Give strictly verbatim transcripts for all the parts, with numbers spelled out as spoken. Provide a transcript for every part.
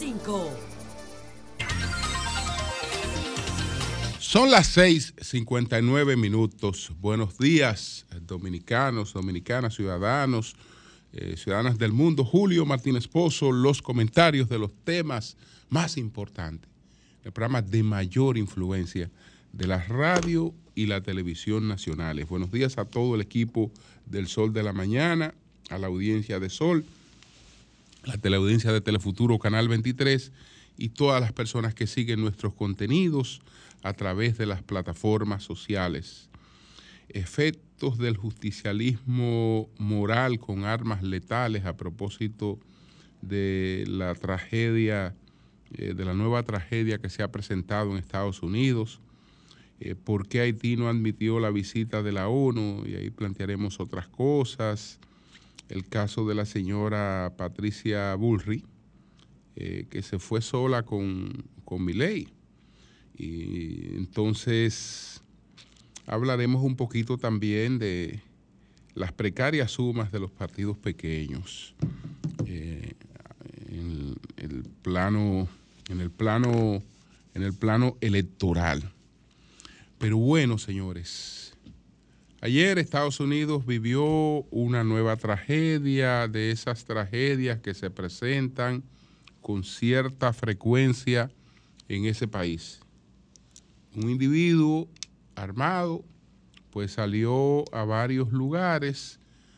cinco. Son las seis cincuenta y nueve minutos. Buenos días, dominicanos, dominicanas, ciudadanos, eh, ciudadanas del mundo. Julio Martínez Pozo, los comentarios de los temas más importantes, el programa de mayor influencia de la radio y la televisión nacionales. Buenos días a todo el equipo del Sol de la Mañana, a la audiencia de Sol, la teleaudiencia de Telefuturo Canal veintitrés y todas las personas que siguen nuestros contenidos a través de las plataformas sociales. Efectos del justicialismo moral con armas letales a propósito de la tragedia, eh, de la nueva tragedia que se ha presentado en Estados Unidos. Eh, ¿Por qué Haití no admitió la visita de la ONU? Y ahí plantearemos otras cosas. El caso de la señora Patricia Bullrich, eh, que se fue sola con, con Milei. Y entonces hablaremos un poquito también de las precarias sumas de los partidos pequeños eh, en el plano, en el plano, en el plano electoral. Pero bueno, señores, ayer Estados Unidos vivió una nueva tragedia, de esas tragedias que se presentan con cierta frecuencia en ese país. Un individuo armado pues salió a varios lugares,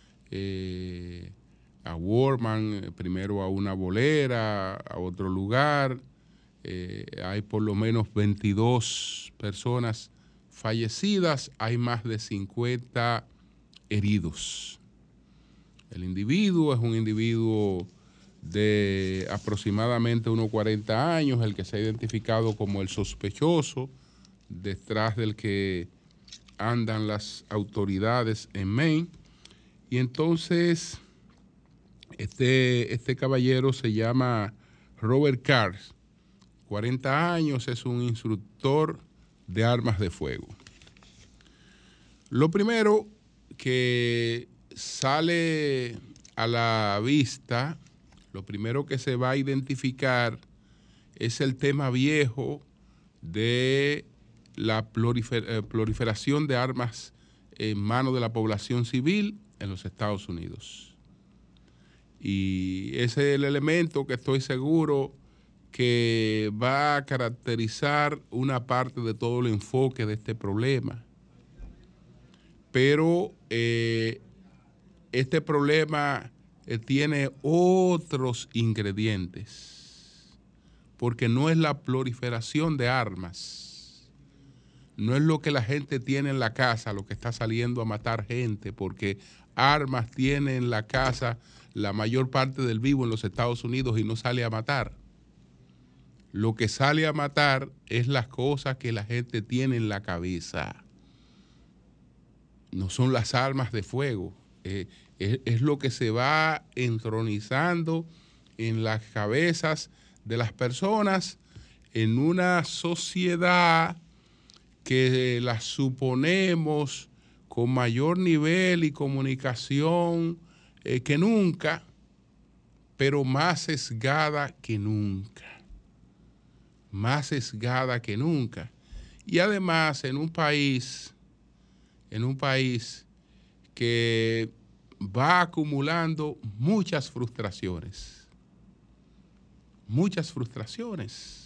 eh, a Walmart, primero a una bolera, a otro lugar. Eh, hay por lo menos veintidós personas fallecidas, hay más de cincuenta heridos. El individuo es un individuo de aproximadamente unos cuarenta años, el que se ha identificado como el sospechoso, detrás del que andan las autoridades en Maine. Y entonces este, este caballero se llama Robert Carr, cuarenta años, es un instructor de armas de fuego. Lo primero que sale a la vista, lo primero que se va a identificar es el tema viejo de la prolifer- proliferación de armas en manos de la población civil en los Estados Unidos. Y ese es el elemento que estoy seguro que va a caracterizar una parte de todo el enfoque de este problema. Pero eh, este problema eh, tiene otros ingredientes, porque no es la proliferación de armas, no es lo que la gente tiene en la casa, lo que está saliendo a matar gente, porque armas tiene en la casa la mayor parte del vivo en los Estados Unidos y no sale a matar. Lo que sale a matar es las cosas que la gente tiene en la cabeza. No son las armas de fuego, eh, es, es lo que se va entronizando en las cabezas de las personas en una sociedad que las suponemos con mayor nivel y comunicación eh, que nunca, pero más sesgada que nunca, más sesgada que nunca. Y además en un país, en un país que va acumulando muchas frustraciones, muchas frustraciones.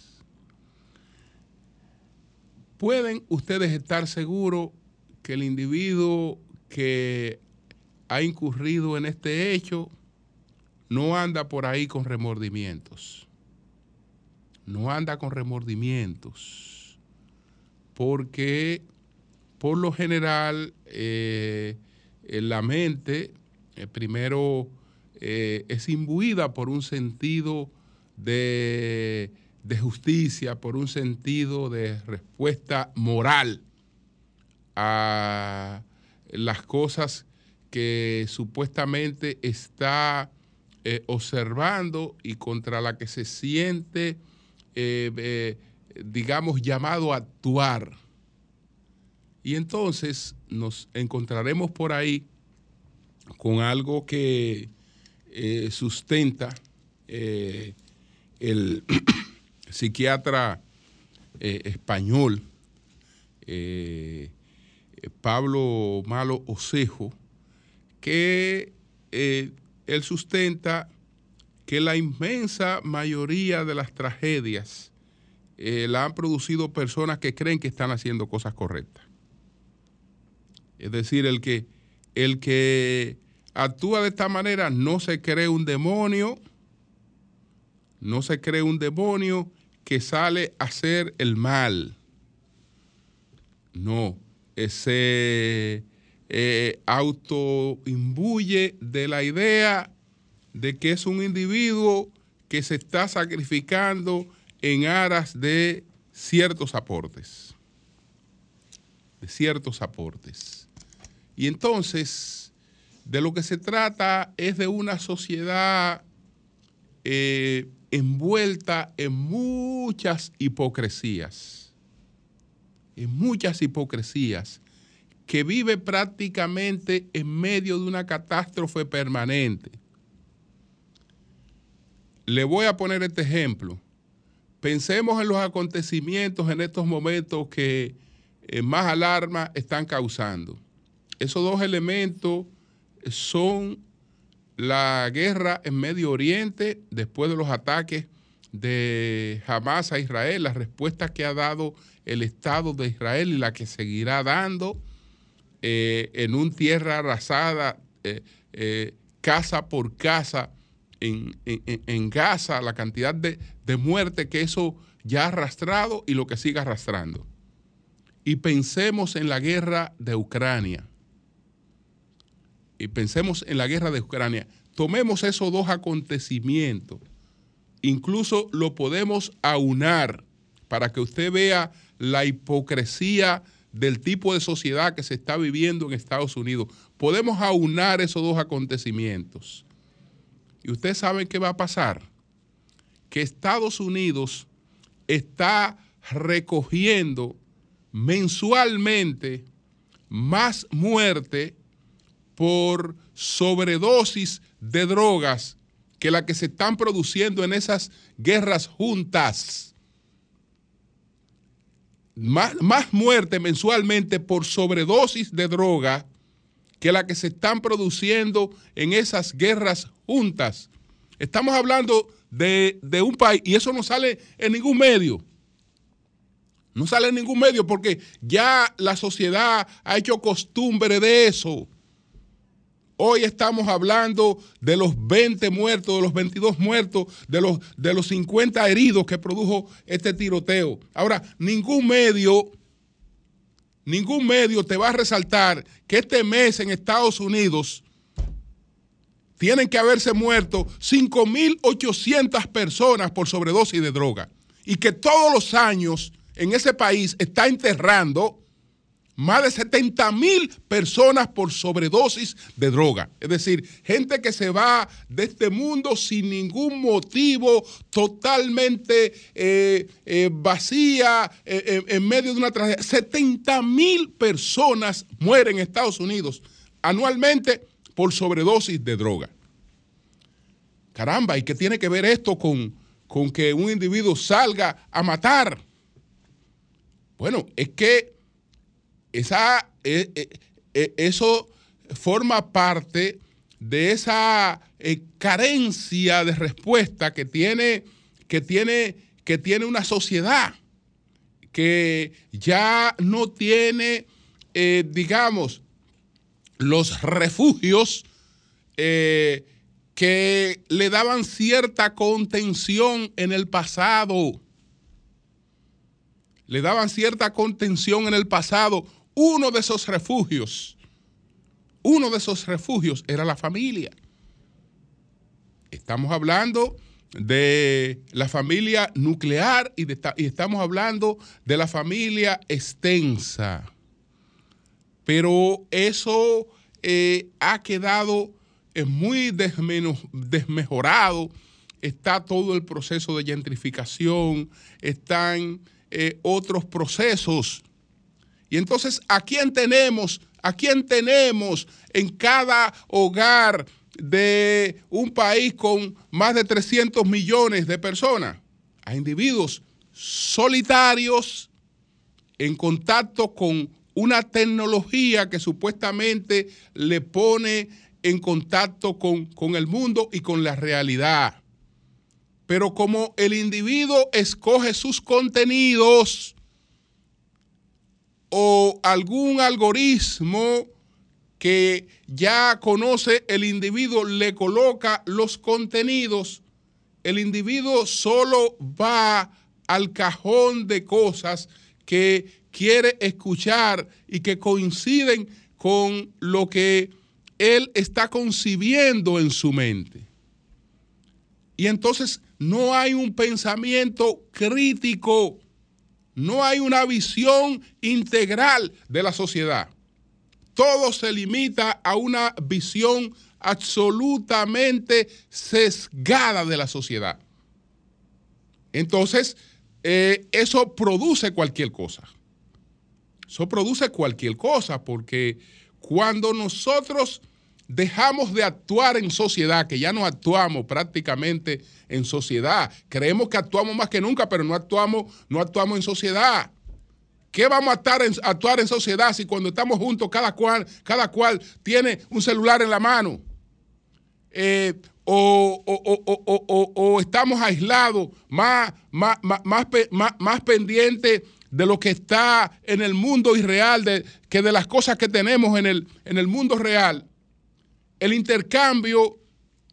Pueden ustedes estar seguros que el individuo que ha incurrido en este hecho no anda por ahí con remordimientos. No anda con remordimientos. Porque por lo general eh, la mente eh, primero eh, es imbuida por un sentido de... de justicia, por un sentido de respuesta moral a las cosas que supuestamente está eh, observando y contra la que se siente, eh, eh, digamos, llamado a actuar. Y entonces nos encontraremos por ahí con algo que eh, sustenta eh, el psiquiatra eh, español eh, Pablo Malo Osejo, que eh, él sustenta que la inmensa mayoría de las tragedias eh, la han producido personas que creen que están haciendo cosas correctas. Es decir, el que, el que actúa de esta manera no se cree un demonio, no se cree un demonio que sale a hacer el mal. No, se eh, autoimbuye de la idea de que es un individuo que se está sacrificando en aras de ciertos aportes, de ciertos aportes. Y entonces, de lo que se trata es de una sociedad eh, envuelta en muchas hipocresías, en muchas hipocresías, que vive prácticamente en medio de una catástrofe permanente. Le voy a poner este ejemplo. Pensemos en los acontecimientos en estos momentos que eh, más alarma están causando. Esos dos elementos son la guerra en Medio Oriente después de los ataques de Hamas a Israel, la respuesta que ha dado el Estado de Israel y la que seguirá dando eh, en un tierra arrasada, eh, eh, casa por casa en, en, en Gaza, la cantidad de, de muerte que eso ya ha arrastrado y lo que sigue arrastrando. Y pensemos en la guerra de Ucrania. Y pensemos en la guerra de Ucrania. Tomemos esos dos acontecimientos. Incluso lo podemos aunar para que usted vea la hipocresía del tipo de sociedad que se está viviendo en Estados Unidos. Podemos aunar esos dos acontecimientos. Y ustedes saben qué va a pasar. Que Estados Unidos está recogiendo mensualmente más muerte por sobredosis de drogas que la que se están produciendo en esas guerras juntas. Más, más muerte mensualmente por sobredosis de droga que la que se están produciendo en esas guerras juntas. Estamos hablando de, de un país, y eso no sale en ningún medio. No sale en ningún medio porque ya la sociedad ha hecho costumbre de eso. Hoy estamos hablando de los veinte muertos, de los veintidós muertos, de los, de los cincuenta heridos que produjo este tiroteo. Ahora, ningún medio, ningún medio te va a resaltar que este mes en Estados Unidos tienen que haberse muerto cinco mil ochocientas personas por sobredosis de droga y que todos los años en ese país está enterrando más de setenta mil personas por sobredosis de droga. Es decir, gente que se va de este mundo sin ningún motivo, totalmente eh, eh, vacía, eh, en medio de una tragedia. setenta mil personas mueren en Estados Unidos anualmente por sobredosis de droga. Caramba, ¿y qué tiene que ver esto con, con que un individuo salga a matar? Bueno, es que Esa, eh, eh, eso forma parte de esa eh, carencia de respuesta que tiene, que, tiene, que tiene una sociedad que ya no tiene, eh, digamos, los refugios eh, que le daban cierta contención en el pasado. Le daban cierta contención en el pasado. Uno de esos refugios, uno de esos refugios era la familia. Estamos hablando de la familia nuclear y, de, y estamos hablando de la familia extensa. Pero eso eh, ha quedado eh, muy desmeno, desmejorado. Está todo el proceso de gentrificación, están eh, otros procesos. Y entonces, ¿a quién tenemos? ¿A quién tenemos en cada hogar de un país con más de trescientos millones de personas, a individuos solitarios en contacto con una tecnología que supuestamente le pone en contacto con, con el mundo y con la realidad. Pero como el individuo escoge sus contenidos o algún algoritmo que ya conoce el individuo le coloca los contenidos, el individuo solo va al cajón de cosas que quiere escuchar y que coinciden con lo que él está concibiendo en su mente. Y entonces no hay un pensamiento crítico, no hay una visión integral de la sociedad. Todo se limita a una visión absolutamente sesgada de la sociedad. Entonces, eh, eso produce cualquier cosa. Eso produce cualquier cosa, porque cuando nosotros dejamos de actuar en sociedad, que ya no actuamos prácticamente en sociedad, creemos que actuamos más que nunca, pero no actuamos, no actuamos en sociedad. ¿Qué vamos a, estar en, a actuar en sociedad si cuando estamos juntos cada cual, cada cual tiene un celular en la mano? Eh, o, o, o, o, o, o estamos aislados, más, más, más, más, más, más pendientes de lo que está en el mundo irreal de, que de las cosas que tenemos en el, en el mundo real. El intercambio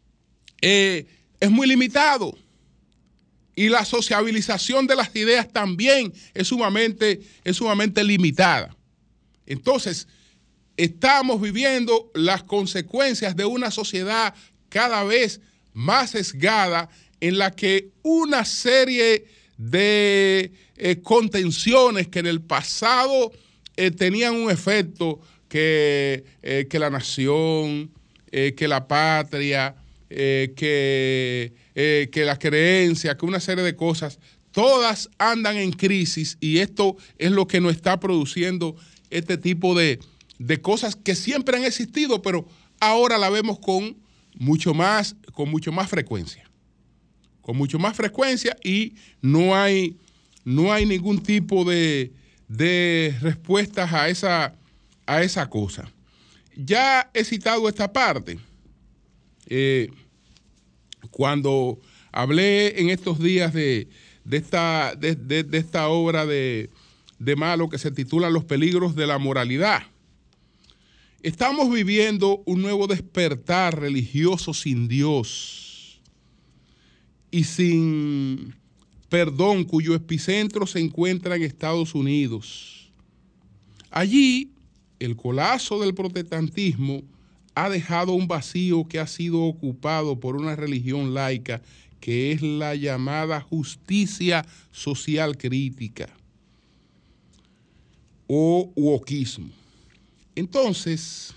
eh, es muy limitado. Y la sociabilización de las ideas también es sumamente, es sumamente limitada. Entonces, estamos viviendo las consecuencias de una sociedad cada vez más sesgada en la que una serie de eh, contenciones que en el pasado eh, tenían un efecto que, eh, que la nación, eh, que la patria, eh, que... Eh, que la creencia, que una serie de cosas, todas andan en crisis y esto es lo que nos está produciendo este tipo de, de cosas que siempre han existido, pero ahora la vemos con mucho más, con mucho más frecuencia. Con mucho más frecuencia y no hay, no hay ningún tipo de, de respuestas a esa, a esa cosa. Ya he citado esta parte. Eh, Cuando hablé en estos días de, de, esta, de, de, de esta obra de, de Malo que se titula Los peligros de la moralidad, estamos viviendo un nuevo despertar religioso sin Dios y sin perdón, cuyo epicentro se encuentra en Estados Unidos. Allí, el colapso del protestantismo ha dejado un vacío que ha sido ocupado por una religión laica que es la llamada justicia social crítica o wokismo. Entonces,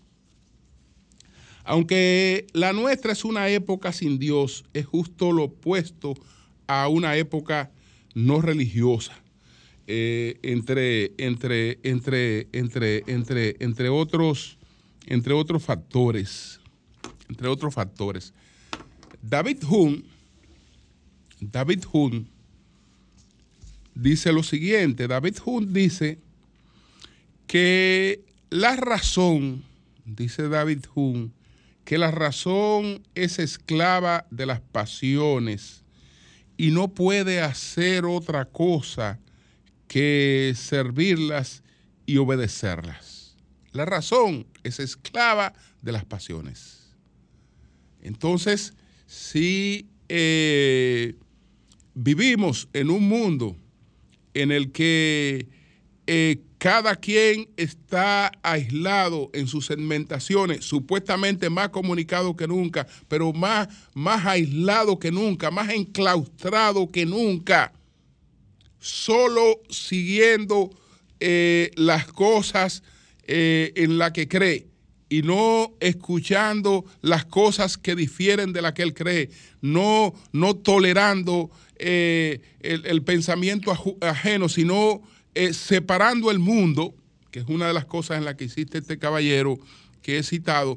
aunque la nuestra es una época sin Dios, es justo lo opuesto a una época no religiosa, eh, entre, entre, entre, entre, entre, entre otros entre otros factores, entre otros factores. David Hume, David Hume dice lo siguiente, David Hume dice que la razón, dice David Hume, que la razón es esclava de las pasiones y no puede hacer otra cosa que servirlas y obedecerlas. La razón es esclava de las pasiones. Entonces, si eh, vivimos en un mundo en el que eh, cada quien está aislado en sus segmentaciones, supuestamente más comunicado que nunca, pero más, más aislado que nunca, más enclaustrado que nunca, solo siguiendo eh, las cosas Eh, en la que cree y no escuchando las cosas que difieren de la que él cree, no, no tolerando eh, el, el pensamiento ajeno, sino eh, separando el mundo, que es una de las cosas en las que existe este caballero que he citado,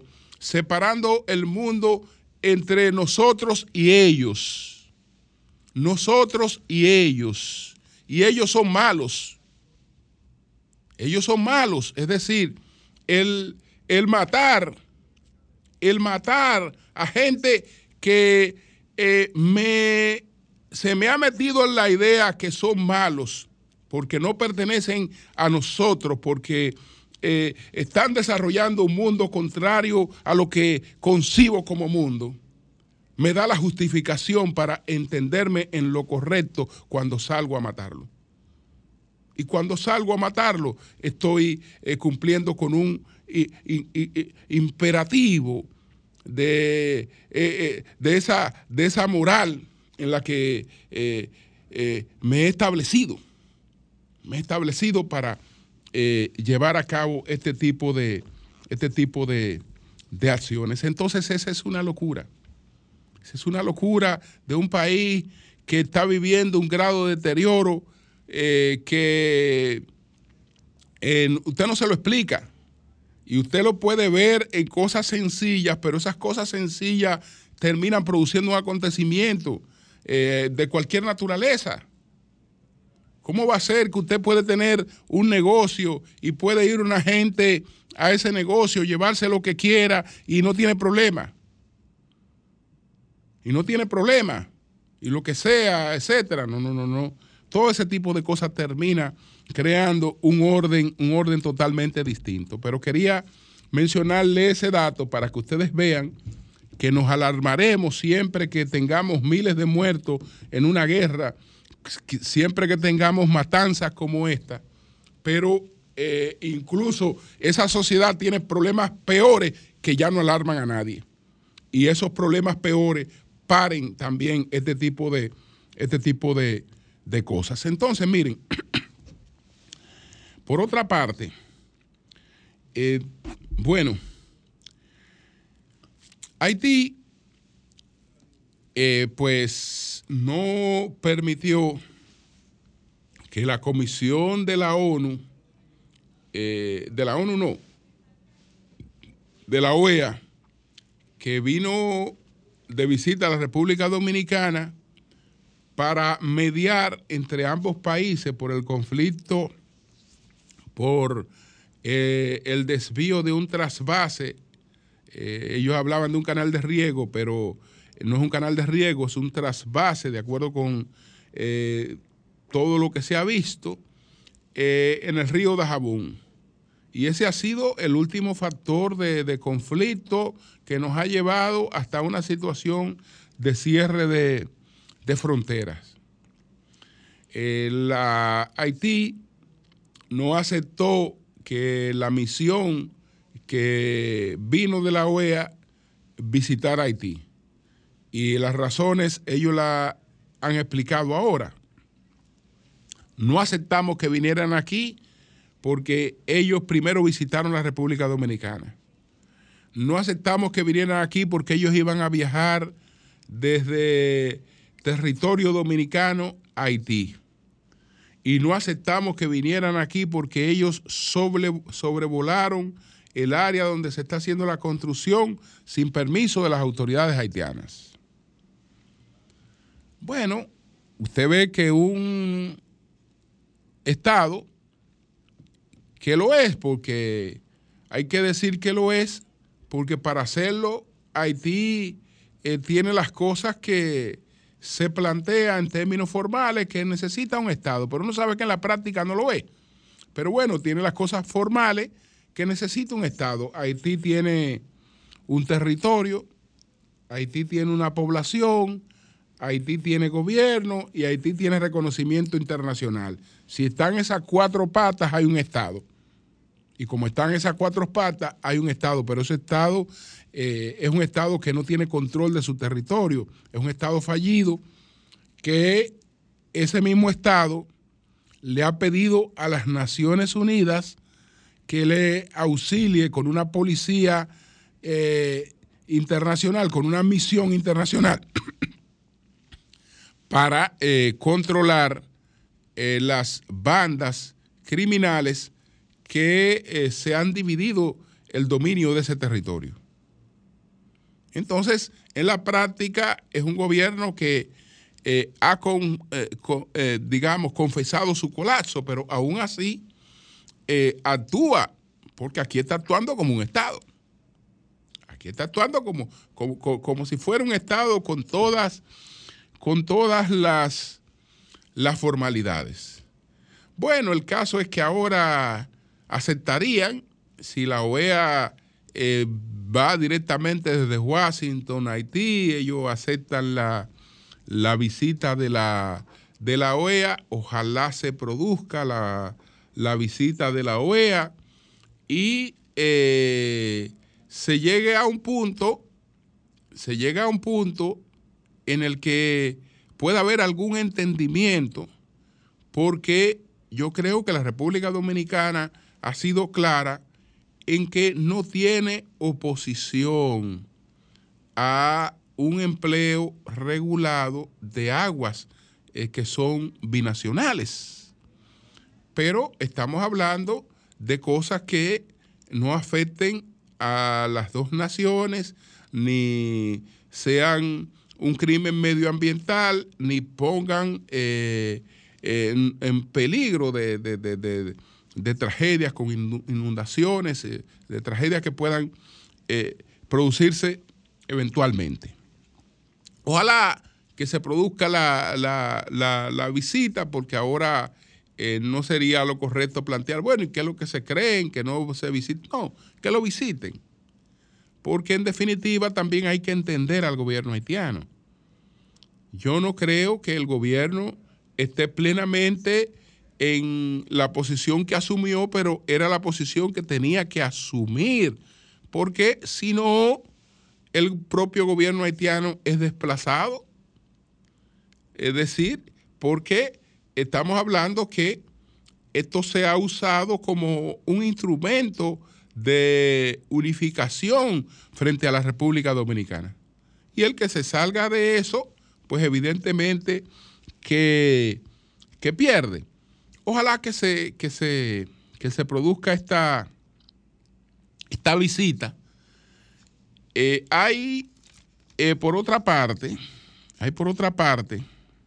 separando el mundo entre nosotros y ellos. Nosotros y ellos. Y ellos son malos. Ellos son malos. Es decir, el, el matar, el matar a gente que eh, me, se me ha metido en la idea que son malos, porque no pertenecen a nosotros, porque eh, están desarrollando un mundo contrario a lo que concibo como mundo, me da la justificación para entenderme en lo correcto cuando salgo a matarlo. Y cuando salgo a matarlo, estoy eh, cumpliendo con un i, i, i, imperativo de, eh, eh, de, esa, de esa moral en la que eh, eh, me he establecido. Me he establecido para eh, llevar a cabo este tipo de, este tipo de, de acciones. Entonces esa es una locura. Esa es una locura de un país que está viviendo un grado de deterioro eh, que eh, usted no se lo explica. Y usted lo puede ver en cosas sencillas, pero esas cosas sencillas terminan produciendo un acontecimiento eh, de cualquier naturaleza. ¿Cómo va a ser que usted puede tener un negocio y puede ir una gente a ese negocio, llevarse lo que quiera y no tiene problema? Y no tiene problema. Y lo que sea, etcétera. No, no, no, no. Todo ese tipo de cosas termina creando un orden, un orden totalmente distinto. Pero quería mencionarle ese dato para que ustedes vean que nos alarmaremos siempre que tengamos miles de muertos en una guerra, siempre que tengamos matanzas como esta, pero eh, incluso esa sociedad tiene problemas peores que ya no alarman a nadie. Y esos problemas peores paren también este tipo de, este tipo de, de cosas. Entonces, miren, por otra parte, eh, bueno, Haití, eh, pues no permitió que la Comisión de la ONU, eh, de la ONU no, de la O E A, que vino de visita a la República Dominicana para mediar entre ambos países por el conflicto, por eh, el desvío de un trasvase. Eh, ellos hablaban de un canal de riego, pero no es un canal de riego, es un trasvase, de acuerdo con eh, todo lo que se ha visto, eh, en el río Dajabón. Y ese ha sido el último factor de, de conflicto que nos ha llevado hasta una situación de cierre de, de fronteras. Eh, la Haití no aceptó que la misión que vino de la O E A visitara Haití. Y las razones ellos las han explicado ahora. No aceptamos que vinieran aquí porque ellos primero visitaron la República Dominicana. No aceptamos que vinieran aquí porque ellos iban a viajar desde territorio dominicano a Haití. Y no aceptamos que vinieran aquí porque ellos sobre, sobrevolaron el área donde se está haciendo la construcción sin permiso de las autoridades haitianas. Bueno, usted ve que un Estado, que lo es, porque hay que decir que lo es, porque para hacerlo Haití eh, tiene las cosas que se plantea en términos formales que necesita un Estado, pero uno sabe que en la práctica no lo es. Pero bueno, tiene las cosas formales que necesita un Estado. Haití tiene un territorio, Haití tiene una población, Haití tiene gobierno y Haití tiene reconocimiento internacional. Si están esas cuatro patas, hay un Estado. Y como están esas cuatro patas, hay un Estado, pero ese Estado eh, es un Estado que no tiene control de su territorio, es un Estado fallido que ese mismo Estado le ha pedido a las Naciones Unidas que le auxilie con una policía eh, internacional, con una misión internacional para eh, controlar eh, las bandas criminales que eh, se han dividido el dominio de ese territorio. Entonces, en la práctica, es un gobierno que eh, ha, con, eh, con, eh, digamos, confesado su colapso, pero aún así eh, actúa, porque aquí está actuando como un Estado. Aquí está actuando como, como, como, como si fuera un Estado con todas, con todas las, las formalidades. Bueno, el caso es que ahora aceptarían, si la O E A eh, va directamente desde Washington a Haití, ellos aceptan la, la visita de la, de la O E A, ojalá se produzca la, la visita de la O E A y eh, se llegue a un punto, se llega a un punto en el que pueda haber algún entendimiento, porque yo creo que la República Dominicana ha sido clara en que no tiene oposición a un empleo regulado de aguas eh, que son binacionales. Pero estamos hablando de cosas que no afecten a las dos naciones, ni sean un crimen medioambiental, ni pongan eh, en, en peligro de, de, de, de de tragedias con inundaciones, eh, de tragedias que puedan eh, producirse eventualmente. Ojalá que se produzca la, la, la, la visita, porque ahora eh, no sería lo correcto plantear, bueno, ¿y qué es lo que se creen? Que no se visiten. No, que lo visiten. Porque en definitiva también hay que entender al gobierno haitiano. Yo no creo que el gobierno esté plenamente en la posición que asumió, pero era la posición que tenía que asumir, porque si no, el propio gobierno haitiano es desplazado. Es decir, porque estamos hablando que esto se ha usado como un instrumento de unificación frente a la República Dominicana. Y el que se salga de eso, pues evidentemente que, que pierde. Ojalá que se, que se, que se produzca esta, esta visita. Eh, hay, eh, por otra parte, hay por otra parte,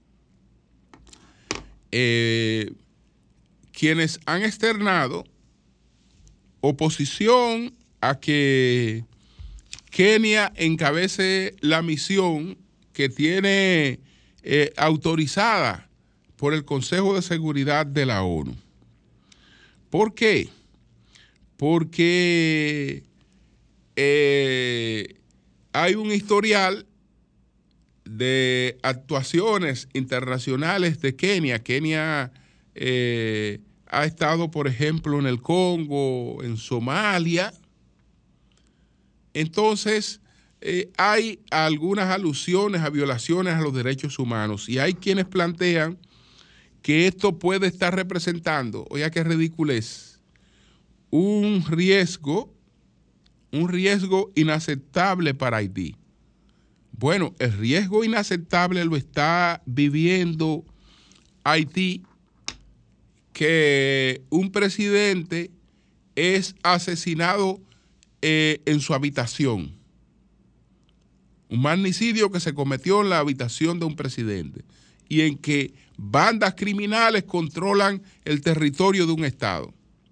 eh, quienes han externado oposición a que Kenia encabece la misión que tiene eh, autorizada por el Consejo de Seguridad de la ONU. ¿Por qué? Porque eh, hay un historial de actuaciones internacionales de Kenia. Kenia eh, ha estado, por ejemplo, en el Congo, en Somalia. Entonces, eh, hay algunas alusiones a violaciones a los derechos humanos y hay quienes plantean que esto puede estar representando, oiga qué ridiculez, un riesgo, un riesgo inaceptable para Haití. Bueno, el riesgo inaceptable lo está viviendo Haití, que un presidente es asesinado eh, en su habitación. Un magnicidio que se cometió en la habitación de un presidente y en que bandas criminales controlan el territorio de un estado.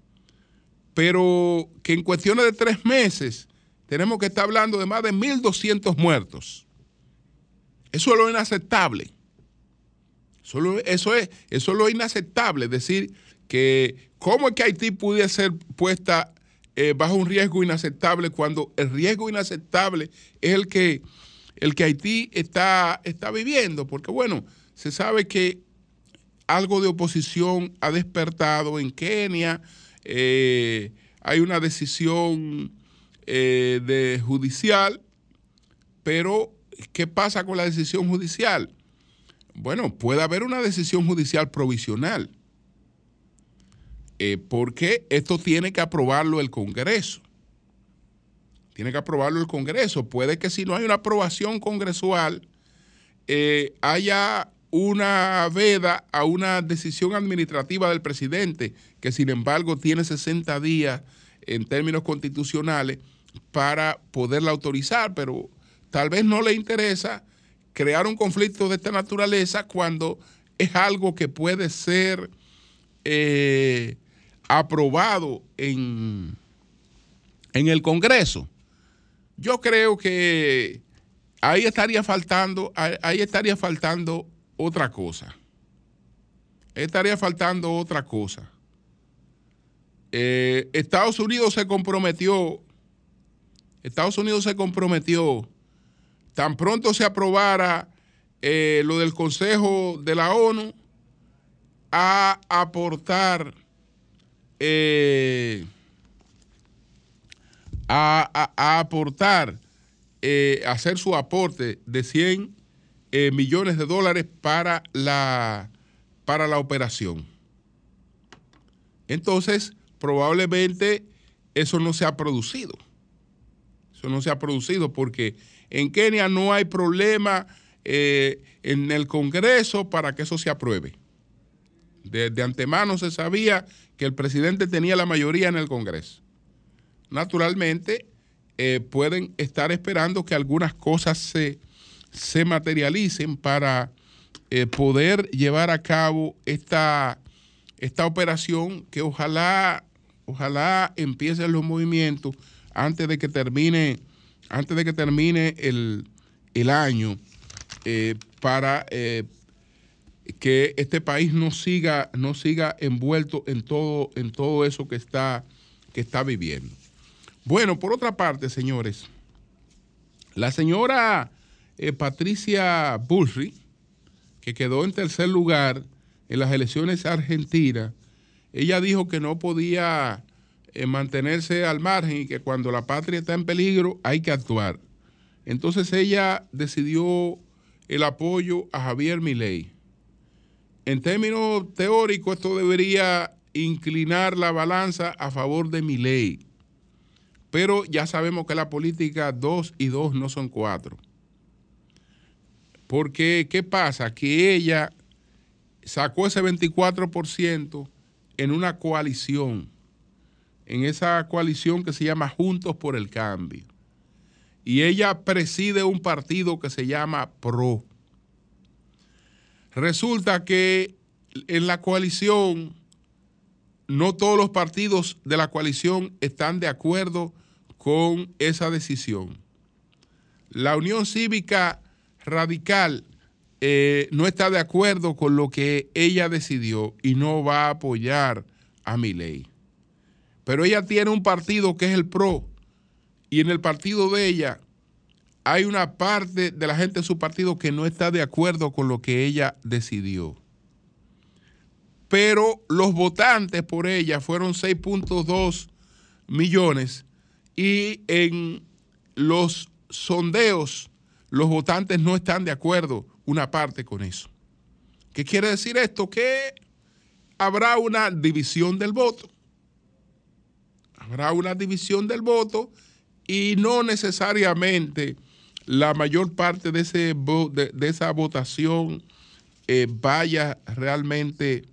Pero que en cuestiones de tres meses tenemos que estar hablando de más de mil doscientos muertos. Eso es lo inaceptable. Eso, lo, eso, es, eso es lo inaceptable. Es decir, que cómo es que Haití pudiera ser puesta eh, bajo un riesgo inaceptable cuando el riesgo inaceptable es el que, el que Haití está, está viviendo. Porque bueno, se sabe que algo de oposición ha despertado en Kenia. Eh, hay una decisión eh, de judicial, pero ¿qué pasa con la decisión judicial? Bueno, puede haber una decisión judicial provisional, eh, porque esto tiene que aprobarlo el Congreso. Tiene que aprobarlo el Congreso. Puede que si no hay una aprobación congresual, eh, haya una veda a una decisión administrativa del presidente, que sin embargo tiene sesenta días en términos constitucionales para poderla autorizar, pero tal vez no le interesa crear un conflicto de esta naturaleza cuando es algo que puede ser eh, aprobado en, en el Congreso. Yo creo que ahí estaría faltando, ahí estaría faltando otra cosa. Estaría faltando otra cosa. Eh, Estados Unidos se comprometió, Estados Unidos se comprometió, tan pronto se aprobara eh, lo del Consejo de la ONU, a aportar, eh, a, a, a aportar, eh, hacer su aporte de cien eh, millones de dólares para la, para la operación. Entonces, probablemente eso no se ha producido. Eso no se ha producido porque en Kenia no hay problema eh, en el Congreso para que eso se apruebe. De, de antemano se sabía que el presidente tenía la mayoría en el Congreso. Naturalmente, eh, pueden estar esperando que algunas cosas se, se materialicen para eh, poder llevar a cabo esta, esta operación que ojalá, ojalá empiecen los movimientos antes de que termine, antes de que termine el, el año eh, para eh, que este país no siga, no siga envuelto en todo, en todo eso que está, que está viviendo. Bueno, por otra parte, señores, la señora eh, Patricia Bullrich, que quedó en tercer lugar en las elecciones argentinas, ella dijo que no podía eh, mantenerse al margen y que cuando la patria está en peligro hay que actuar. Entonces ella decidió el apoyo a Javier Milei. En términos teóricos, esto debería inclinar la balanza a favor de Milei. Pero ya sabemos que la política dos y dos no son cuatro. Porque, ¿qué pasa? Que ella sacó ese veinticuatro por ciento en una coalición, en esa coalición que se llama Juntos por el Cambio. Y ella preside un partido que se llama PRO. Resulta que en la coalición, no todos los partidos de la coalición están de acuerdo con esa decisión. La Unión Cívica Radical eh, no está de acuerdo con lo que ella decidió y no va a apoyar a Milei. Pero ella tiene un partido que es el PRO, y en el partido de ella hay una parte de la gente de su partido que no está de acuerdo con lo que ella decidió. Pero los votantes por ella fueron seis punto dos millones y en los sondeos los votantes no están de acuerdo una parte con eso. ¿Qué quiere decir esto? Que habrá una división del voto. Habrá una división del voto y no necesariamente la mayor parte de, ese, de, de esa votación eh, vaya realmente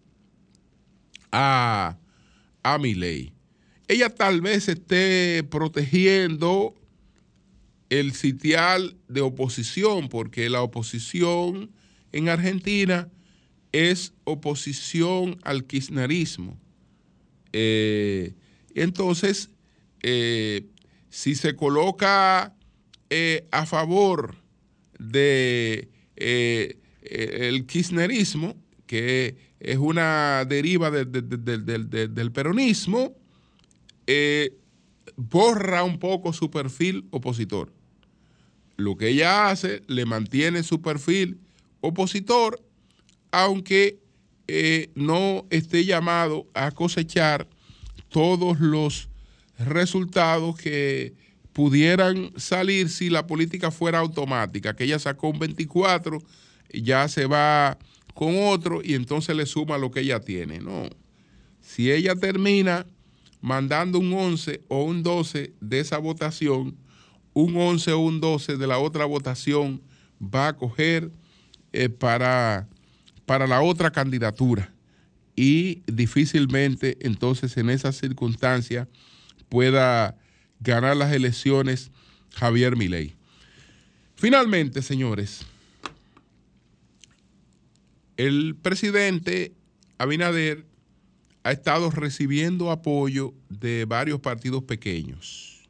a, a Milei. Ella tal vez esté protegiendo el sitial de oposición, porque la oposición en Argentina es oposición al kirchnerismo. Eh, entonces, eh, si se coloca eh, a favor de eh, el kirchnerismo, que es una deriva de, de, de, de, de, del peronismo, eh, borra un poco su perfil opositor. Lo que ella hace, le mantiene su perfil opositor, aunque eh, no esté llamado a cosechar todos los resultados que pudieran salir si la política fuera automática, que ella sacó un veinticuatro, ya se va con otro y entonces le suma lo que ella tiene. No, si ella termina mandando un once o un doce de esa votación, un once o un doce de la otra votación va a coger eh, para, para la otra candidatura y difícilmente entonces en esas circunstancias pueda ganar las elecciones Javier Milei. Finalmente, señores, el presidente Abinader ha estado recibiendo apoyo de varios partidos pequeños.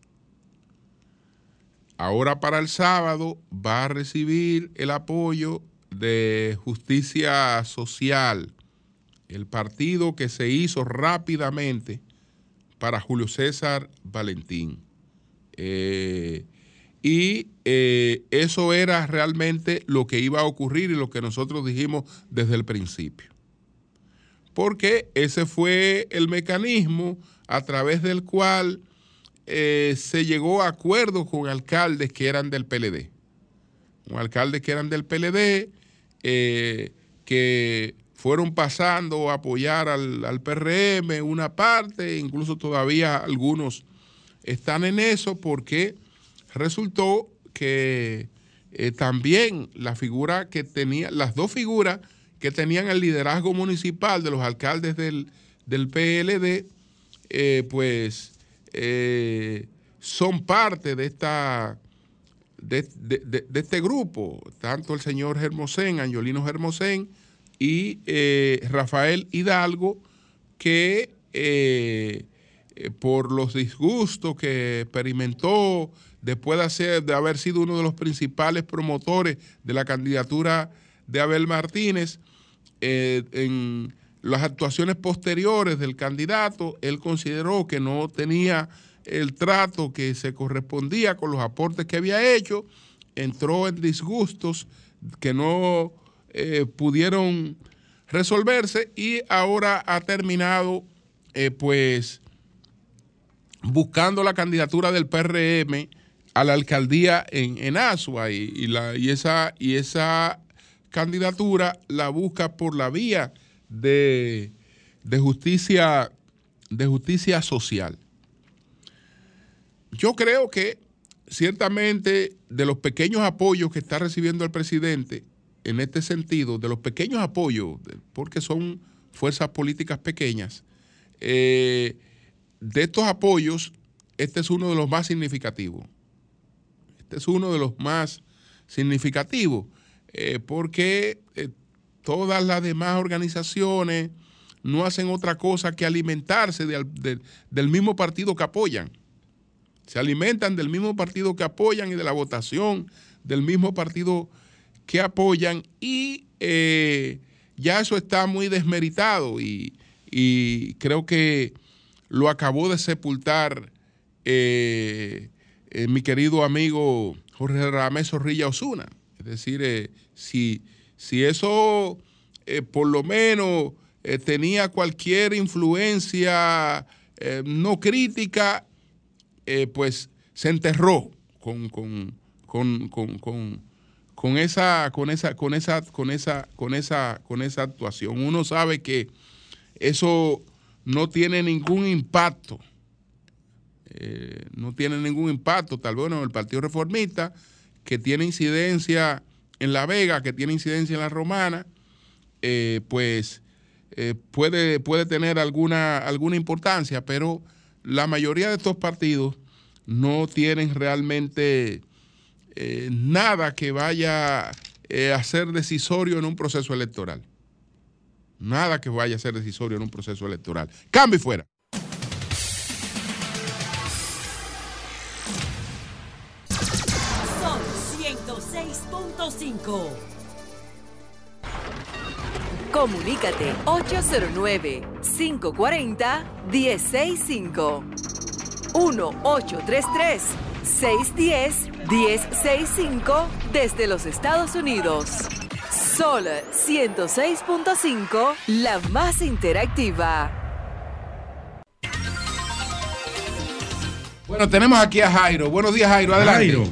Ahora para el sábado va a recibir el apoyo de Justicia Social, el partido que se hizo rápidamente para Julio César Valentín. Eh, y eh, eso era realmente lo que iba a ocurrir y lo que nosotros dijimos desde el principio. Porque ese fue el mecanismo a través del cual eh, se llegó a acuerdos con alcaldes que eran del P L D. Con alcaldes que eran del P L D, eh, que fueron pasando a apoyar al, al P R M una parte, incluso todavía algunos están en eso, porque resultó que eh, también la figura que tenía, las dos figuras que tenían el liderazgo municipal de los alcaldes del, del P L D, eh, pues eh, son parte de esta de, de, de, de este grupo, tanto el señor Hermosén, Angiolino Hermosén, y eh, Rafael Hidalgo, que eh, eh, por los disgustos que experimentó después de, hacer, de haber sido uno de los principales promotores de la candidatura de Abel Martínez, eh, en las actuaciones posteriores del candidato, él consideró que no tenía el trato que se correspondía con los aportes que había hecho, entró en disgustos que no eh, pudieron resolverse y ahora ha terminado eh, pues buscando la candidatura del P R M a la alcaldía en, en Asua y, y, la, y, esa, y esa candidatura la busca por la vía de, de justicia de justicia social. Yo creo que ciertamente de los pequeños apoyos que está recibiendo el presidente en este sentido, de los pequeños apoyos, porque son fuerzas políticas pequeñas, eh, de estos apoyos, este es uno de los más significativos. Este es uno de los más significativos, eh, porque eh, todas las demás organizaciones no hacen otra cosa que alimentarse de, de, del mismo partido que apoyan. Se alimentan del mismo partido que apoyan y de la votación del mismo partido que apoyan y eh, ya eso está muy desmeritado y, y creo que lo acabó de sepultar eh, eh, mi querido amigo Jorge Ramés Zorrilla Osuna. Es decir, eh, si, si eso eh, por lo menos eh, tenía cualquier influencia eh, no crítica, eh, pues se enterró con, con, con, con, con, con esa, con esa, con esa, con esa, con esa, con esa actuación. Uno sabe que eso no tiene ningún impacto. Eh, no tiene ningún impacto, tal vez en el Partido Reformista, que tiene incidencia en La Vega, que tiene incidencia en La Romana, eh, pues eh, puede, puede tener alguna, alguna importancia, pero la mayoría de estos partidos no tienen realmente eh, nada que vaya eh, a ser decisorio en un proceso electoral. Nada que vaya a ser decisorio en un proceso electoral. Cambio y fuera. ciento seis punto cinco. Comunícate ocho cero nueve, cinco cuatro cero, uno cero seis cinco. uno ocho tres tres, seis uno cero, uno cero seis cinco desde los Estados Unidos. Sol ciento seis punto cinco, la más interactiva. Bueno, tenemos aquí a Jairo. Buenos días, Jairo. Adelante. Jairo.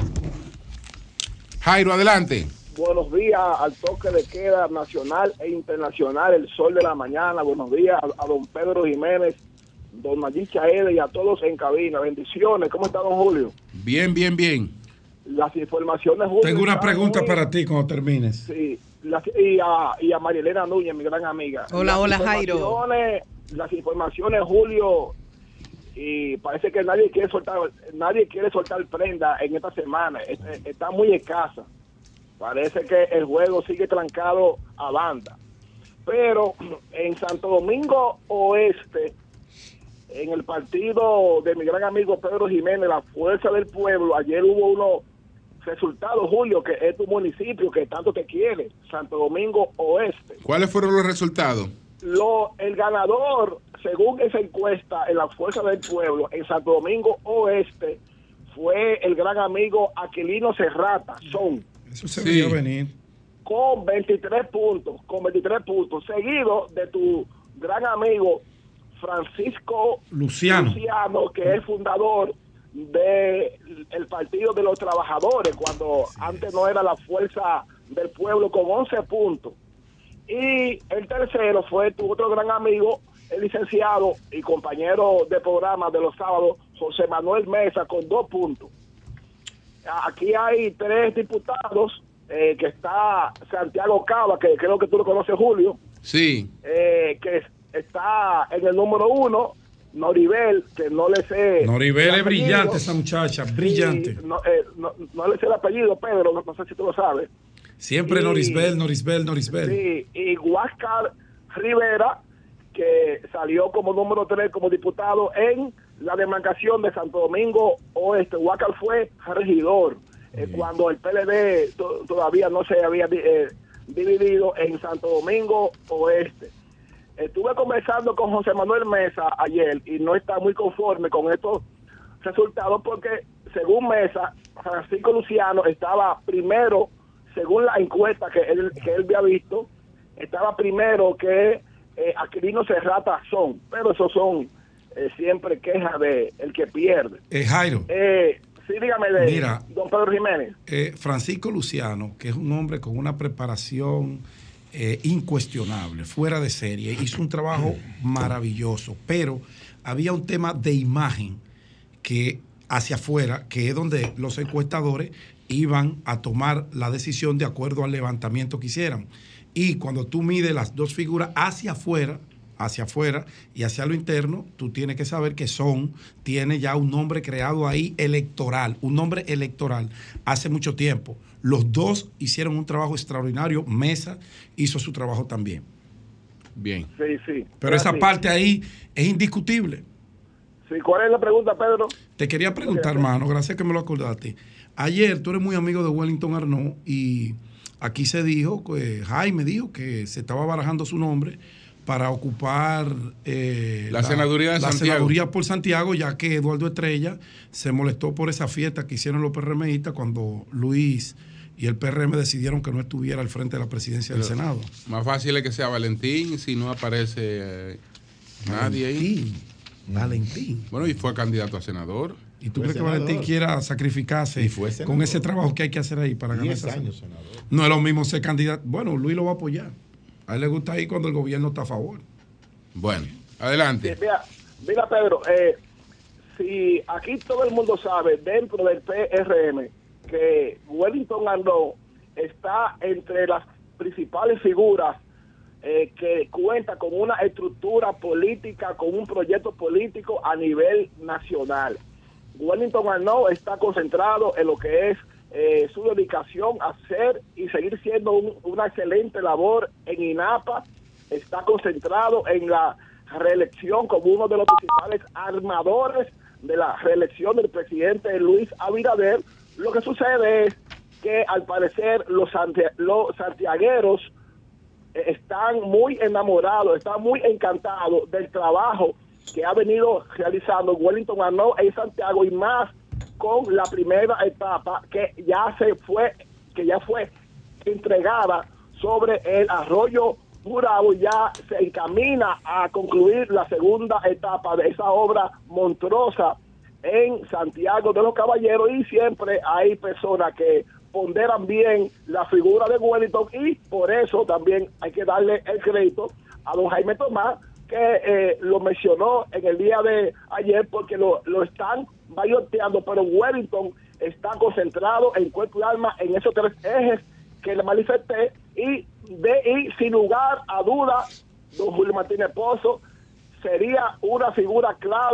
Jairo, adelante. Buenos días al toque de queda nacional e internacional, el sol de la mañana. Buenos días a, a don Pedro Jiménez, don Mayir Chaede y a todos en cabina. Bendiciones. ¿Cómo está, don Julio? Bien, bien, bien. Las informaciones, Julio. Tengo una pregunta muy... para ti cuando termines. Sí. Las, y, a, y a Marielena Núñez, mi gran amiga. Hola, las hola, Jairo. Las informaciones, Julio, y parece que nadie quiere soltar, nadie quiere soltar prenda en esta semana. Está muy escasa. Parece que el juego sigue trancado a banda. Pero en Santo Domingo Oeste, en el partido de mi gran amigo Pedro Jiménez, la Fuerza del Pueblo, ayer hubo unos resultados, Julio, que es tu municipio que tanto te quiere, Santo Domingo Oeste. ¿Cuáles fueron los resultados? Lo, el ganador, según esa encuesta en la Fuerza del Pueblo, en Santo Domingo Oeste, fue el gran amigo Aquilino Serrata, Son. Eso se veía Sí. venir. Con veintitrés puntos, con veintitrés puntos, seguido de tu gran amigo Francisco Luciano. Luciano, que es el fundador del Partido de los Trabajadores, cuando sí, antes no era la Fuerza del Pueblo, con once puntos. Y el tercero fue tu otro gran amigo, el licenciado y compañero de programa de los sábados, José Manuel Mesa, con dos puntos. Aquí hay tres diputados, eh, que está Santiago Cava, que creo que tú lo conoces, Julio. Sí. Eh, que está en el número uno, Noribel, que no le sé... Noribel es brillante, esa muchacha, brillante. No, eh, no, no le sé el apellido, Pedro, no, no sé si tú lo sabes. Siempre y, Norisbel, Norisbel, Norisbel. Sí, y Huáscar Rivera, que salió como número tres como diputado en la demarcación de Santo Domingo Oeste. Huáscar fue regidor eh, cuando el P L D to, todavía no se había eh, dividido en Santo Domingo Oeste. Estuve conversando con José Manuel Mesa ayer y no está muy conforme con estos resultados porque, según Mesa, Francisco Luciano estaba primero, según la encuesta que él, que él había visto, estaba primero que eh, Aquilino Serrata Son, pero esos son eh, siempre quejas de el que pierde. Eh, Jairo. Eh, sí, dígame de Mira, don Pedro Jiménez. Eh, Francisco Luciano, que es un hombre con una preparación eh, incuestionable, fuera de serie, hizo un trabajo maravilloso, pero había un tema de imagen que hacia afuera, que es donde los encuestadores iban a tomar la decisión de acuerdo al levantamiento que hicieran. Y cuando tú mides las dos figuras hacia afuera, hacia afuera y hacia lo interno, tú tienes que saber que Son tiene ya un nombre creado ahí electoral, un nombre electoral hace mucho tiempo. Los dos hicieron un trabajo extraordinario, Mesa hizo su trabajo también. Bien. Sí, sí. Pero esa sí. parte ahí es indiscutible. Sí, ¿cuál es la pregunta, Pedro? Te quería preguntar, hermano, gracias que me lo acordaste. Ayer tú eres muy amigo de Wellington Arnaud y aquí se dijo, que Jaime dijo que se estaba barajando su nombre para ocupar eh, la, la senaduría de la Santiago. senaduría por Santiago, ya que Eduardo Estrella se molestó por esa fiesta que hicieron los PRMistas cuando Luis y el P R M decidieron que no estuviera al frente de la presidencia Pero del Senado. Más fácil es que sea Valentín si no aparece eh, nadie ahí. Valentín. Bueno, y fue candidato a senador. ¿Y tú crees que Valentín quiera sacrificarse con ese trabajo que hay que hacer ahí para ganar esa años, senador? No es lo mismo ser candidato. Bueno, Luis lo va a apoyar. A él le gusta ir cuando el gobierno está a favor. Bueno, adelante. Sí, mira, mira, Pedro, eh, si aquí todo el mundo sabe dentro del P R M que Wellington Arnaud está entre las principales figuras eh, que cuenta con una estructura política, con un proyecto político a nivel nacional. Wellington Arnaud está concentrado en lo que es eh, su dedicación a hacer y seguir siendo un, una excelente labor en INAPA. Está concentrado en la reelección como uno de los principales armadores de la reelección del presidente Luis Abinader. Lo que sucede es que al parecer los, santi- los santiagueros eh, están muy enamorados, están muy encantados del trabajo que ha venido realizando Wellington Arnaud en Santiago, y más con la primera etapa que ya se fue, que ya fue entregada sobre el arroyo Gurabo, y ya se encamina a concluir la segunda etapa de esa obra monstruosa en Santiago de los Caballeros. Y siempre hay personas que ponderan bien la figura de Wellington, y por eso también hay que darle el crédito a don Jaime Tomás, que eh, lo mencionó en el día de ayer, porque lo, lo están bayoteando, pero Wellington está concentrado en cuerpo y alma en esos tres ejes que le manifesté, y, de, y sin lugar a duda, don Julio Martínez Pozo sería una figura clave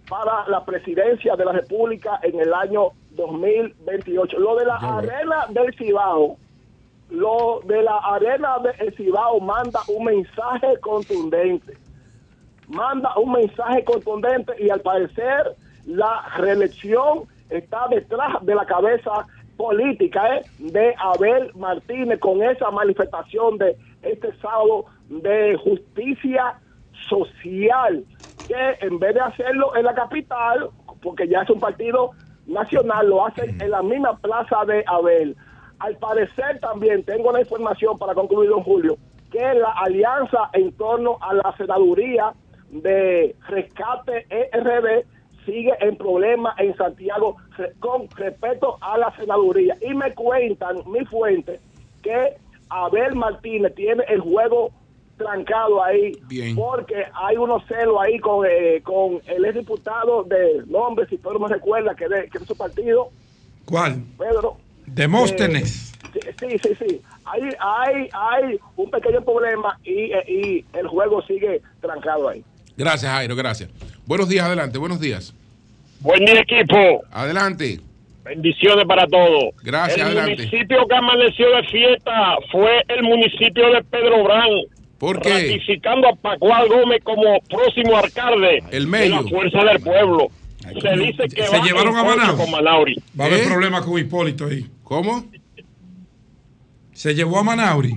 para la presidencia de la República en el año dos mil veintiocho. Lo de la arena del Cibao, lo de la arena del Cibao manda un mensaje contundente. Manda un mensaje contundente y al parecer la reelección está detrás de la cabeza política ¿eh? de Abel Martínez con esa manifestación de este sábado de justicia social, que en vez de hacerlo en la capital, porque ya es un partido nacional, lo hacen en la misma plaza de Abel. Al parecer también tengo la información para concluir, don Julio, que la alianza en torno a la senaduría de Rescate E R D sigue en problema en Santiago con respecto a la senaduría. Y me cuentan mi fuente que Abel Martínez tiene el juego trancado ahí. Bien. Porque hay unos celos ahí con, eh, con el exdiputado de nombre, si Pedro me recuerda, que de, que de su partido. ¿Cuál? Pedro. Demóstenes. Eh, sí, sí, sí. Hay, hay, hay un pequeño problema y, y el juego sigue trancado ahí. Gracias, Jairo, gracias. Buenos días, adelante, buenos días. Buen día, equipo. Adelante. Bendiciones para todos. Gracias, el adelante. El municipio que amaneció de fiesta fue el municipio de Pedro Brán. ¿Por qué? Ratificando a Pascual Gómez como próximo alcalde el medio de la Fuerza del Pueblo. Ay, se dice que se va llevaron a Manauri. Con Manauri. Va a haber ¿Eh? problemas con Hipólito ahí. ¿Cómo? Se llevó a Manauri.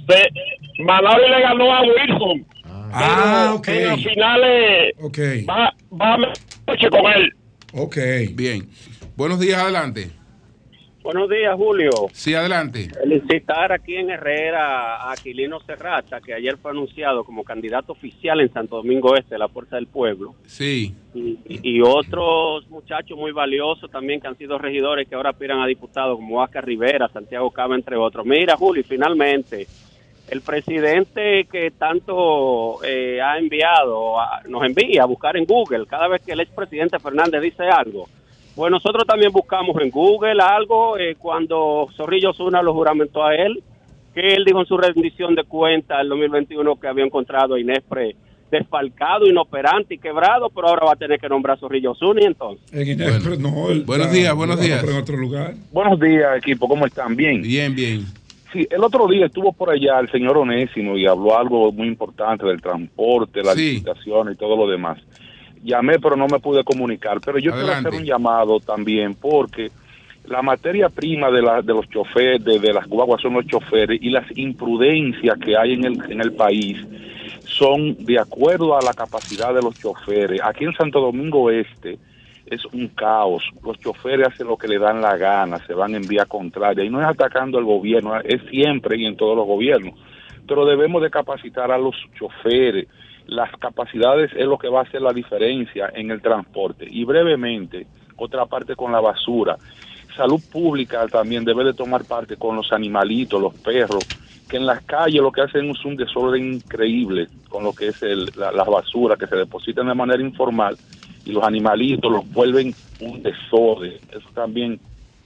Se, Manauri le ganó a Wilson. Ah, ok. En las finales okay. va, va a meterse con él. Ok. Bien. Buenos días, adelante. Buenos días, Julio. Sí, adelante. Felicitar aquí en Herrera a Aquilino Serrata, que ayer fue anunciado como candidato oficial en Santo Domingo Este de la Fuerza del Pueblo. Sí. Y, y otros muchachos muy valiosos también que han sido regidores que ahora aspiran a diputados, como Oscar Rivera, Santiago Cava, entre otros. Mira, Julio, finalmente, el presidente que tanto eh, ha enviado, a, nos envía a buscar en Google cada vez que el expresidente Fernández dice algo. Pues nosotros también buscamos en Google algo eh, cuando Zorrillo Osuna lo juramentó a él, que él dijo en su rendición de cuentas en dos mil veintiuno que había encontrado a Inespre desfalcado, inoperante y quebrado, pero ahora va a tener que nombrar a Zorrillo Osuna y entonces. En Inespre, bueno. no, el, buenos la, días, buenos días. En otro lugar. Buenos días, equipo, ¿cómo están? ¿Bien? Bien, bien. Sí, el otro día estuvo por allá el señor Onésimo y habló algo muy importante del transporte, la sí. licitación y todo lo demás. Llamé, pero no me pude comunicar. Pero yo Adelante. quiero hacer un llamado también, porque la materia prima de, la, de los choferes, de, de las guaguas son los choferes, y las imprudencias que hay en el, en el país son de acuerdo a la capacidad de los choferes. Aquí en Santo Domingo Este es un caos. Los choferes hacen lo que le dan la gana, se van en vía contraria. Y no es atacando al gobierno, es siempre y en todos los gobiernos. Pero debemos de capacitar a los choferes. Las capacidades es lo que va a hacer la diferencia en el transporte. Y brevemente, otra parte con la basura. Salud pública también debe de tomar parte con los animalitos, los perros, que en las calles lo que hacen es un desorden increíble con lo que es el, la, la basura que se depositan de manera informal y los animalitos los vuelven un desorden. Eso también.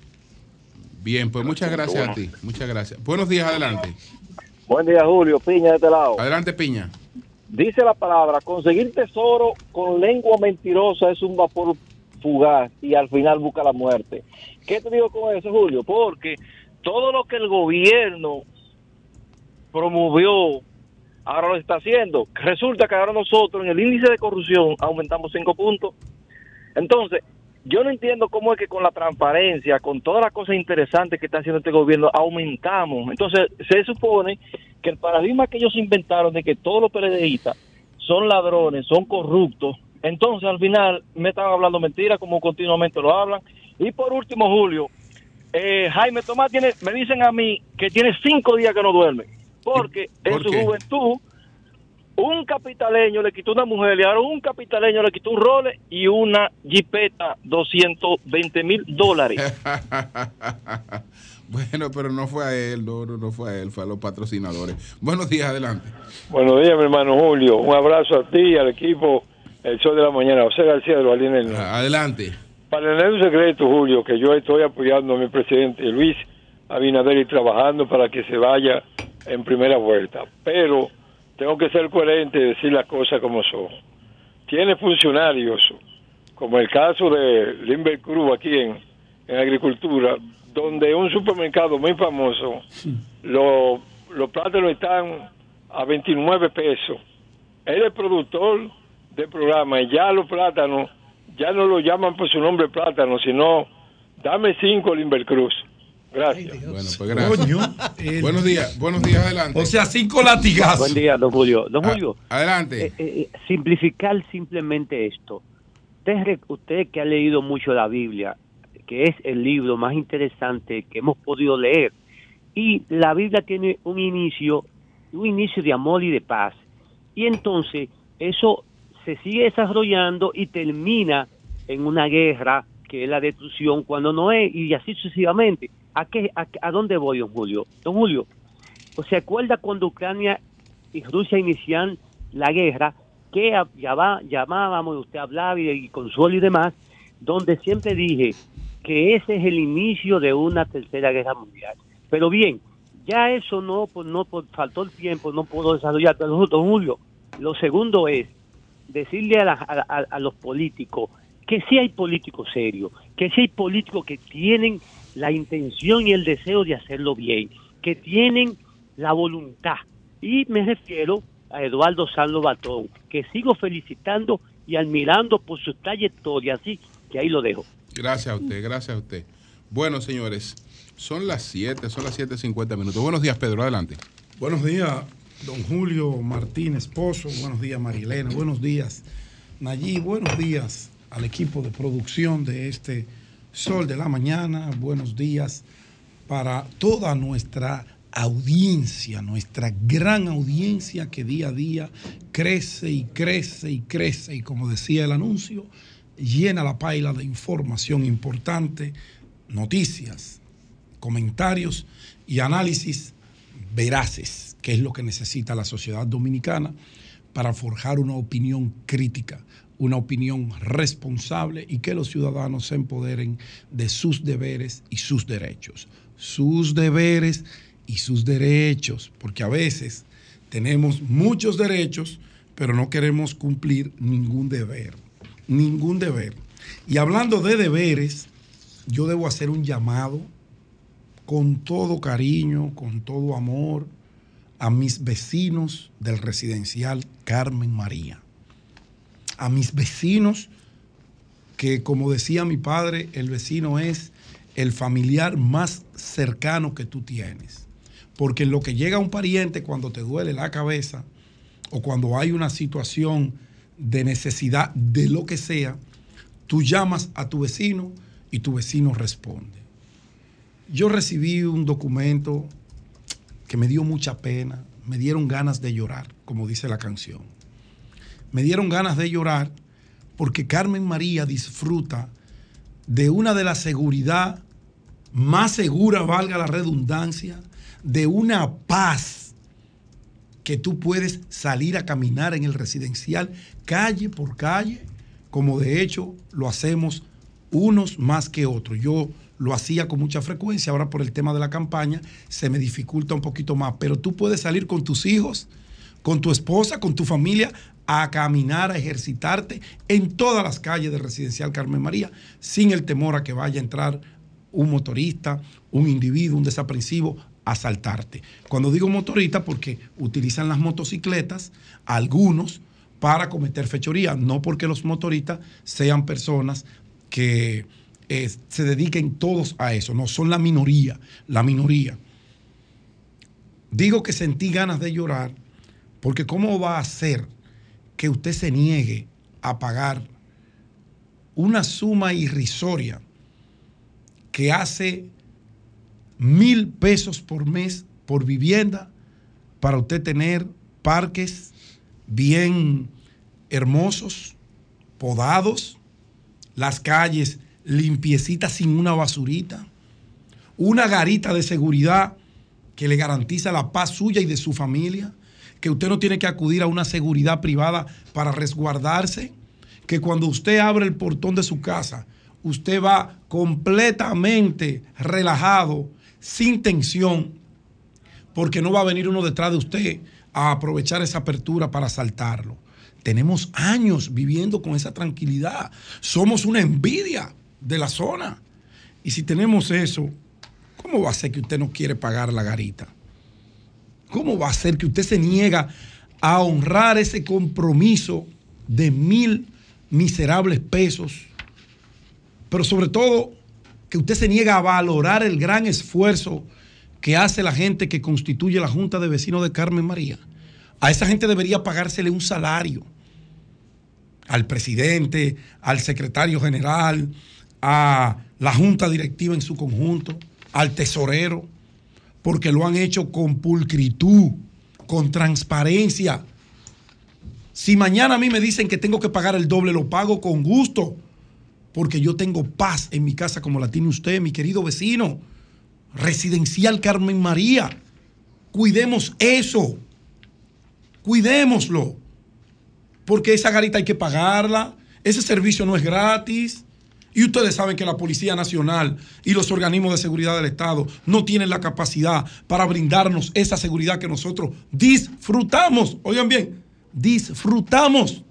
Bien, pues muchas gracias a ti. Muchas gracias. Buenos días, adelante. Buen día, Julio. Piña de este lado. Adelante, Piña. Dice la palabra, conseguir tesoro con lengua mentirosa es un vapor fugaz y al final busca la muerte. ¿Qué te digo con eso, Julio? Porque todo lo que el gobierno promovió, ahora lo está haciendo. Resulta que ahora nosotros en el índice de corrupción aumentamos cinco puntos. Entonces, yo no entiendo cómo es que con la transparencia, con todas las cosas interesantes que está haciendo este gobierno, aumentamos. Entonces, se supone que el paradigma que ellos inventaron de que todos los PLDistas son ladrones, son corruptos, entonces al final me están hablando mentiras como continuamente lo hablan. Y por último, Julio, eh, Jaime Tomás tiene, me dicen a mí que tiene cinco días que no duerme, porque ¿Por en su qué? juventud un capitaleño le quitó una mujer y ahora un capitaleño le quitó un Rolex y una jipeta doscientos veinte mil dólares. Bueno, pero no fue a él, no, no, no fue a él, fue a los patrocinadores. Buenos días, adelante. Buenos días, mi hermano Julio. Un abrazo a ti y al equipo El Sol de la Mañana. José García de Valina del Norte. Adelante. Para tener un secreto, Julio, que yo estoy apoyando a mi presidente Luis Abinader y trabajando para que se vaya en primera vuelta. Pero tengo que ser coherente y decir las cosas como son. Tiene funcionarios como el caso de Limber Cruz aquí en, en agricultura, donde un supermercado muy famoso, lo, los plátanos están a veintinueve pesos. Él es productor del programa y ya los plátanos, ya no lo llaman por su nombre plátano, sino dame cinco Limber Cruz. Gracias. Bueno, pues gracias. Coño, buenos días, buenos días, adelante. O sea, cinco latigazos. Buen día, don Julio. Don Ah, Julio, adelante. eh, eh, simplificar simplemente esto. Usted, usted que ha leído mucho la Biblia, que es el libro más interesante que hemos podido leer, y la Biblia tiene un inicio, un inicio de amor y de paz, y entonces eso se sigue desarrollando y termina en una guerra que es la destrucción cuando no es, y así sucesivamente. ¿A qué, a, a dónde voy, don Julio? Don Julio, ¿o se acuerda cuando Ucrania y Rusia inician la guerra, que ya va, llamábamos, usted hablaba y, y Consuelo y demás, donde siempre dije que ese es el inicio de una tercera guerra mundial? Pero bien, ya eso no, pues no pues faltó el tiempo, no puedo desarrollar. Pero don Julio, lo segundo es decirle a, la, a, a los políticos que sí hay políticos serios, que sí hay políticos que tienen la intención y el deseo de hacerlo bien, que tienen la voluntad. Y me refiero a Eduardo Sanz Lobatón, que sigo felicitando y admirando por su trayectoria, así que ahí lo dejo. Gracias a usted, gracias a usted. Bueno, señores, son las siete, son las siete cincuenta minutos. Buenos días, Pedro, adelante. Buenos días, don Julio Martínez Pozo. Buenos días, Marilena. Buenos días, Nayib. Buenos días al equipo de producción de este Sol de la Mañana. Buenos días para toda nuestra audiencia, nuestra gran audiencia que día a día crece y crece y crece. Y como decía el anuncio, llena la paila de información importante, noticias, comentarios y análisis veraces, que es lo que necesita la sociedad dominicana para forjar una opinión crítica, una opinión responsable, y que los ciudadanos se empoderen de sus deberes y sus derechos. Sus deberes y sus derechos, porque a veces tenemos muchos derechos, pero no queremos cumplir ningún deber, ningún deber. Y hablando de deberes, yo debo hacer un llamado con todo cariño, con todo amor, a mis vecinos del residencial Carmen María. A mis vecinos que, como decía mi padre, el vecino es el familiar más cercano que tú tienes. Porque en lo que llega un pariente cuando te duele la cabeza o cuando hay una situación de necesidad de lo que sea, tú llamas a tu vecino y tu vecino responde. Yo recibí un documento que me dio mucha pena, me dieron ganas de llorar, como dice la canción. Me dieron ganas de llorar porque Carmen María disfruta de una de la seguridad más segura, valga la redundancia, de una paz que tú puedes salir a caminar en el residencial calle por calle, como de hecho lo hacemos unos más que otros. Yo lo hacía con mucha frecuencia, ahora por el tema de la campaña se me dificulta un poquito más, pero tú puedes salir con tus hijos, con tu esposa, con tu familia, a caminar, a ejercitarte en todas las calles del residencial Carmen María, sin el temor a que vaya a entrar un motorista, un individuo, un desaprensivo a asaltarte. Cuando digo motorista, porque utilizan las motocicletas, algunos, para cometer fechoría, no porque los motoristas sean personas que eh, se dediquen todos a eso, no, son la minoría, la minoría. Digo que sentí ganas de llorar, porque ¿cómo va a ser que usted se niegue a pagar una suma irrisoria que hace mil pesos por mes por vivienda para usted tener parques bien hermosos, podados, las calles limpiecitas sin una basurita, una garita de seguridad que le garantiza la paz suya y de su familia, que usted no tiene que acudir a una seguridad privada para resguardarse, que cuando usted abre el portón de su casa, usted va completamente relajado, sin tensión, porque no va a venir uno detrás de usted a aprovechar esa apertura para asaltarlo. Tenemos años viviendo con esa tranquilidad. Somos una envidia de la zona. Y si tenemos eso, ¿cómo va a ser que usted no quiere pagar la garita? ¿Cómo va a ser que usted se niega a honrar ese compromiso de mil miserables pesos? Pero sobre todo, que usted se niega a valorar el gran esfuerzo que hace la gente que constituye la Junta de Vecinos de Carmen María. A esa gente debería pagársele un salario. Al presidente, al secretario general, a la Junta Directiva en su conjunto, al tesorero, porque lo han hecho con pulcritud, con transparencia. Si mañana a mí me dicen que tengo que pagar el doble, lo pago con gusto, porque yo tengo paz en mi casa como la tiene usted, mi querido vecino. Residencial Carmen María. Cuidemos eso. Cuidémoslo. Porque esa garita hay que pagarla. Ese servicio no es gratis. Y ustedes saben que la Policía Nacional y los organismos de seguridad del Estado no tienen la capacidad para brindarnos esa seguridad que nosotros disfrutamos. Oigan bien, disfrutamos.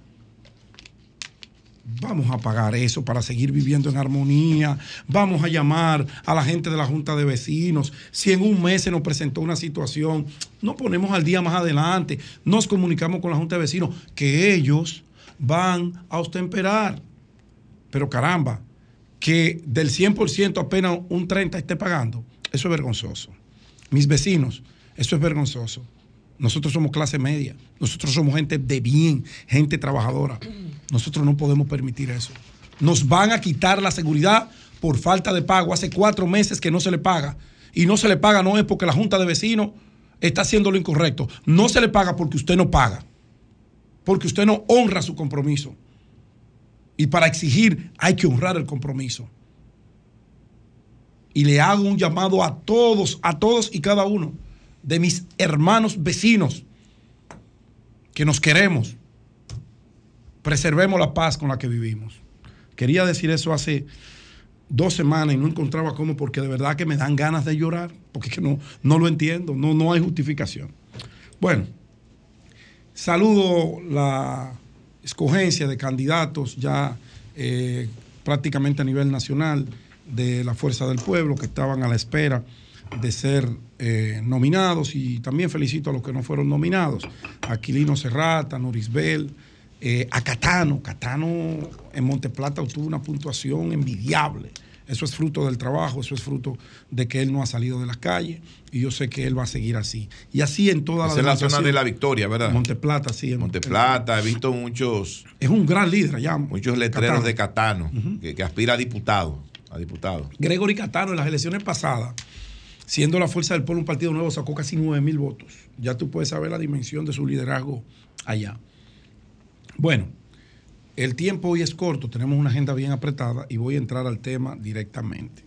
Vamos a pagar eso para seguir viviendo en armonía. Vamos a llamar a la gente de la Junta de Vecinos. Si en un mes se nos presentó una situación, nos ponemos al día más adelante. Nos comunicamos con la Junta de Vecinos que ellos van a obtemperar. Pero caramba, que del cien por ciento apenas un treinta por ciento esté pagando, eso es vergonzoso. Mis vecinos, eso es vergonzoso. Nosotros somos clase media, nosotros somos gente de bien, gente trabajadora. Nosotros no podemos permitir eso. Nos van a quitar la seguridad por falta de pago. Hace cuatro meses que no se le paga. Y no se le paga no es porque la Junta de Vecinos está haciendo lo incorrecto. No se le paga porque usted no paga. Porque usted no honra su compromiso. Y para exigir hay que honrar el compromiso. Y le hago un llamado a todos, a todos y cada uno de mis hermanos vecinos que nos queremos. Preservemos la paz con la que vivimos. Quería decir eso hace dos semanas y no encontraba cómo, porque de verdad que me dan ganas de llorar, porque es que no, no lo entiendo, no, no hay justificación. Bueno, saludo la escogencia de candidatos ya eh, prácticamente a nivel nacional de la Fuerza del Pueblo que estaban a la espera de ser eh, nominados, y también felicito a los que no fueron nominados, a Aquilino Serrata, a Norisbel, eh, a Catano. Catano en Monteplata obtuvo una puntuación envidiable. Eso es fruto del trabajo, eso es fruto de que él no ha salido de las calles, y yo sé que él va a seguir así. Y así en toda la... Esa es la zona de La Victoria, ¿verdad? Monteplata, sí. En Monteplata, he visto muchos... Es un gran líder allá. Muchos letreros Catano. de Catano, Uh-huh. que, que aspira a diputado, a diputado. Gregory Catano en las elecciones pasadas, siendo la Fuerza del Pueblo un partido nuevo, sacó casi nueve mil votos. Ya tú puedes saber la dimensión de su liderazgo allá. Bueno, el tiempo hoy es corto, tenemos una agenda bien apretada y voy a entrar al tema directamente.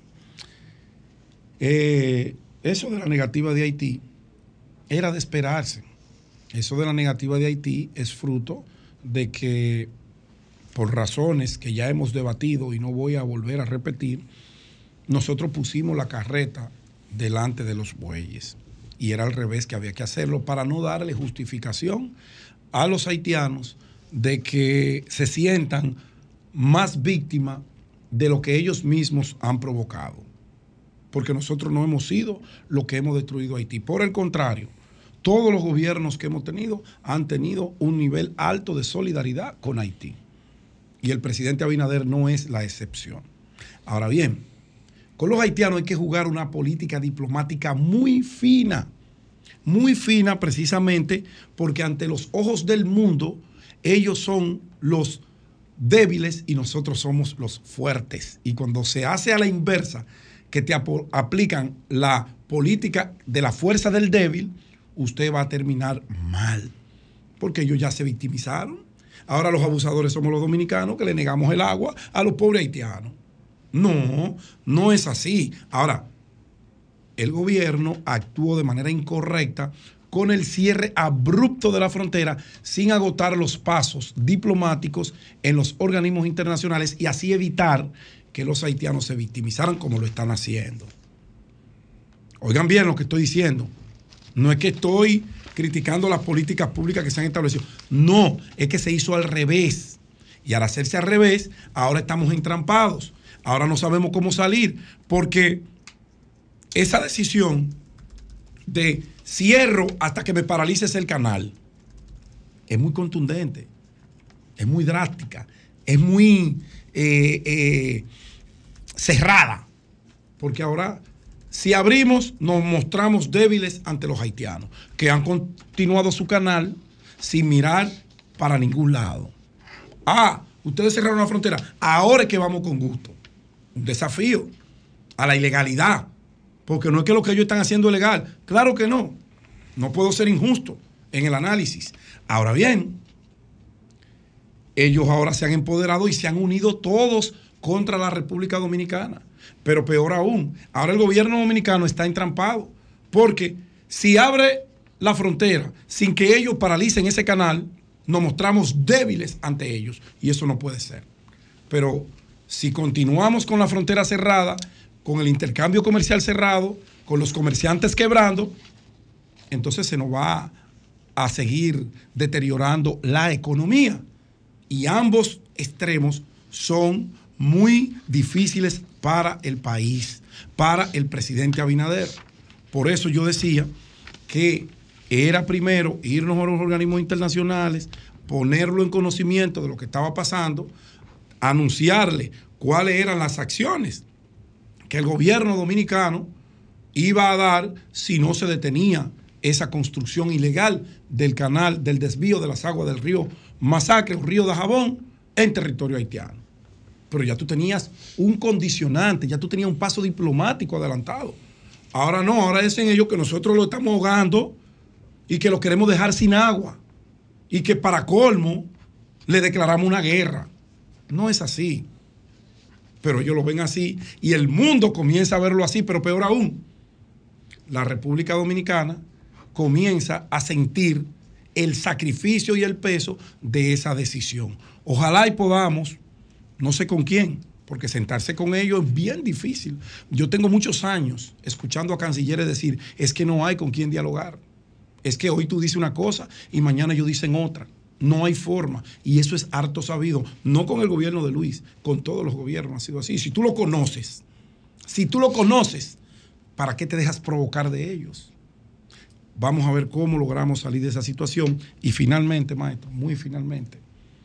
Eh, eso de la negativa de Haití era de esperarse. Eso de la negativa de Haití es fruto de que, por razones que ya hemos debatido y no voy a volver a repetir, nosotros pusimos la carreta delante de los bueyes. Y era al revés que había que hacerlo para no darle justificación a los haitianos de que se sientan más víctimas de lo que ellos mismos han provocado. Porque nosotros no hemos sido lo que hemos destruido Haití. Por el contrario, todos los gobiernos que hemos tenido han tenido un nivel alto de solidaridad con Haití. Y el presidente Abinader no es la excepción. Ahora bien, con los haitianos hay que jugar una política diplomática muy fina. Muy fina precisamente porque ante los ojos del mundo ellos son los débiles y nosotros somos los fuertes. Y cuando se hace a la inversa, que te ap- aplican la política de la fuerza del débil, usted va a terminar mal. Porque ellos ya se victimizaron. Ahora los abusadores somos los dominicanos que le negamos el agua a los pobres haitianos. No, no es así. Ahora, el gobierno actuó de manera incorrecta con el cierre abrupto de la frontera sin agotar los pasos diplomáticos en los organismos internacionales y así evitar que los haitianos se victimizaran como lo están haciendo. Oigan bien lo que estoy diciendo. No es que estoy criticando las políticas públicas que se han establecido. No, es que se hizo al revés. Y al hacerse al revés, ahora estamos entrampados. Ahora no sabemos cómo salir, porque esa decisión de cierro hasta que me paralices el canal es muy contundente, es muy drástica, es muy eh, eh, cerrada, porque ahora si abrimos nos mostramos débiles ante los haitianos, que han continuado su canal sin mirar para ningún lado. Ah, ustedes cerraron la frontera, ahora es que vamos con gusto. Un desafío a la ilegalidad, porque no es que lo que ellos están haciendo es legal, claro que no, no puedo ser injusto en el análisis. Ahora bien, ellos ahora se han empoderado y se han unido todos contra la República Dominicana, pero peor aún, ahora el gobierno dominicano está entrampado, porque si abre la frontera sin que ellos paralicen ese canal, nos mostramos débiles ante ellos, y eso no puede ser. Pero si continuamos con la frontera cerrada, con el intercambio comercial cerrado, con los comerciantes quebrando, entonces se nos va a seguir deteriorando la economía. Y ambos extremos son muy difíciles para el país, para el presidente Abinader. Por eso yo decía que era primero irnos a los organismos internacionales, ponerlo en conocimiento de lo que estaba pasando, anunciarle cuáles eran las acciones que el gobierno dominicano iba a dar si no se detenía esa construcción ilegal del canal, del desvío de las aguas del río Masacre, un río de Jabón, en territorio haitiano. Pero ya tú tenías un condicionante, ya tú tenías un paso diplomático adelantado. Ahora no, ahora dicen ellos que nosotros lo estamos ahogando y que lo queremos dejar sin agua y que para colmo le declaramos una guerra. No es así. Pero ellos lo ven así y el mundo comienza a verlo así, pero peor aún, la República Dominicana comienza a sentir el sacrificio y el peso de esa decisión. Ojalá y podamos, no sé con quién, porque sentarse con ellos es bien difícil. Yo tengo muchos años escuchando a cancilleres decir, es que no hay con quién dialogar. Es que hoy tú dices una cosa y mañana ellos dicen otra. No hay forma. Y eso es harto sabido. No con el gobierno de Luis, con todos los gobiernos ha sido así. Si tú lo conoces, si tú lo conoces, ¿para qué te dejas provocar de ellos? Vamos a ver cómo logramos salir de esa situación. Y finalmente, maestro, muy finalmente,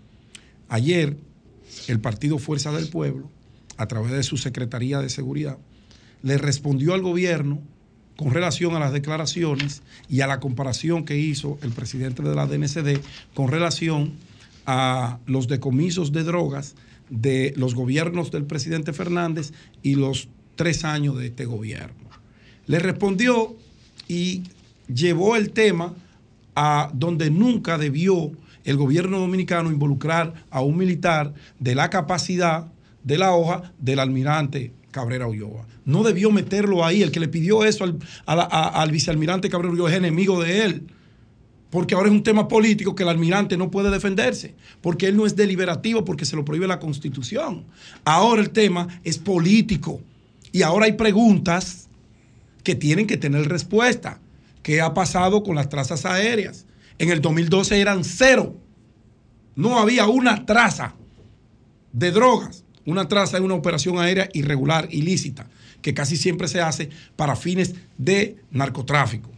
ayer el Partido Fuerza del Pueblo, a través de su Secretaría de Seguridad, le respondió al gobierno con relación a las declaraciones y a la comparación que hizo el presidente de la D N C D con relación a los decomisos de drogas de los gobiernos del presidente Fernández y los tres años de este gobierno. Le respondió y llevó el tema a donde nunca debió el gobierno dominicano involucrar a un militar de la capacidad de la hoja del almirante Cabrera Ulloa. No debió meterlo ahí. El que le pidió eso al, a la, a, al vicealmirante Cabrera Ulloa es enemigo de él, porque ahora es un tema político que el almirante no puede defenderse, porque él no es deliberativo, porque se lo prohíbe la Constitución. Ahora el tema es político y ahora hay preguntas que tienen que tener respuesta. ¿Qué ha pasado con las trazas aéreas? En el dos mil doce eran cero. No había una traza de drogas. Una traza es una operación aérea irregular, ilícita, que casi siempre se hace para fines de narcotráfico.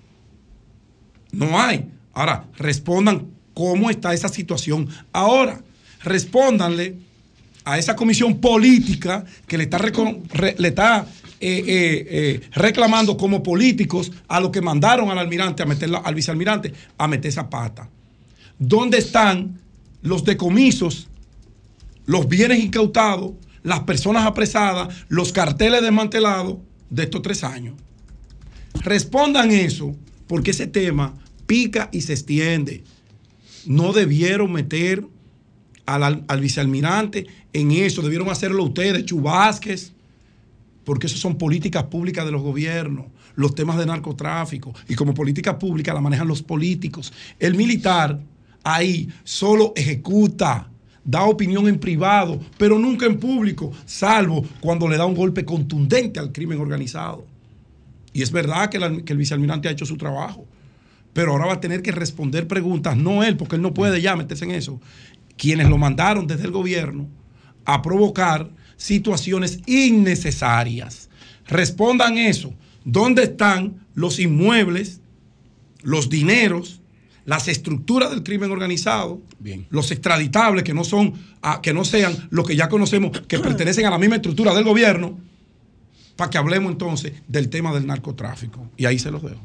No hay. Ahora, respondan cómo está esa situación ahora. Respóndanle a esa comisión política que le está, recon, re, le está eh, eh, eh, reclamando como políticos a los que mandaron al almirante a meterla, al vicealmirante a meter esa pata. ¿Dónde están los decomisos, los bienes incautados, las personas apresadas, los carteles desmantelados de estos tres años? Respondan eso, porque ese tema pica y se extiende. No debieron meter al, al vicealmirante en eso, debieron hacerlo ustedes, Chu Vázquez, porque eso son políticas públicas de los gobiernos, los temas de narcotráfico, y como política pública la manejan los políticos. El militar ahí solo ejecuta, da opinión en privado, pero nunca en público, salvo cuando le da un golpe contundente al crimen organizado. Y es verdad que, la, que el vicealmirante ha hecho su trabajo, pero ahora va a tener que responder preguntas, no él, porque él no puede ya meterse en eso. Quienes lo mandaron desde el gobierno a provocar situaciones innecesarias. Respondan eso. ¿Dónde están los inmuebles, los dineros, las estructuras del crimen organizado, Bien. los extraditables que no son, a, que no sean los que ya conocemos, que pertenecen a la misma estructura del gobierno, para que hablemos entonces del tema del narcotráfico? Y ahí se los dejo.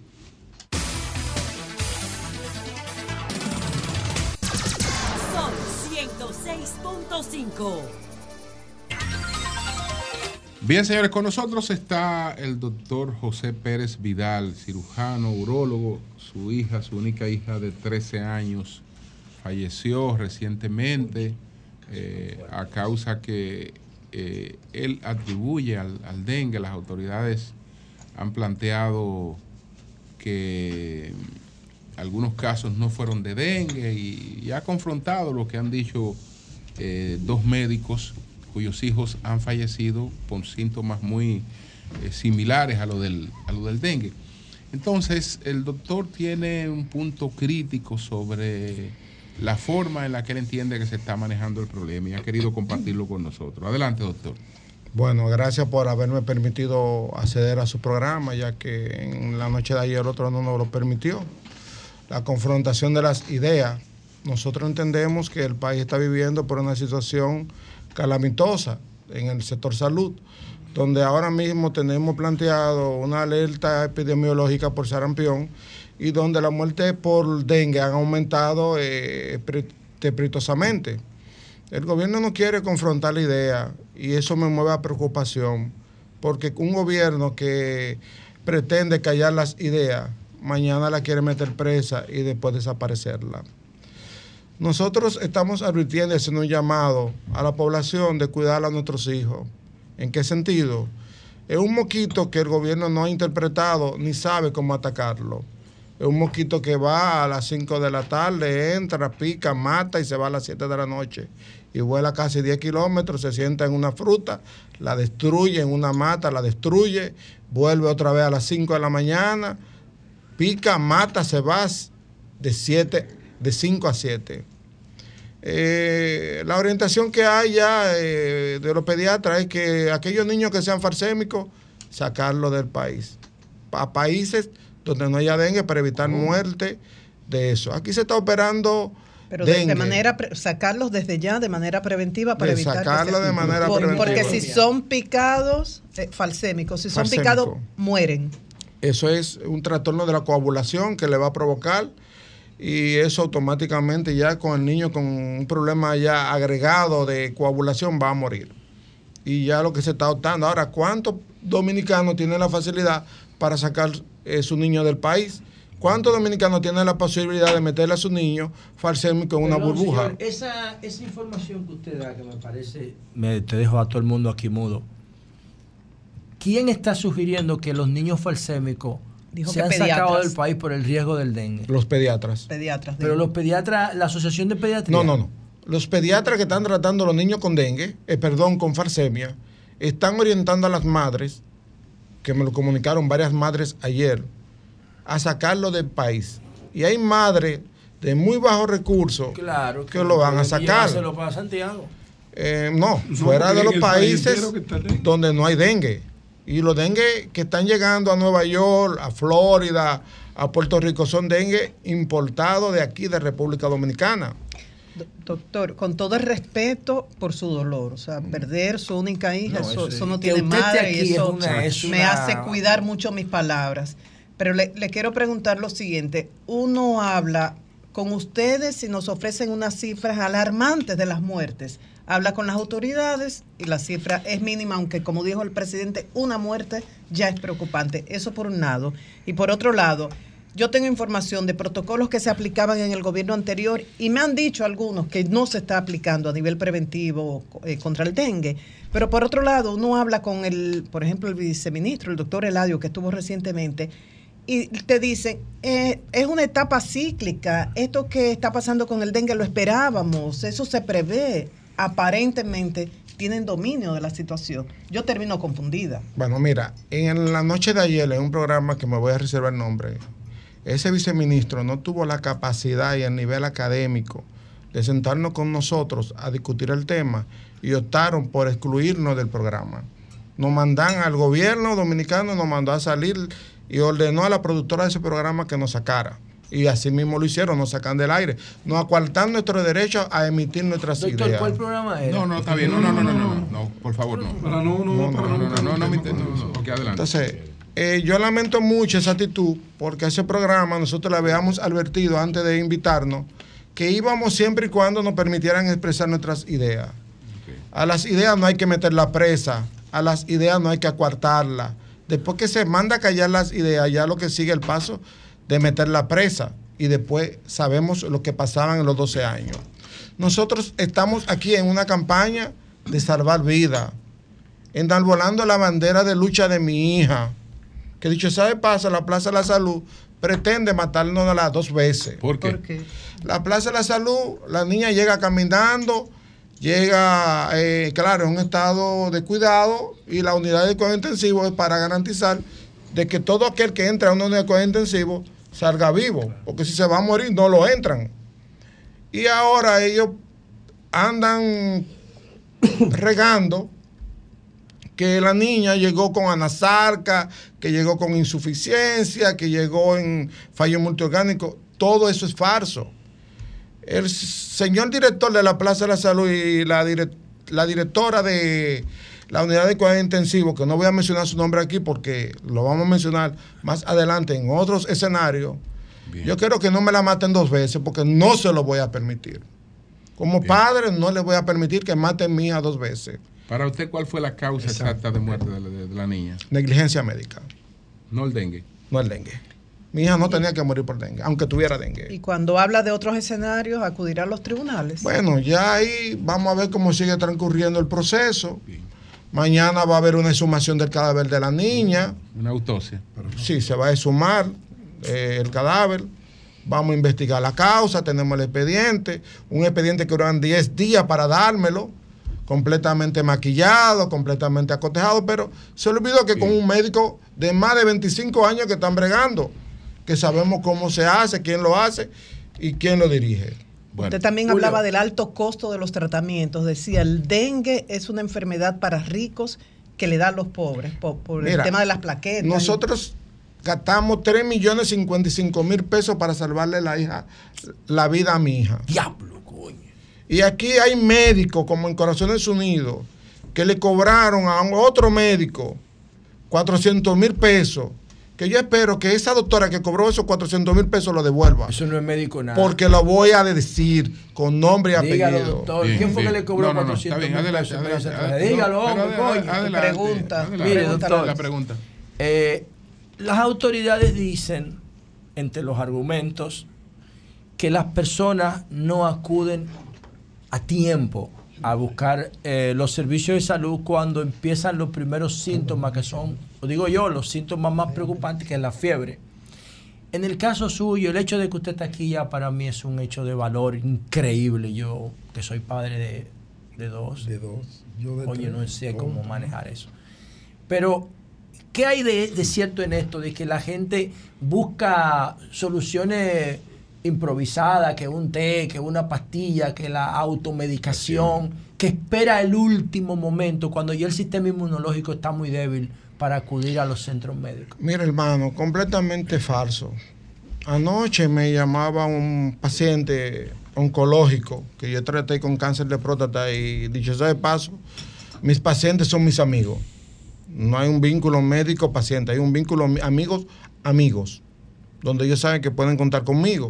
Son ciento seis punto cinco. Bien, señores, con nosotros está el doctor José Pérez Vidal, cirujano, urólogo. Su hija, su única hija de trece años, falleció recientemente eh, a causa que eh, él atribuye al, al dengue. Las autoridades han planteado que algunos casos no fueron de dengue y, y ha confrontado lo que han dicho eh, dos médicos cuyos hijos han fallecido con síntomas muy eh, similares a lo del, a lo del dengue. Entonces, el doctor tiene un punto crítico sobre la forma en la que él entiende que se está manejando el problema y ha querido compartirlo con nosotros. Adelante, doctor. Bueno, gracias por haberme permitido acceder a su programa, ya que en la noche de ayer el otro no nos lo permitió. La confrontación de las ideas. Nosotros entendemos que el país está viviendo por una situación calamitosa en el sector salud, donde ahora mismo tenemos planteado una alerta epidemiológica por sarampión y donde la muerte por dengue han aumentado eh, estrepitosamente. El gobierno no quiere confrontar la idea y eso me mueve a preocupación, porque un gobierno que pretende callar las ideas, mañana la quiere meter presa y después desaparecerla. Nosotros estamos advirtiendo, haciendo un llamado a la población de cuidar a nuestros hijos. ¿En qué sentido? Es un mosquito que el gobierno no ha interpretado ni sabe cómo atacarlo. Es un mosquito que va a las cinco de la tarde, entra, pica, mata y se va a las siete de la noche. Y vuela casi diez kilómetros, se sienta en una fruta, la destruye en una mata, la destruye, vuelve otra vez a las cinco de la mañana, pica, mata, se va de siete, de cinco a siete. Eh, la orientación que hay ya eh, de los pediatras es que aquellos niños que sean falsémicos, sacarlos del país, a países donde no haya dengue para evitar muerte de eso. Aquí se está operando Pero de, dengue. de manera, pre- sacarlos desde ya de manera preventiva para De evitar sacarlo que se- de manera Por- preventiva. Porque si son picados, eh, falsémicos, si son Falsémico. picados, mueren. Eso es un trastorno de la coagulación que le va a provocar y eso automáticamente ya con el niño con un problema ya agregado de coagulación va a morir. Y ya lo que se está optando. Ahora, ¿cuántos dominicanos tienen la facilidad para sacar eh, su niño del país? ¿Cuántos dominicanos tienen la posibilidad de meterle a su niño falsémico en una Perdón, burbuja? señor, esa, esa información que usted da, que me parece, me, te dejo a todo el mundo aquí mudo. ¿Quién está sugiriendo que los niños falsémicos Dijo se que han sacado pediatras. del país por el riesgo del dengue? Los pediatras. Pediatras. Pero los pediatras, la Asociación de Pediatría. No, no, no. Los pediatras que están tratando a los niños con dengue, eh, perdón, con falsemia, están orientando a las madres, que me lo comunicaron varias madres ayer, a sacarlo del país. Y hay madres de muy bajos recursos Claro, que lo van a sacar. Llevárselo para Santiago. Eh, no, No, fuera porque de en los el país países entero que está el dengue. donde no hay dengue. Y los dengue que están llegando a Nueva York, a Florida, a Puerto Rico, son dengue importados de aquí, de República Dominicana. Doctor, con todo el respeto por su dolor, o sea, perder su única hija, No, eso, eso- eso no que tiene usted esté madre y aquí es eso una- es me una- hace cuidar mucho mis palabras. Pero le, le quiero preguntar lo siguiente, uno habla con ustedes y nos ofrecen unas cifras alarmantes de las muertes, habla con las autoridades y la cifra es mínima, aunque como dijo el presidente, una muerte ya es preocupante, eso por un lado. Y por otro lado, yo tengo información de protocolos que se aplicaban en el gobierno anterior y me han dicho algunos que no se está aplicando a nivel preventivo eh, contra el dengue. Pero por otro lado, uno habla con el, por ejemplo, el viceministro, el doctor Eladio, que estuvo recientemente, y te dicen, eh, es una etapa cíclica, esto que está pasando con el dengue lo esperábamos, eso se prevé, aparentemente tienen dominio de la situación. Yo termino confundida. Bueno, mira, en la noche de ayer, en un programa que me voy a reservar el nombre, ese viceministro no tuvo la capacidad y el nivel académico de sentarnos con nosotros a discutir el tema y optaron por excluirnos del programa. Nos mandan al gobierno dominicano, nos mandó a salir y ordenó a la productora de ese programa que nos sacara. Y así mismo lo hicieron, nos sacan del aire, nos acuartan nuestro derecho a emitir nuestras Doctor, ideas. ¿cuál programa era? No, no, está bien. No, no, no, no, no, no, no, por favor, no. No, no, no, no, no, no, no, no, me inter- no, no, ok, adelante. Entonces, eh, yo lamento mucho esa actitud, porque a ese programa nosotros le habíamos advertido antes de invitarnos que íbamos siempre y cuando nos permitieran expresar nuestras ideas. A las ideas no hay que meterla presa, a las ideas no hay que acuartarlas. Después que se manda a callar las ideas, ya lo que sigue el paso de meterla presa. Y después sabemos lo que pasaban en los doce años. Nosotros estamos aquí en una campaña de salvar vidas, enarbolando la bandera de lucha de mi hija, que dicho sea de paso, la Plaza de la Salud pretende matarnos a las dos veces. ¿Por qué? ¿Por qué? La Plaza de la Salud, la niña llega caminando, llega, eh, claro, en un estado de cuidado, y la unidad de cuidado intensivo es para garantizar de que todo aquel que entra a una unidad de cuidado intensivo salga vivo, porque si se va a morir no lo entran. Y ahora ellos andan regando que la niña llegó con anasarca, que llegó con insuficiencia, que llegó en fallo multiorgánico. Todo eso es falso. El señor director de la Plaza de la Salud y la, direct, la directora de la unidad de cuidado intensivo, que no voy a mencionar su nombre aquí porque lo vamos a mencionar más adelante en otros escenarios. Bien. Yo quiero que no me la maten dos veces porque no se lo voy a permitir. Como Bien. padre no le voy a permitir que maten a mi hija dos veces. Para usted, ¿cuál fue la causa Exacto. exacta de muerte de la, de, de la niña? Negligencia médica. No el dengue. No el dengue. Mi hija no tenía que morir por dengue, aunque tuviera dengue. Y cuando habla de otros escenarios, acudirá a los tribunales. Bueno, ya ahí vamos a ver cómo sigue transcurriendo el proceso. Bien. Mañana va a haber una exhumación del cadáver de la niña. Una autopsia. Sí, se va a exhumar eh, el cadáver. Vamos a investigar la causa, tenemos el expediente. Un expediente que duran diez días para dármelo. Completamente maquillado, completamente acotejado, pero se olvidó que sí. con un médico de más de veinticinco años que están bregando, que sabemos cómo se hace, quién lo hace y quién lo dirige. Bueno, usted también Julio. hablaba del alto costo de los tratamientos. Decía, el dengue es una enfermedad para ricos que le da a los pobres por, por Mira, el tema de las plaquetas. Nosotros y... gastamos tres millones cincuenta y cinco mil pesos para salvarle la hija, la vida a mi hija. Diablo, coño. Y aquí hay médicos, como en Corazones Unidos, que le cobraron a otro médico cuatrocientos mil pesos. Que yo espero que esa doctora que cobró esos cuatrocientos mil pesos lo devuelva. Eso no es médico nada. Porque lo voy a decir con nombre y Dígalo, apellido. Doctor. Bien, ¿Quién fue bien. que le cobró no, no, cuatrocientos mil no, pesos? Adelante, adelante, Dígalo, hombre, coño. Adelante, pregunta. Adelante, Mire, doctor. La pregunta. Eh, las autoridades dicen, entre los argumentos, que las personas no acuden a tiempo a buscar eh, los servicios de salud cuando empiezan los primeros síntomas, que son, lo digo yo, los síntomas más preocupantes, que es la fiebre. En el caso suyo, el hecho de que usted está aquí ya para mí es un hecho de valor increíble. Yo, que soy padre de, de dos. De dos. Yo de Oye, tres. no sé cómo manejar eso. Pero, ¿qué hay de, de cierto en esto? De que la gente busca soluciones improvisada, que un té, que una pastilla, que la automedicación, que espera el último momento cuando ya el sistema inmunológico está muy débil para acudir a los centros médicos. Mira, hermano, completamente falso. Anoche me llamaba un paciente oncológico que yo traté con cáncer de próstata y, dicho sea de paso, mis pacientes son mis amigos. No hay un vínculo médico-paciente, hay un vínculo amigos-amigos, donde ellos saben que pueden contar conmigo.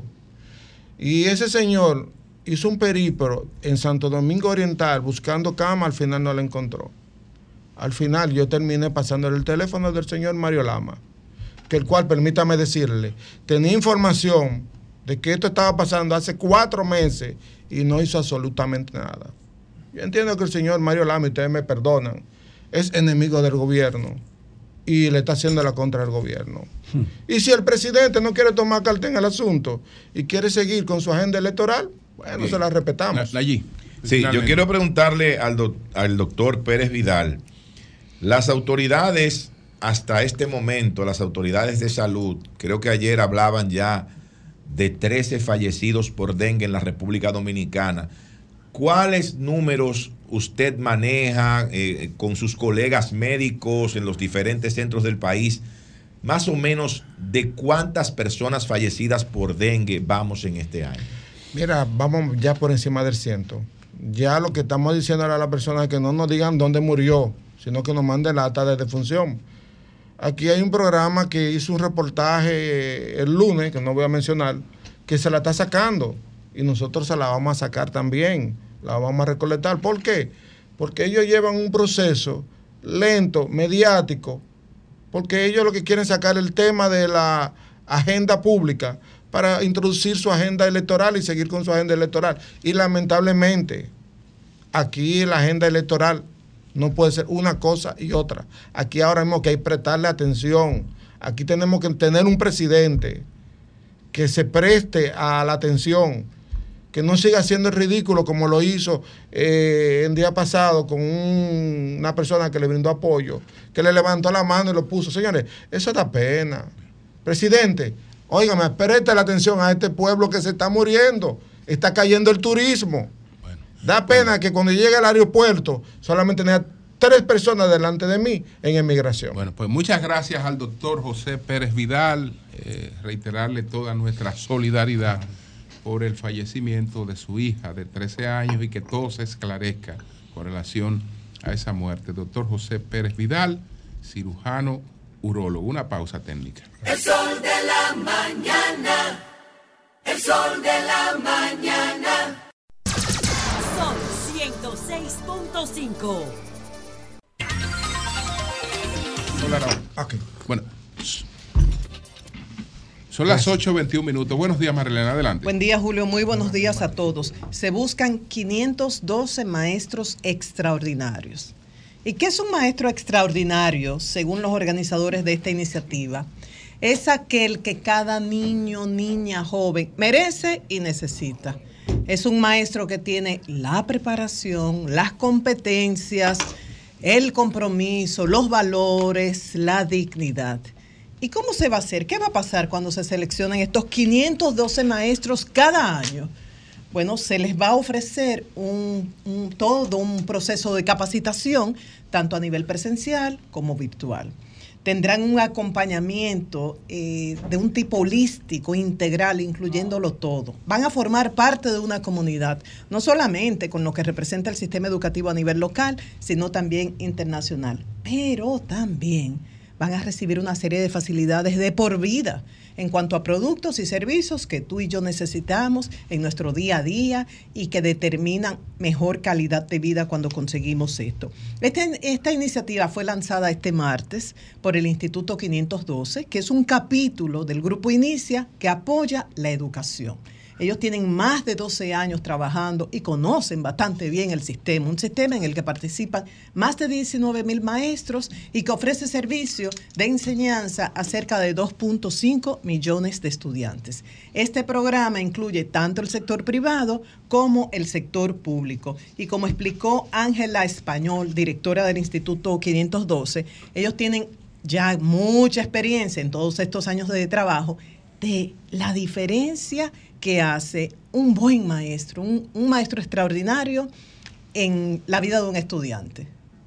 Y ese señor hizo un periplo en Santo Domingo Oriental buscando cama, al final no la encontró. Al final yo terminé pasándole el teléfono del señor Mario Lama, que el cual, permítame decirle, tenía información de que esto estaba pasando hace cuatro meses y no hizo absolutamente nada. Yo entiendo que el señor Mario Lama, y ustedes me perdonan, es enemigo del gobierno y le está haciendo la contra del gobierno. Hmm. Y si el presidente no quiere tomar carta en el asunto y quiere seguir con su agenda electoral, bueno, Bien. se la respetamos. La, allí. Sí, yo quiero preguntarle al, do, al doctor Pérez Vidal, las autoridades hasta este momento las autoridades de salud, creo que ayer hablaban ya de trece fallecidos por dengue en la República Dominicana. ¿Cuáles números usted maneja eh, con sus colegas médicos en los diferentes centros del país? Más o menos, ¿de cuántas personas fallecidas por dengue vamos en este año? Mira, vamos ya por encima del ciento. Ya lo que estamos diciendo a las personas es que no nos digan dónde murió, sino que nos manden la acta de defunción. Aquí hay un programa que hizo un reportaje el lunes, que no voy a mencionar, que se la está sacando y nosotros se la vamos a sacar también, la vamos a recolectar. ¿Por qué? Porque ellos llevan un proceso lento, mediático, porque ellos lo que quieren sacar el tema de la agenda pública para introducir su agenda electoral y seguir con su agenda electoral. Y lamentablemente, aquí la agenda electoral no puede ser una cosa y otra. Aquí ahora mismo que hay que prestarle atención. Aquí tenemos que tener un presidente que se preste a la atención, que no siga haciendo el ridículo como lo hizo eh, el día pasado con un, una persona que le brindó apoyo, que le levantó la mano y lo puso. Señores, eso da pena. Presidente, óigame, preste la atención a este pueblo que se está muriendo. Está cayendo el turismo. Bueno, da pena bueno. que cuando llegue al aeropuerto solamente tenga tres personas delante de mí en emigración. Bueno, pues muchas gracias al doctor José Pérez Vidal. Eh, reiterarle toda nuestra solidaridad por el fallecimiento de su hija de trece años y que todo se esclarezca con relación a esa muerte. Doctor José Pérez Vidal, cirujano urólogo. Una pausa técnica. El sol de la mañana, el sol de la mañana. Sol ciento seis punto cinco. Hola, no. Okay. Bueno, son las ocho veintiún minutos. Buenos días, Marilena, adelante. Buen día, Julio. Muy buenos días a todos. Se buscan quinientos doce maestros extraordinarios. ¿Y qué es un maestro extraordinario, según los organizadores de esta iniciativa? Es aquel que cada niño, niña, joven merece y necesita. Es un maestro que tiene la preparación, las competencias, el compromiso, los valores, la dignidad. ¿Y cómo se va a hacer? ¿Qué va a pasar cuando se seleccionen estos quinientos doce maestros cada año? Bueno, se les va a ofrecer un, un, todo un proceso de capacitación, tanto a nivel presencial como virtual. Tendrán un acompañamiento eh, de un tipo holístico, integral, incluyéndolo todo. Van a formar parte de una comunidad, no solamente con lo que representa el sistema educativo a nivel local, sino también internacional. Pero también van a recibir una serie de facilidades de por vida en cuanto a productos y servicios que tú y yo necesitamos en nuestro día a día y que determinan mejor calidad de vida cuando conseguimos esto. Este, esta iniciativa fue lanzada este martes por el Instituto quinientos doce, que es un capítulo del Grupo Inicia que apoya la educación. Ellos tienen más de doce años trabajando y conocen bastante bien el sistema, un sistema en el que participan más de diecinueve mil maestros y que ofrece servicio de enseñanza a cerca de dos punto cinco millones de estudiantes. Este programa incluye tanto el sector privado como el sector público. Y como explicó Ángela Español, directora del Instituto quinientos doce, ellos tienen ya mucha experiencia en todos estos años de trabajo de la diferencia que hace un buen maestro, un, un maestro extraordinario en la vida de un estudiante,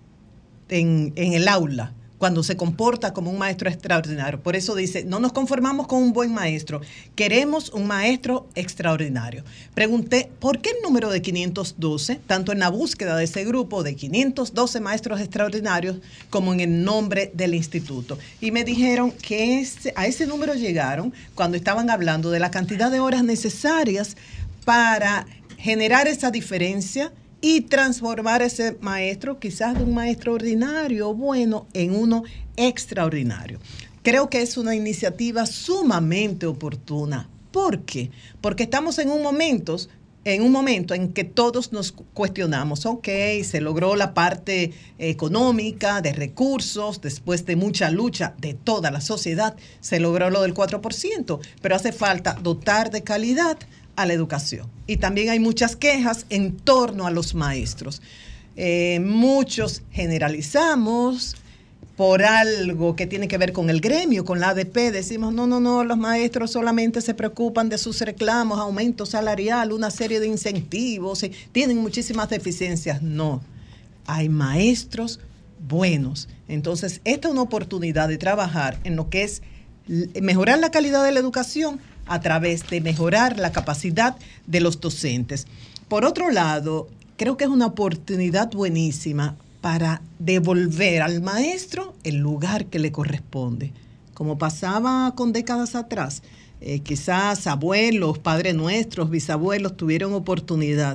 en, en el aula, cuando se comporta como un maestro extraordinario. Por eso dice, no nos conformamos con un buen maestro, queremos un maestro extraordinario. Pregunté, ¿por qué el número de quinientos doce? Tanto en la búsqueda de ese grupo de quinientos doce maestros extraordinarios como en el nombre del instituto. Y me dijeron que ese, a ese número llegaron cuando estaban hablando de la cantidad de horas necesarias para generar esa diferencia y transformar ese maestro, quizás de un maestro ordinario bueno, en uno extraordinario. Creo que es una iniciativa sumamente oportuna. ¿Por qué? Porque estamos en un momento, en un momento en que todos nos cuestionamos, ok, se logró la parte económica, de recursos, después de mucha lucha de toda la sociedad, se logró lo del cuatro por ciento, pero hace falta dotar de calidad a la educación. Y también hay muchas quejas en torno a los maestros. Eh, muchos generalizamos por algo que tiene que ver con el gremio, con la A D P, decimos, no, no, no, los maestros solamente se preocupan de sus reclamos, aumento salarial, una serie de incentivos, tienen muchísimas deficiencias. No, hay maestros buenos. Entonces, esta es una oportunidad de trabajar en lo que es mejorar la calidad de la educación a través de mejorar la capacidad de los docentes. Por otro lado, creo que es una oportunidad buenísima para devolver al maestro el lugar que le corresponde. Como pasaba con décadas atrás, eh, quizás abuelos, padres nuestros, bisabuelos tuvieron oportunidad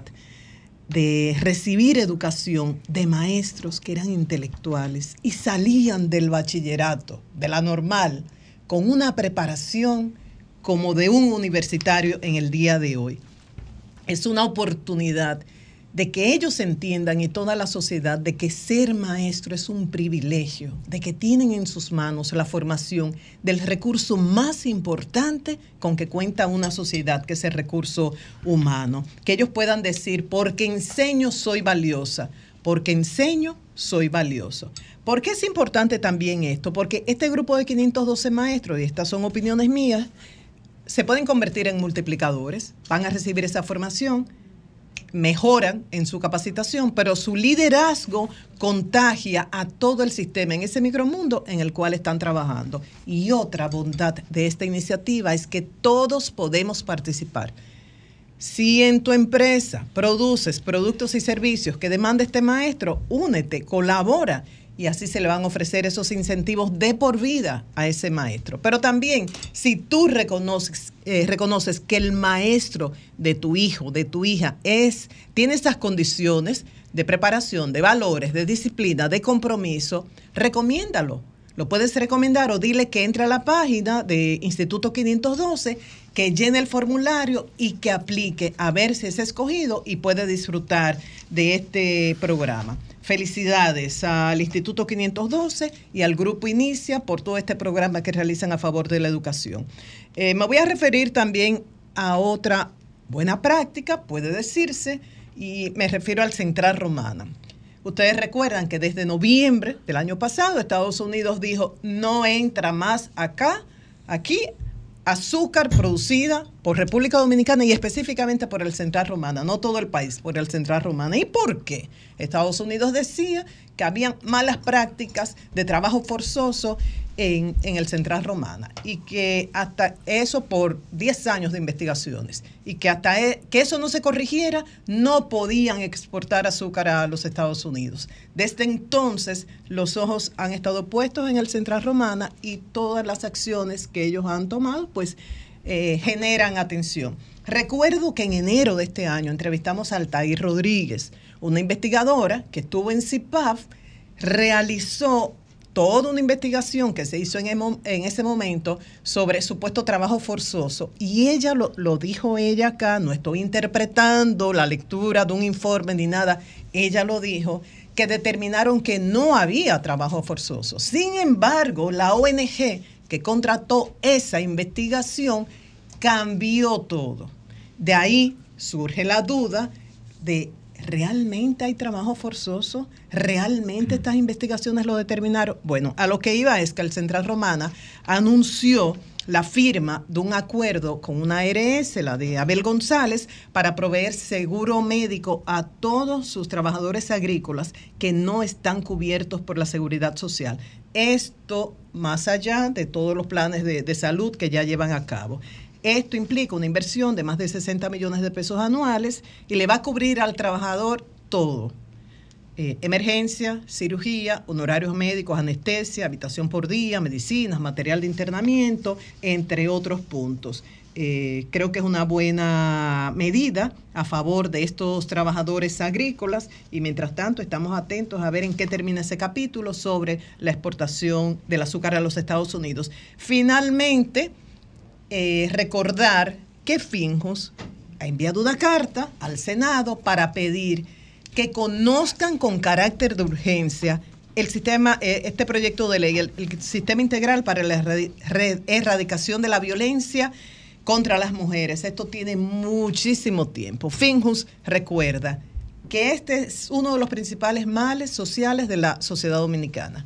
de recibir educación de maestros que eran intelectuales y salían del bachillerato, de la normal, con una preparación como de un universitario en el día de hoy. Es una oportunidad de que ellos entiendan y toda la sociedad de que ser maestro es un privilegio, de que tienen en sus manos la formación del recurso más importante con que cuenta una sociedad, que es el recurso humano. Que ellos puedan decir, porque enseño soy valiosa, porque enseño soy valioso. ¿Por qué es importante también esto? Porque este grupo de quinientos doce maestros, y estas son opiniones mías, se pueden convertir en multiplicadores, van a recibir esa formación, mejoran en su capacitación, pero su liderazgo contagia a todo el sistema en ese micromundo en el cual están trabajando. Y otra bondad de esta iniciativa es que todos podemos participar. Si en tu empresa produces productos y servicios que demanda este maestro, únete, colabora, y así se le van a ofrecer esos incentivos de por vida a ese maestro. Pero también, si tú reconoces, eh, reconoces que el maestro de tu hijo, de tu hija, es, tiene estas condiciones de preparación, de valores, de disciplina, de compromiso, recomiéndalo. Lo puedes recomendar o dile que entre a la página de Instituto quinientos doce, que llene el formulario y que aplique a ver si es escogido y puede disfrutar de este programa. Felicidades al Instituto quinientos doce y al Grupo Inicia por todo este programa que realizan a favor de la educación. Eh, me voy a referir también a otra buena práctica, puede decirse, y me refiero al Central Romana. Ustedes recuerdan que desde noviembre del año pasado Estados Unidos dijo no entra más acá, aquí, azúcar producida por República Dominicana y específicamente por el Central Romana, no todo el país, por el Central Romana. ¿Y por qué? Estados Unidos decía que habían malas prácticas de trabajo forzoso en, en el Central Romana y que hasta eso por diez años de investigaciones y que hasta e, que eso no se corrigiera no podían exportar azúcar a los Estados Unidos. Desde entonces los ojos han estado puestos en el Central Romana y todas las acciones que ellos han tomado pues eh, generan atención. Recuerdo que en enero de este año entrevistamos a Altair Rodríguez, una investigadora que estuvo en C I P A F, realizó toda una investigación que se hizo en, en ese momento sobre supuesto trabajo forzoso y ella lo, lo dijo ella acá, no estoy interpretando la lectura de un informe ni nada, ella lo dijo, que determinaron que no había trabajo forzoso. Sin embargo, la O N G que contrató esa investigación cambió todo. De ahí surge la duda de ¿realmente hay trabajo forzoso? ¿Realmente estas investigaciones lo determinaron? Bueno, a lo que iba es que el Central Romana anunció la firma de un acuerdo con una A R S, la de Abel González, para proveer seguro médico a todos sus trabajadores agrícolas que no están cubiertos por la seguridad social. Esto más allá de todos los planes de, de salud que ya llevan a cabo. Esto implica una inversión de más de sesenta millones de pesos anuales y le va a cubrir al trabajador todo. Eh, emergencia, cirugía, honorarios médicos, anestesia, habitación por día, medicinas, material de internamiento, entre otros puntos. Eh, creo que es una buena medida a favor de estos trabajadores agrícolas y mientras tanto estamos atentos a ver en qué termina ese capítulo sobre la exportación del azúcar a los Estados Unidos. Finalmente, Eh, recordar que Finjus ha enviado una carta al Senado para pedir que conozcan con carácter de urgencia el sistema, eh, este proyecto de ley, el, el sistema integral para la erradicación de la violencia contra las mujeres. Esto tiene muchísimo tiempo. Finjus recuerda que este es uno de los principales males sociales de la sociedad dominicana,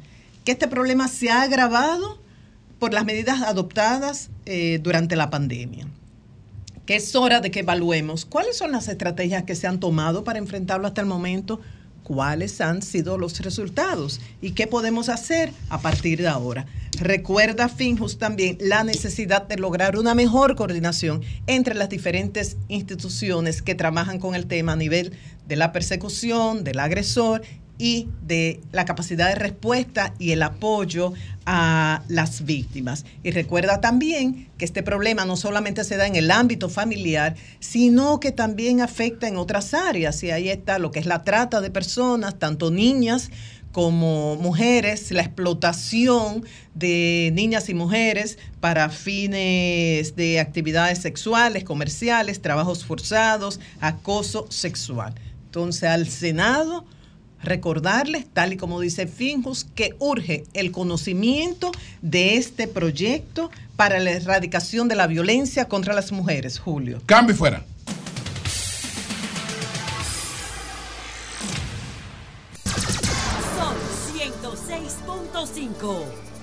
que este problema se ha agravado por las medidas adoptadas eh, durante la pandemia. Que es hora de que evaluemos cuáles son las estrategias que se han tomado para enfrentarlo hasta el momento, cuáles han sido los resultados y qué podemos hacer a partir de ahora. Recuerda Finjus también la necesidad de lograr una mejor coordinación entre las diferentes instituciones que trabajan con el tema a nivel de la persecución, del agresor y de la capacidad de respuesta y el apoyo a las víctimas. Y recuerda también que este problema no solamente se da en el ámbito familiar, sino que también afecta en otras áreas. Y ahí está lo que es la trata de personas, tanto niñas como mujeres, la explotación de niñas y mujeres para fines de actividades sexuales, comerciales, trabajos forzados, acoso sexual. Entonces, al Senado, recordarles, tal y como dice Finjus, que urge el conocimiento de este proyecto para la erradicación de la violencia contra las mujeres. Julio. Cambio fuera. Son ciento seis punto cinco.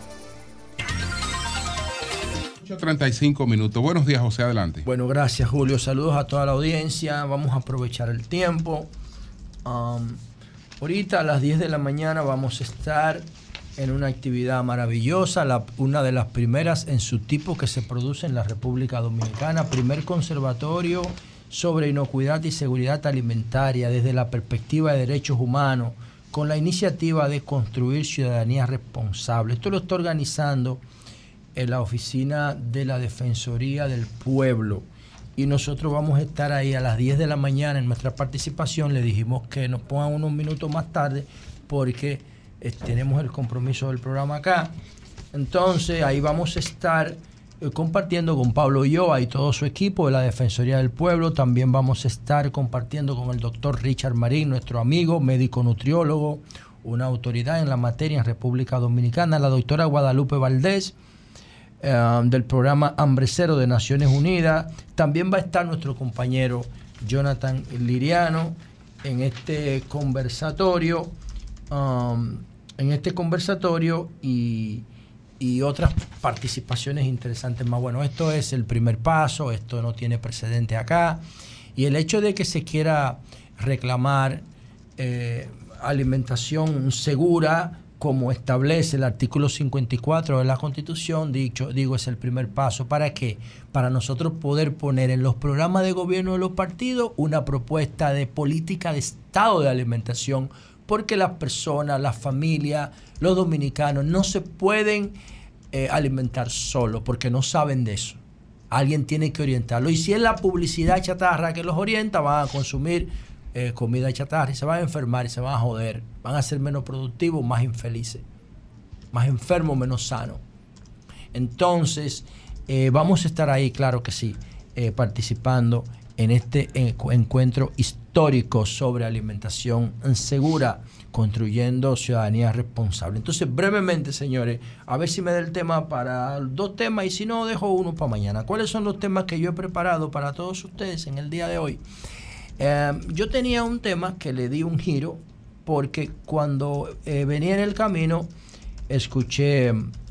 ocho treinta y cinco minutos. Buenos días, José, adelante. Bueno, gracias, Julio. Saludos a toda la audiencia. Vamos a aprovechar el tiempo. Um, Ahorita a las diez de la mañana vamos a estar en una actividad maravillosa, la, una de las primeras en su tipo que se produce en la República Dominicana, primer conservatorio sobre inocuidad y seguridad alimentaria desde la perspectiva de derechos humanos, con la iniciativa de construir ciudadanía responsable. Esto lo está organizando en la oficina de la Defensoría del Pueblo. Y nosotros vamos a estar ahí a las diez de la mañana en nuestra participación. Le dijimos que nos pongan unos minutos más tarde porque eh, tenemos el compromiso del programa acá. Entonces ahí vamos a estar eh, compartiendo con Pablo Ulloa y todo su equipo de la Defensoría del Pueblo. También vamos a estar compartiendo con el doctor Richard Marín, nuestro amigo médico nutriólogo, una autoridad en la materia en República Dominicana, la doctora Guadalupe Valdés, Uh, del programa Hambre Cero de Naciones Unidas. También va a estar nuestro compañero Jonathan Liriano en este conversatorio, um, en este conversatorio y, y otras participaciones interesantes más. Bueno, esto es el primer paso, esto no tiene precedente acá, y el hecho de que se quiera reclamar eh, alimentación segura, como establece el artículo cincuenta y cuatro de la Constitución, dicho, digo, es el primer paso. ¿Para qué? Para nosotros poder poner en los programas de gobierno de los partidos una propuesta de política de estado de alimentación, porque las personas, las familias, los dominicanos no se pueden eh, alimentar solos, porque no saben de eso. Alguien tiene que orientarlo. Y si es la publicidad chatarra que los orienta, van a consumir Eh, comida chatarra y se van a enfermar y se van a joder, van a ser menos productivos, más infelices, más enfermos, menos sanos. Entonces eh, vamos a estar ahí, claro que sí, eh, participando en este eh, encuentro histórico sobre alimentación segura, construyendo ciudadanía responsable. Entonces, brevemente, señores, a ver si me da el tema para dos temas y si no, dejo uno para mañana. ¿Cuáles son los temas que yo he preparado para todos ustedes en el día de hoy? Eh, yo tenía un tema que le di un giro porque cuando eh, venía en el camino escuché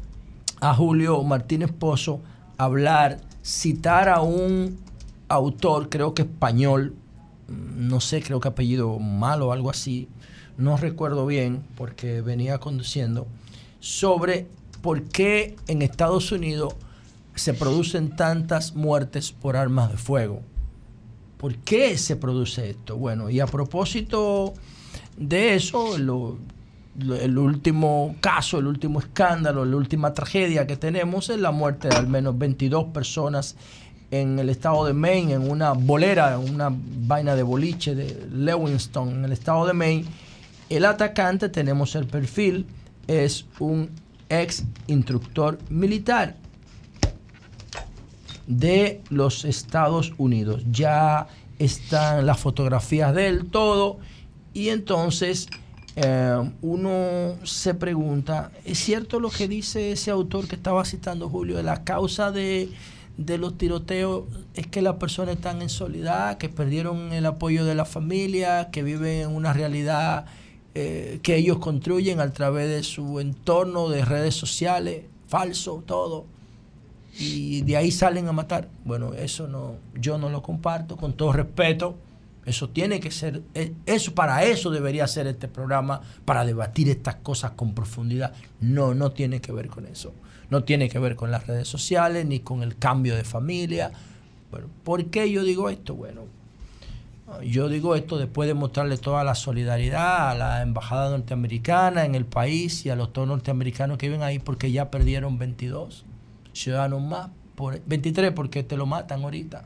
a Julio Martínez Pozo hablar, citar a un autor, creo que español, no sé, creo que apellido Malo o algo así, no recuerdo bien porque venía conduciendo, sobre por qué en Estados Unidos se producen tantas muertes por armas de fuego. ¿Por qué se produce esto? Bueno, y a propósito de eso, lo, lo, el último caso, el último escándalo, la última tragedia que tenemos es la muerte de al menos veintidós personas en el estado de Maine, en una bolera, en una vaina de boliche de Lewiston, en el estado de Maine. El atacante, tenemos el perfil, es un ex instructor militar de los Estados Unidos. Ya están las fotografías de él, todo, y entonces eh, uno se pregunta, ¿es cierto lo que dice ese autor que estaba citando Julio? De la causa de, de los tiroteos es que las personas están en soledad, que perdieron el apoyo de la familia, que viven en una realidad eh, que ellos construyen a través de su entorno de redes sociales, falso, todo, y de ahí salen a matar. Bueno, eso no, yo no lo comparto, con todo respeto. Eso tiene que ser, eso para eso debería ser este programa, para debatir estas cosas con profundidad. No, no tiene que ver con eso. No tiene que ver con las redes sociales, ni con el cambio de familia. Bueno, ¿por qué yo digo esto? Bueno, yo digo esto después de mostrarle toda la solidaridad a la embajada norteamericana en el país y a los todos norteamericanos que viven ahí, porque ya perdieron veintidós ciudadanos más, por, veintitrés porque te lo matan ahorita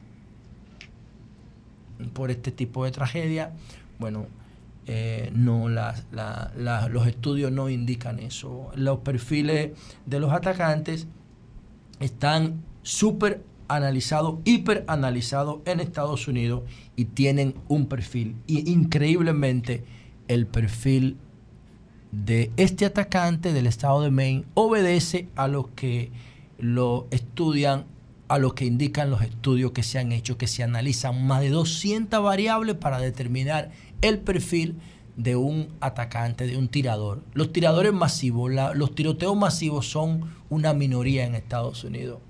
por este tipo de tragedia. Bueno, eh, no la, la, la, los estudios no indican eso. Los perfiles de los atacantes están súper analizados, hiper analizados en Estados Unidos, y tienen un perfil. Y increíblemente el perfil de este atacante del estado de Maine obedece a lo que lo estudian, a lo que indican los estudios que se han hecho, que se analizan más de doscientas variables para determinar el perfil de un atacante, de un tirador. Los tiradores masivos, la, los tiroteos masivos son una minoría en Estados Unidos.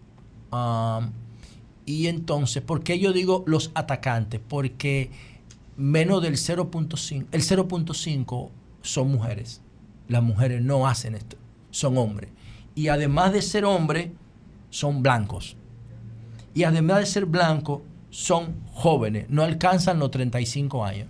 Um, y entonces, ¿por qué yo digo los atacantes? Porque menos del cero punto cinco, el cero punto cinco son mujeres. Las mujeres no hacen esto, son hombres. Y además de ser hombres, son blancos. Y además de ser blancos, son jóvenes. No alcanzan los treinta y cinco años.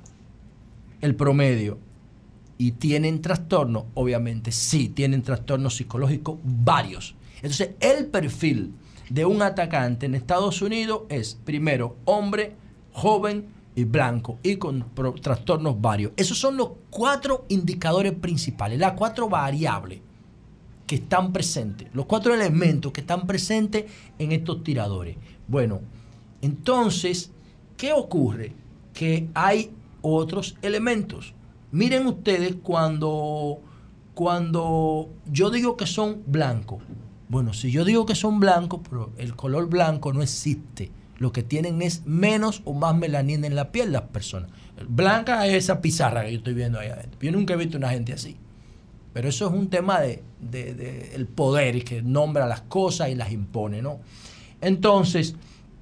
El promedio. Y tienen trastornos, obviamente, sí, tienen trastornos psicológicos varios. Entonces, el perfil de un atacante en Estados Unidos es, primero, hombre, joven y blanco, y con pro- trastornos varios. Esos son los cuatro indicadores principales, las cuatro variables que están presentes, los cuatro elementos que están presentes en estos tiradores. Bueno, entonces, ¿qué ocurre? Que hay otros elementos. Miren ustedes, cuando, cuando yo digo que son blancos, bueno, si yo digo que son blancos, pero el color blanco no existe. Lo que tienen es menos o más melanina en la piel las personas. Blanca es esa pizarra que yo estoy viendo ahí adentro. Yo nunca he visto una gente así. Pero eso es un tema de, de, de el poder, que nombra las cosas y las impone, ¿no? Entonces,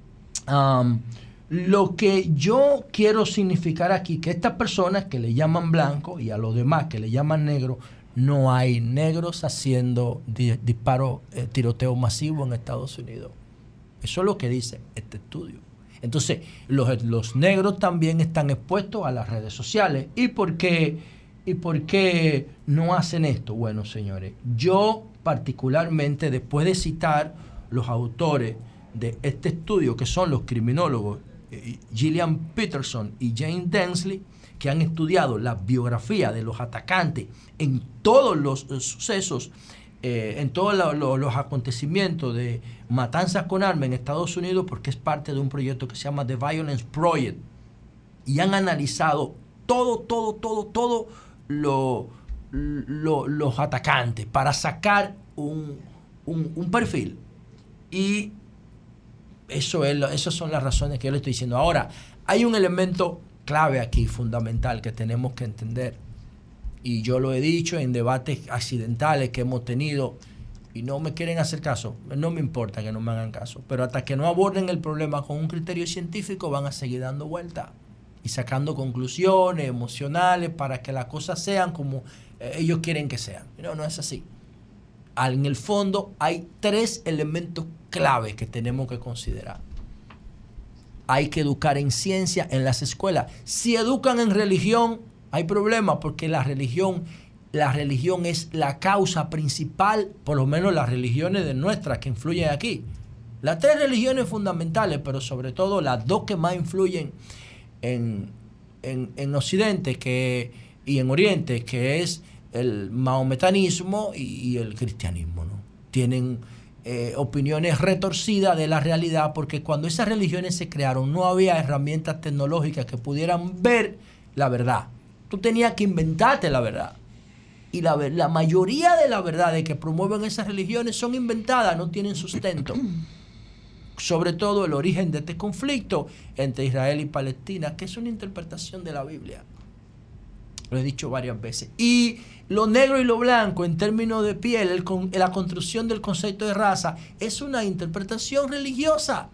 um, lo que yo quiero significar aquí, que estas personas que le llaman blanco y a los demás que le llaman negro, no hay negros haciendo di, disparos, eh, tiroteo masivo en Estados Unidos. Eso es lo que dice este estudio. Entonces, los, los negros también están expuestos a las redes sociales. ¿Y por qué? ¿Y por qué no hacen esto? Bueno, señores, yo particularmente, después de citar los autores de este estudio, que son los criminólogos eh, Gillian Peterson y Jane Densley, que han estudiado la biografía de los atacantes en todos los eh, sucesos, eh, en todos lo, lo, los acontecimientos de matanzas con armas en Estados Unidos, porque es parte de un proyecto que se llama The Violence Project, y han analizado todo, todo, todo, todo lo, lo, los atacantes para sacar un, un, un perfil. Y eso es, esas son las razones que yo le estoy diciendo. Ahora, hay un elemento clave aquí, fundamental, que tenemos que entender, y yo lo he dicho en debates accidentales que hemos tenido, y no me quieren hacer caso. No me importa que no me hagan caso, pero hasta que no aborden el problema con un criterio científico, van a seguir dando vueltas y sacando conclusiones emocionales para que las cosas sean como eh, ellos quieren que sean. No, no es así. Al, en el fondo hay tres elementos claves que tenemos que considerar. Hay que educar en ciencia en las escuelas. Si educan en religión, hay problema, porque la religión, la religión es la causa principal, por lo menos las religiones de nuestras que influyen aquí. Las tres religiones fundamentales, pero sobre todo las dos que más influyen en, en, en Occidente que, y en Oriente, que es el maometanismo y, y el cristianismo, ¿no? Tienen eh, opiniones retorcidas de la realidad, porque cuando esas religiones se crearon no había herramientas tecnológicas que pudieran ver la verdad. Tú tenías que inventarte la verdad. Y la, la mayoría de las verdades que promueven esas religiones son inventadas, no tienen sustento. Sobre todo el origen de este conflicto entre Israel y Palestina, que es una interpretación de la Biblia. Lo he dicho varias veces. Y lo negro y lo blanco, en términos de piel, el con, la construcción del concepto de raza, es una interpretación religiosa.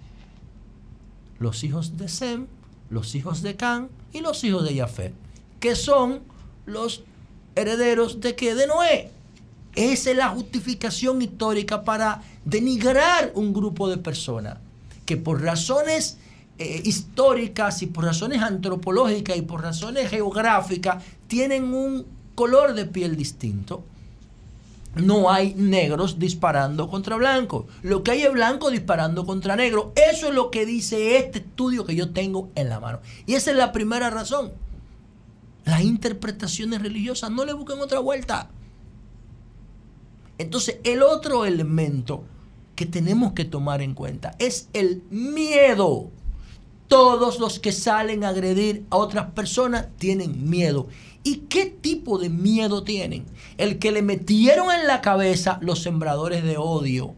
Los hijos de Sem, los hijos de Can y los hijos de Jafet, que son los herederos de que de Noé. Esa es la justificación histórica para denigrar un grupo de personas que por razones eh, históricas y por razones antropológicas y por razones geográficas tienen un color de piel distinto. No hay negros disparando contra blancos. Lo que hay es blanco disparando contra negro. Eso es lo que dice este estudio que yo tengo en la mano. Y esa es la primera razón. Las interpretaciones religiosas, no le busquen otra vuelta. Entonces, el otro elemento que tenemos que tomar en cuenta es el miedo. Todos los que salen a agredir a otras personas tienen miedo. ¿Y qué tipo de miedo tienen? El que le metieron en la cabeza los sembradores de odio.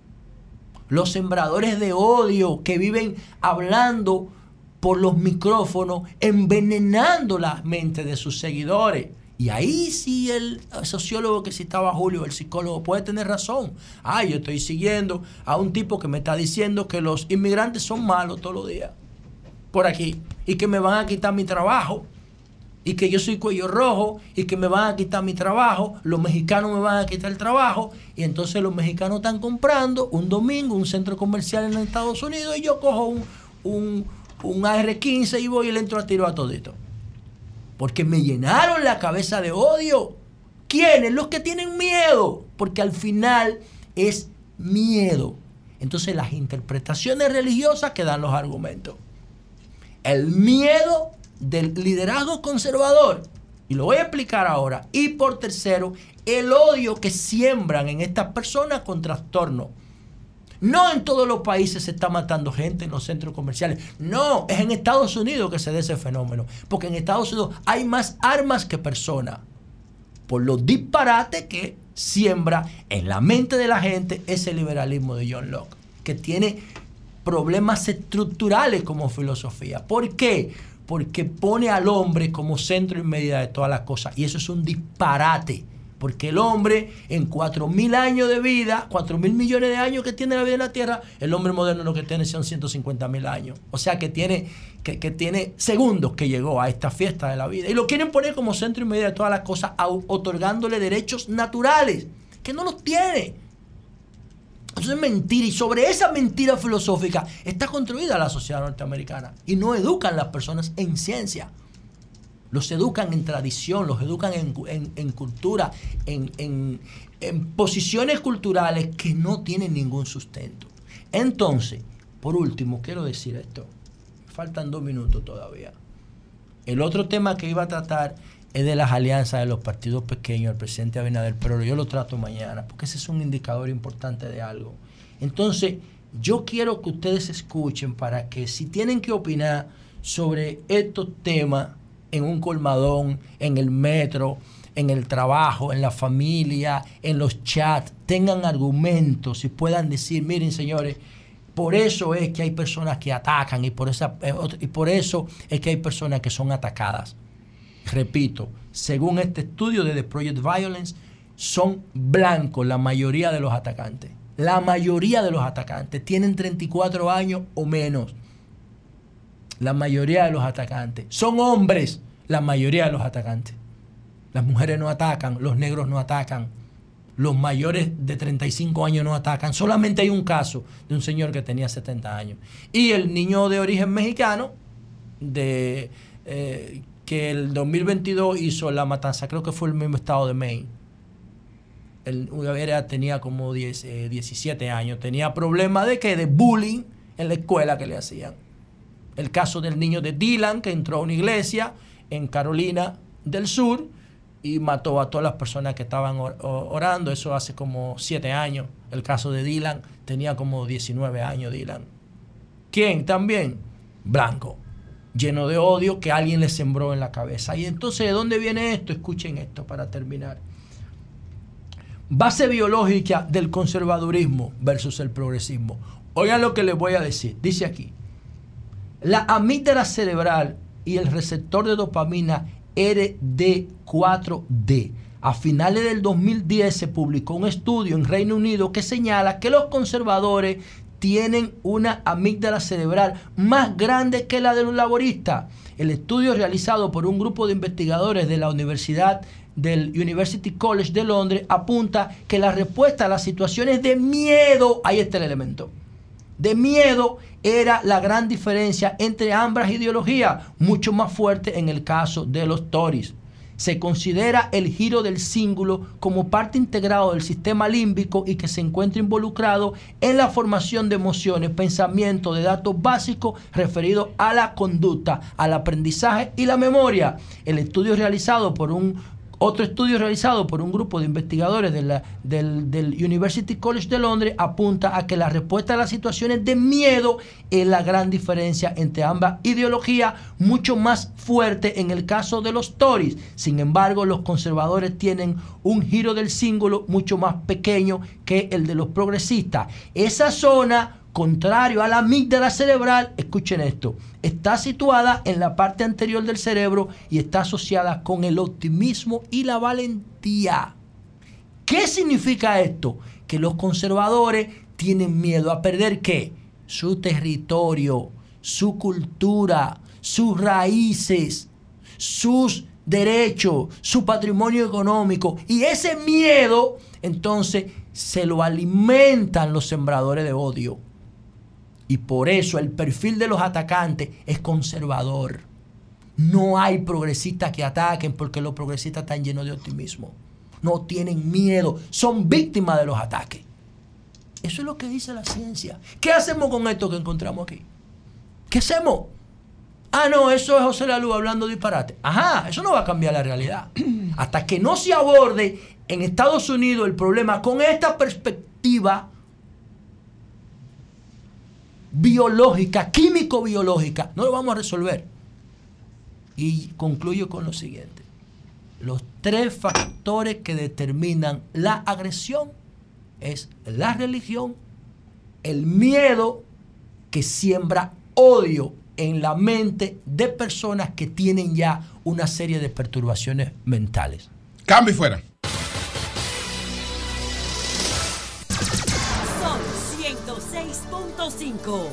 Los sembradores de odio que viven hablando por los micrófonos, envenenando la mente de sus seguidores. Y ahí sí el sociólogo que citaba Julio, el psicólogo, puede tener razón. Ah, yo estoy siguiendo a un tipo que me está diciendo que los inmigrantes son malos todos los días por aquí y que me van a quitar mi trabajo y que yo soy cuello rojo y que me van a quitar mi trabajo, los mexicanos me van a quitar el trabajo, y entonces los mexicanos están comprando un domingo un centro comercial en los Estados Unidos y yo cojo un, un, un A R quince y voy y le entro a tiro a todito. Porque me llenaron la cabeza de odio. ¿Quiénes? Los que tienen miedo. Porque al final es miedo. Entonces las interpretaciones religiosas que dan los argumentos. El miedo del liderazgo conservador. Y lo voy a explicar ahora. Y por tercero, el odio que siembran en estas personas con trastorno. No en todos los países se está matando gente en los centros comerciales. No, es en Estados Unidos que se da ese fenómeno. Porque en Estados Unidos hay más armas que personas. Por los disparates que siembra en la mente de la gente ese liberalismo de John Locke. Que tiene problemas estructurales como filosofía. ¿Por qué? Porque pone al hombre como centro y medida de todas las cosas. Y eso es un disparate. Porque el hombre, en cuatro mil años de vida, cuatro mil millones de años que tiene la vida en la Tierra, el hombre moderno lo que tiene son ciento cincuenta mil años. O sea que tiene, que, que tiene segundos que llegó a esta fiesta de la vida. Y lo quieren poner como centro y medida de todas las cosas, otorgándole derechos naturales, que no los tiene. Eso es mentira. Y sobre esa mentira filosófica está construida la sociedad norteamericana. Y no educan las personas en ciencia. Los educan en tradición, los educan en, en, en cultura, en, en, en posiciones culturales que no tienen ningún sustento. Entonces, por último, quiero decir esto. Faltan dos minutos todavía. El otro tema que iba a tratar es de las alianzas de los partidos pequeños, el presidente Abinader, pero yo lo trato mañana, porque ese es un indicador importante de algo. Entonces, yo quiero que ustedes escuchen para que si tienen que opinar sobre estos temas, en un colmadón, en el metro, en el trabajo, en la familia, en los chats, tengan argumentos y puedan decir, miren señores, por eso es que hay personas que atacan y por, esa, y por eso es que hay personas que son atacadas. Repito, según este estudio de The Project Violence, son blancos la mayoría de los atacantes. La mayoría de los atacantes tienen treinta y cuatro años o menos. La mayoría de los atacantes son hombres, la mayoría de los atacantes. Las mujeres no atacan, los negros no atacan, los mayores de treinta y cinco años no atacan. Solamente hay un caso de un señor que tenía setenta años. Y el niño de origen mexicano, de, eh, que el dos mil veintidós hizo la matanza, creo que fue el mismo estado de Maine. Él tenía como diez, eh, diecisiete años, tenía problemas de que de bullying en la escuela que le hacían. El caso del niño de Dylan, que entró a una iglesia en Carolina del Sur y mató a todas las personas que estaban or orando. Eso hace como siete años. El caso de Dylan tenía como diecinueve años, Dylan. ¿Quién? También blanco, lleno de odio que alguien le sembró en la cabeza. Y entonces, ¿de dónde viene esto? Escuchen esto para terminar. Base biológica del conservadurismo versus el progresismo. Oigan lo que les voy a decir. Dice aquí: la amígdala cerebral y el receptor de dopamina R D cuatro D. A finales del dos mil diez se publicó un estudio en Reino Unido que señala que los conservadores tienen una amígdala cerebral más grande que la de los laboristas. El estudio realizado por un grupo de investigadores de la Universidad del University College de Londres apunta que la respuesta a las situaciones de miedo, ahí está el elemento, de miedo era la gran diferencia entre ambas ideologías, mucho más fuerte en el caso de los Tories. Se considera el giro del cíngulo como parte integrada del sistema límbico y que se encuentra involucrado en la formación de emociones, pensamientos, de datos básicos referidos a la conducta, al aprendizaje y la memoria. El estudio realizado por un Otro estudio realizado por un grupo de investigadores de la, del, del University College de Londres apunta a que la respuesta a las situaciones de miedo es la gran diferencia entre ambas ideologías, mucho más fuerte en el caso de los Tories. Sin embargo, los conservadores tienen un giro del cíngulo mucho más pequeño que el de los progresistas. Esa zona, contrario a la amígdala cerebral, escuchen esto, está situada en la parte anterior del cerebro y está asociada con el optimismo y la valentía. ¿Qué significa esto? Que los conservadores tienen miedo a perder ¿qué? Su territorio, su cultura, sus raíces, sus derechos, su patrimonio económico. Y ese miedo, entonces, se lo alimentan los sembradores de odio. Y por eso el perfil de los atacantes es conservador. No hay progresistas que ataquen porque los progresistas están llenos de optimismo. No tienen miedo, son víctimas de los ataques. Eso es lo que dice la ciencia. ¿Qué hacemos con esto que encontramos aquí? ¿Qué hacemos? Ah, no, eso es José Lalú hablando disparate. Ajá, eso no va a cambiar la realidad. Hasta que no se aborde en Estados Unidos el problema con esta perspectiva biológica, químico-biológica, no lo vamos a resolver. Y concluyo con lo siguiente. Los tres factores que determinan la agresión es la religión, el miedo que siembra odio en la mente de personas que tienen ya una serie de perturbaciones mentales. Cambio y fuera. ciento seis punto cinco.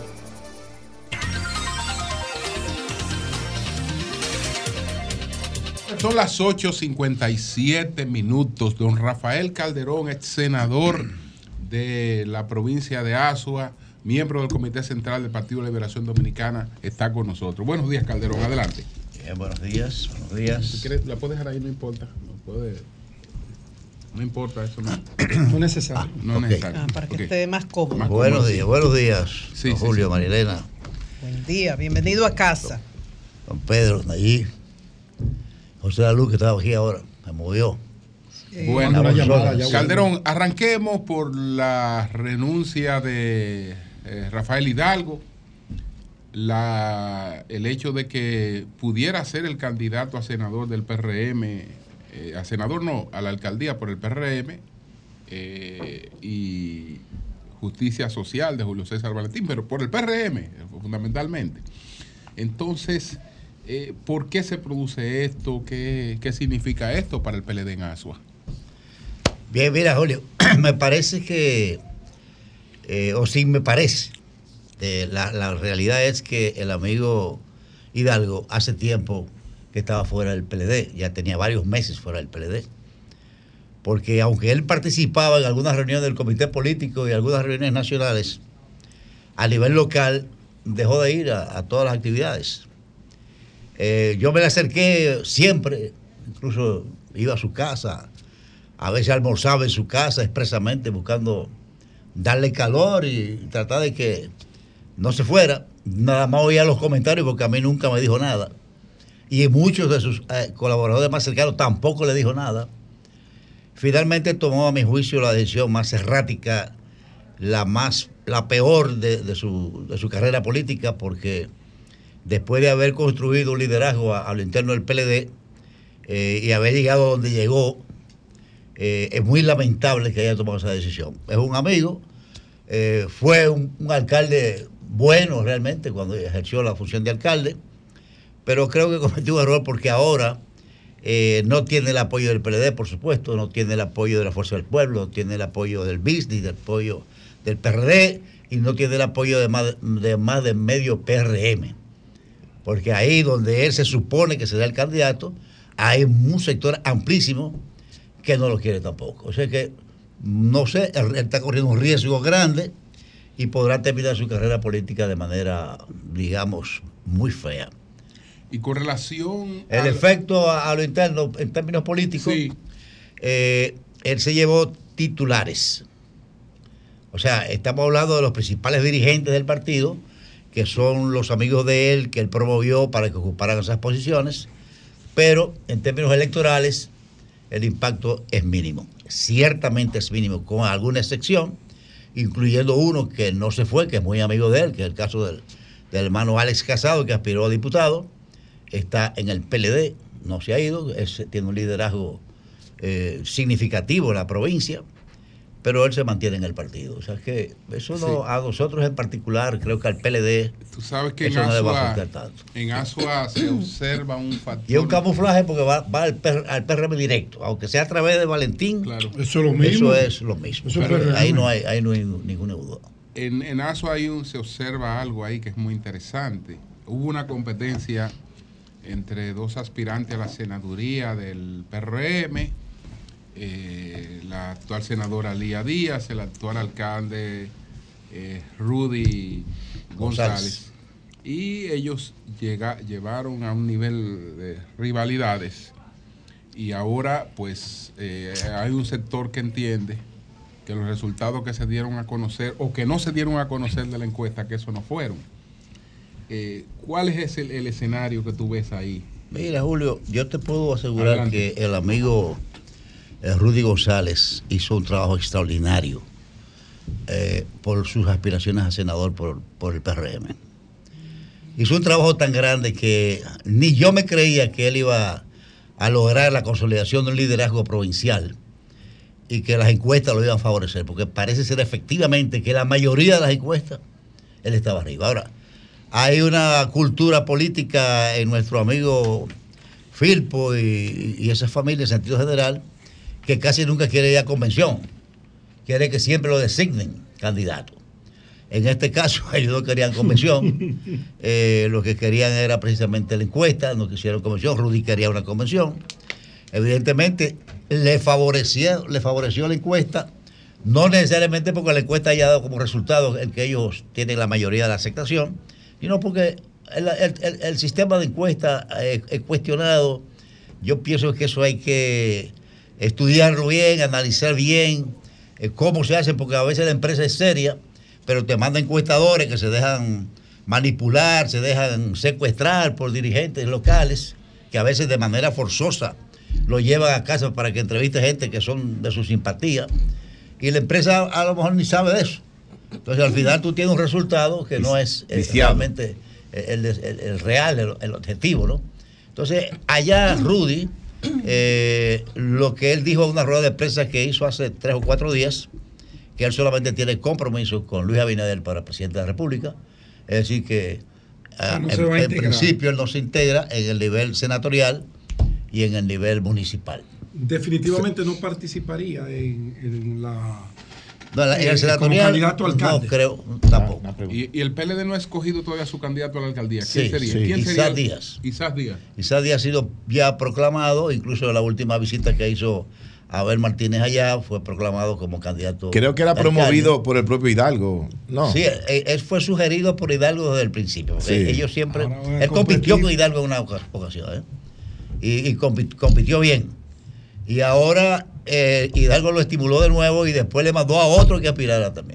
Son las ocho cincuenta y siete minutos. Don Rafael Calderón, ex senador de la provincia de Azua, miembro del Comité Central del Partido de Liberación Dominicana, está con nosotros. Buenos días, Calderón, adelante. Bien, buenos días, buenos días. Si quieres, la puedes dejar ahí, no importa. No, puede, no importa, eso no, no es necesario. No es okay. necesario. Ah, para que okay. esté más cómodo. Más buenos cómodo, días, sí. buenos días. Sí, don sí, Julio, sí. Marilena. Buen día, bienvenido a casa. Don Pedro, Nayí. José Lalú, que estaba aquí ahora, me movió. Sí. Bueno, llamada, Calderón, arranquemos por la renuncia de eh, Rafael Hidalgo, la, el hecho de que pudiera ser el candidato a senador del P R M, eh, a senador no, a la alcaldía por el P R M, eh, y Justicia Social de Julio César Valentín, pero por el P R M, fundamentalmente. Entonces, Eh, ¿por qué se produce esto? ¿Qué, qué significa esto para el P L D en Azua? Bien, mira, Julio, me parece que, eh, o sí me parece, eh, la, la realidad es que el amigo Hidalgo hace tiempo que estaba fuera del P L D, ya tenía varios meses fuera del P L D, porque aunque él participaba en algunas reuniones del comité político y algunas reuniones nacionales, a nivel local dejó de ir a, a todas las actividades. Eh, yo me le acerqué siempre, incluso iba a su casa, a veces almorzaba en su casa expresamente buscando darle calor y tratar de que no se fuera. Nada más oía los comentarios porque a mí nunca me dijo nada. Y muchos de sus eh, colaboradores más cercanos tampoco le dijo nada. Finalmente tomó a mi juicio la decisión más errática, la, más, la peor de, de, su, de su carrera política, porque después de haber construido un liderazgo a, a lo interno del P L D eh, y haber llegado a donde llegó, eh, es muy lamentable que haya tomado esa decisión. Es un amigo, eh, fue un, un alcalde bueno realmente cuando ejerció la función de alcalde, pero creo que cometió un error porque ahora Eh, no tiene el apoyo del P L D, por supuesto, no tiene el apoyo de la Fuerza del Pueblo, no tiene el apoyo del B I S, ni del apoyo del P R D, y no tiene el apoyo de más de, más de medio P R M. Porque ahí donde él se supone que será el candidato, hay un sector amplísimo que no lo quiere tampoco. O sea que, no sé, él está corriendo un riesgo grande y podrá terminar su carrera política de manera, digamos, muy fea. Y con relación El al... efecto a, a lo interno, en términos políticos, Sí. eh, él se llevó titulares. O sea, estamos hablando de los principales dirigentes del partido, que son los amigos de él, que él promovió para que ocuparan esas posiciones, pero en términos electorales el impacto es mínimo. Ciertamente es mínimo, con alguna excepción, incluyendo uno que no se fue, que es muy amigo de él, que es el caso del, del hermano Alex Casado, que aspiró a diputado, está en el P L D, no se ha ido, es, tiene un liderazgo eh, significativo en la provincia, pero él se mantiene en el partido. O sea que eso no, Sí. a nosotros en particular, creo que al P L D, Tú sabes que en eso no le va a Asua, afectar tanto. en Asua se observa un factor... Y es un camuflaje porque va, va al, P R, al P R M directo, aunque sea a través de Valentín. Claro. Eso es lo mismo. Eso es lo mismo. Eso es Pero P R M. ahí no hay, ahí no hay ninguna duda. En, en Asua hay un, se observa algo ahí que es muy interesante. Hubo una competencia entre dos aspirantes a la senaduría del P R M, eh, la actual senadora Lía Díaz, el actual alcalde eh, Rudy González. González. Y ellos llega, llevaron a un nivel de rivalidades. Y ahora, pues, eh, hay un sector que entiende que los resultados que se dieron a conocer o que no se dieron a conocer de la encuesta, que eso no fueron. Eh, ¿Cuál es el, el escenario que tú ves ahí? Mira, Julio, yo te puedo asegurar Adelante. que el amigo eh, Rudy González hizo un trabajo extraordinario eh, por sus aspiraciones a senador por, por el P R M. Hizo un trabajo tan grande que ni yo me creía que él iba a lograr la consolidación de un liderazgo provincial y que las encuestas lo iban a favorecer, porque parece ser efectivamente que la mayoría de las encuestas él estaba arriba. Ahora, hay una cultura política en nuestro amigo Filpo y, y esa familia en sentido general que casi nunca quiere ir a convención, quiere que siempre lo designen candidato. En este caso ellos no querían convención, eh, lo que querían era precisamente la encuesta, no quisieron convención, Rudy quería una convención. Evidentemente le favoreció, le favoreció la encuesta, no necesariamente porque la encuesta haya dado como resultado el que ellos tienen la mayoría de la aceptación, sino porque el, el, el, el sistema de encuesta eh, es cuestionado. Yo pienso que eso hay que estudiarlo bien, analizar bien eh, cómo se hace, porque a veces la empresa es seria, pero te mandan encuestadores que se dejan manipular, se dejan secuestrar por dirigentes locales, que a veces de manera forzosa lo llevan a casa para que entreviste gente que son de su simpatía, y la empresa a lo mejor ni sabe de eso. Entonces al final tú tienes un resultado que no es, es realmente el, el, el, el real, el, el objetivo, ¿no? Entonces allá Rudy, eh, lo que él dijo en una rueda de prensa que hizo hace tres o cuatro días, que él solamente tiene compromiso con Luis Abinader para presidente de la República, es decir que ah, no en, en principio él no se integra en el nivel senatorial y en el nivel municipal. Definitivamente no participaría en, en la... No, en el eh, senatorial, como candidato a alcalde. no creo tampoco. Y, y el P L D no ha escogido todavía su candidato a la alcaldía. ¿Quién Sí, sería? sí. ¿Quién Isaac sería? Díaz. Isaac Díaz. Isaac Díaz ha sido ya proclamado, incluso en la última visita que hizo Abel Martínez allá, fue proclamado como candidato. Creo que era alcalde. promovido por el propio Hidalgo. No. Sí, él, él fue sugerido por Hidalgo desde el principio. Porque Sí. ellos siempre. Ahora van a Él compitió competir. con Hidalgo en una oca- ocasión, ¿eh? Y, y compi- compitió bien. Y ahora eh, Hidalgo lo estimuló de nuevo y después le mandó a otro que aspirara también.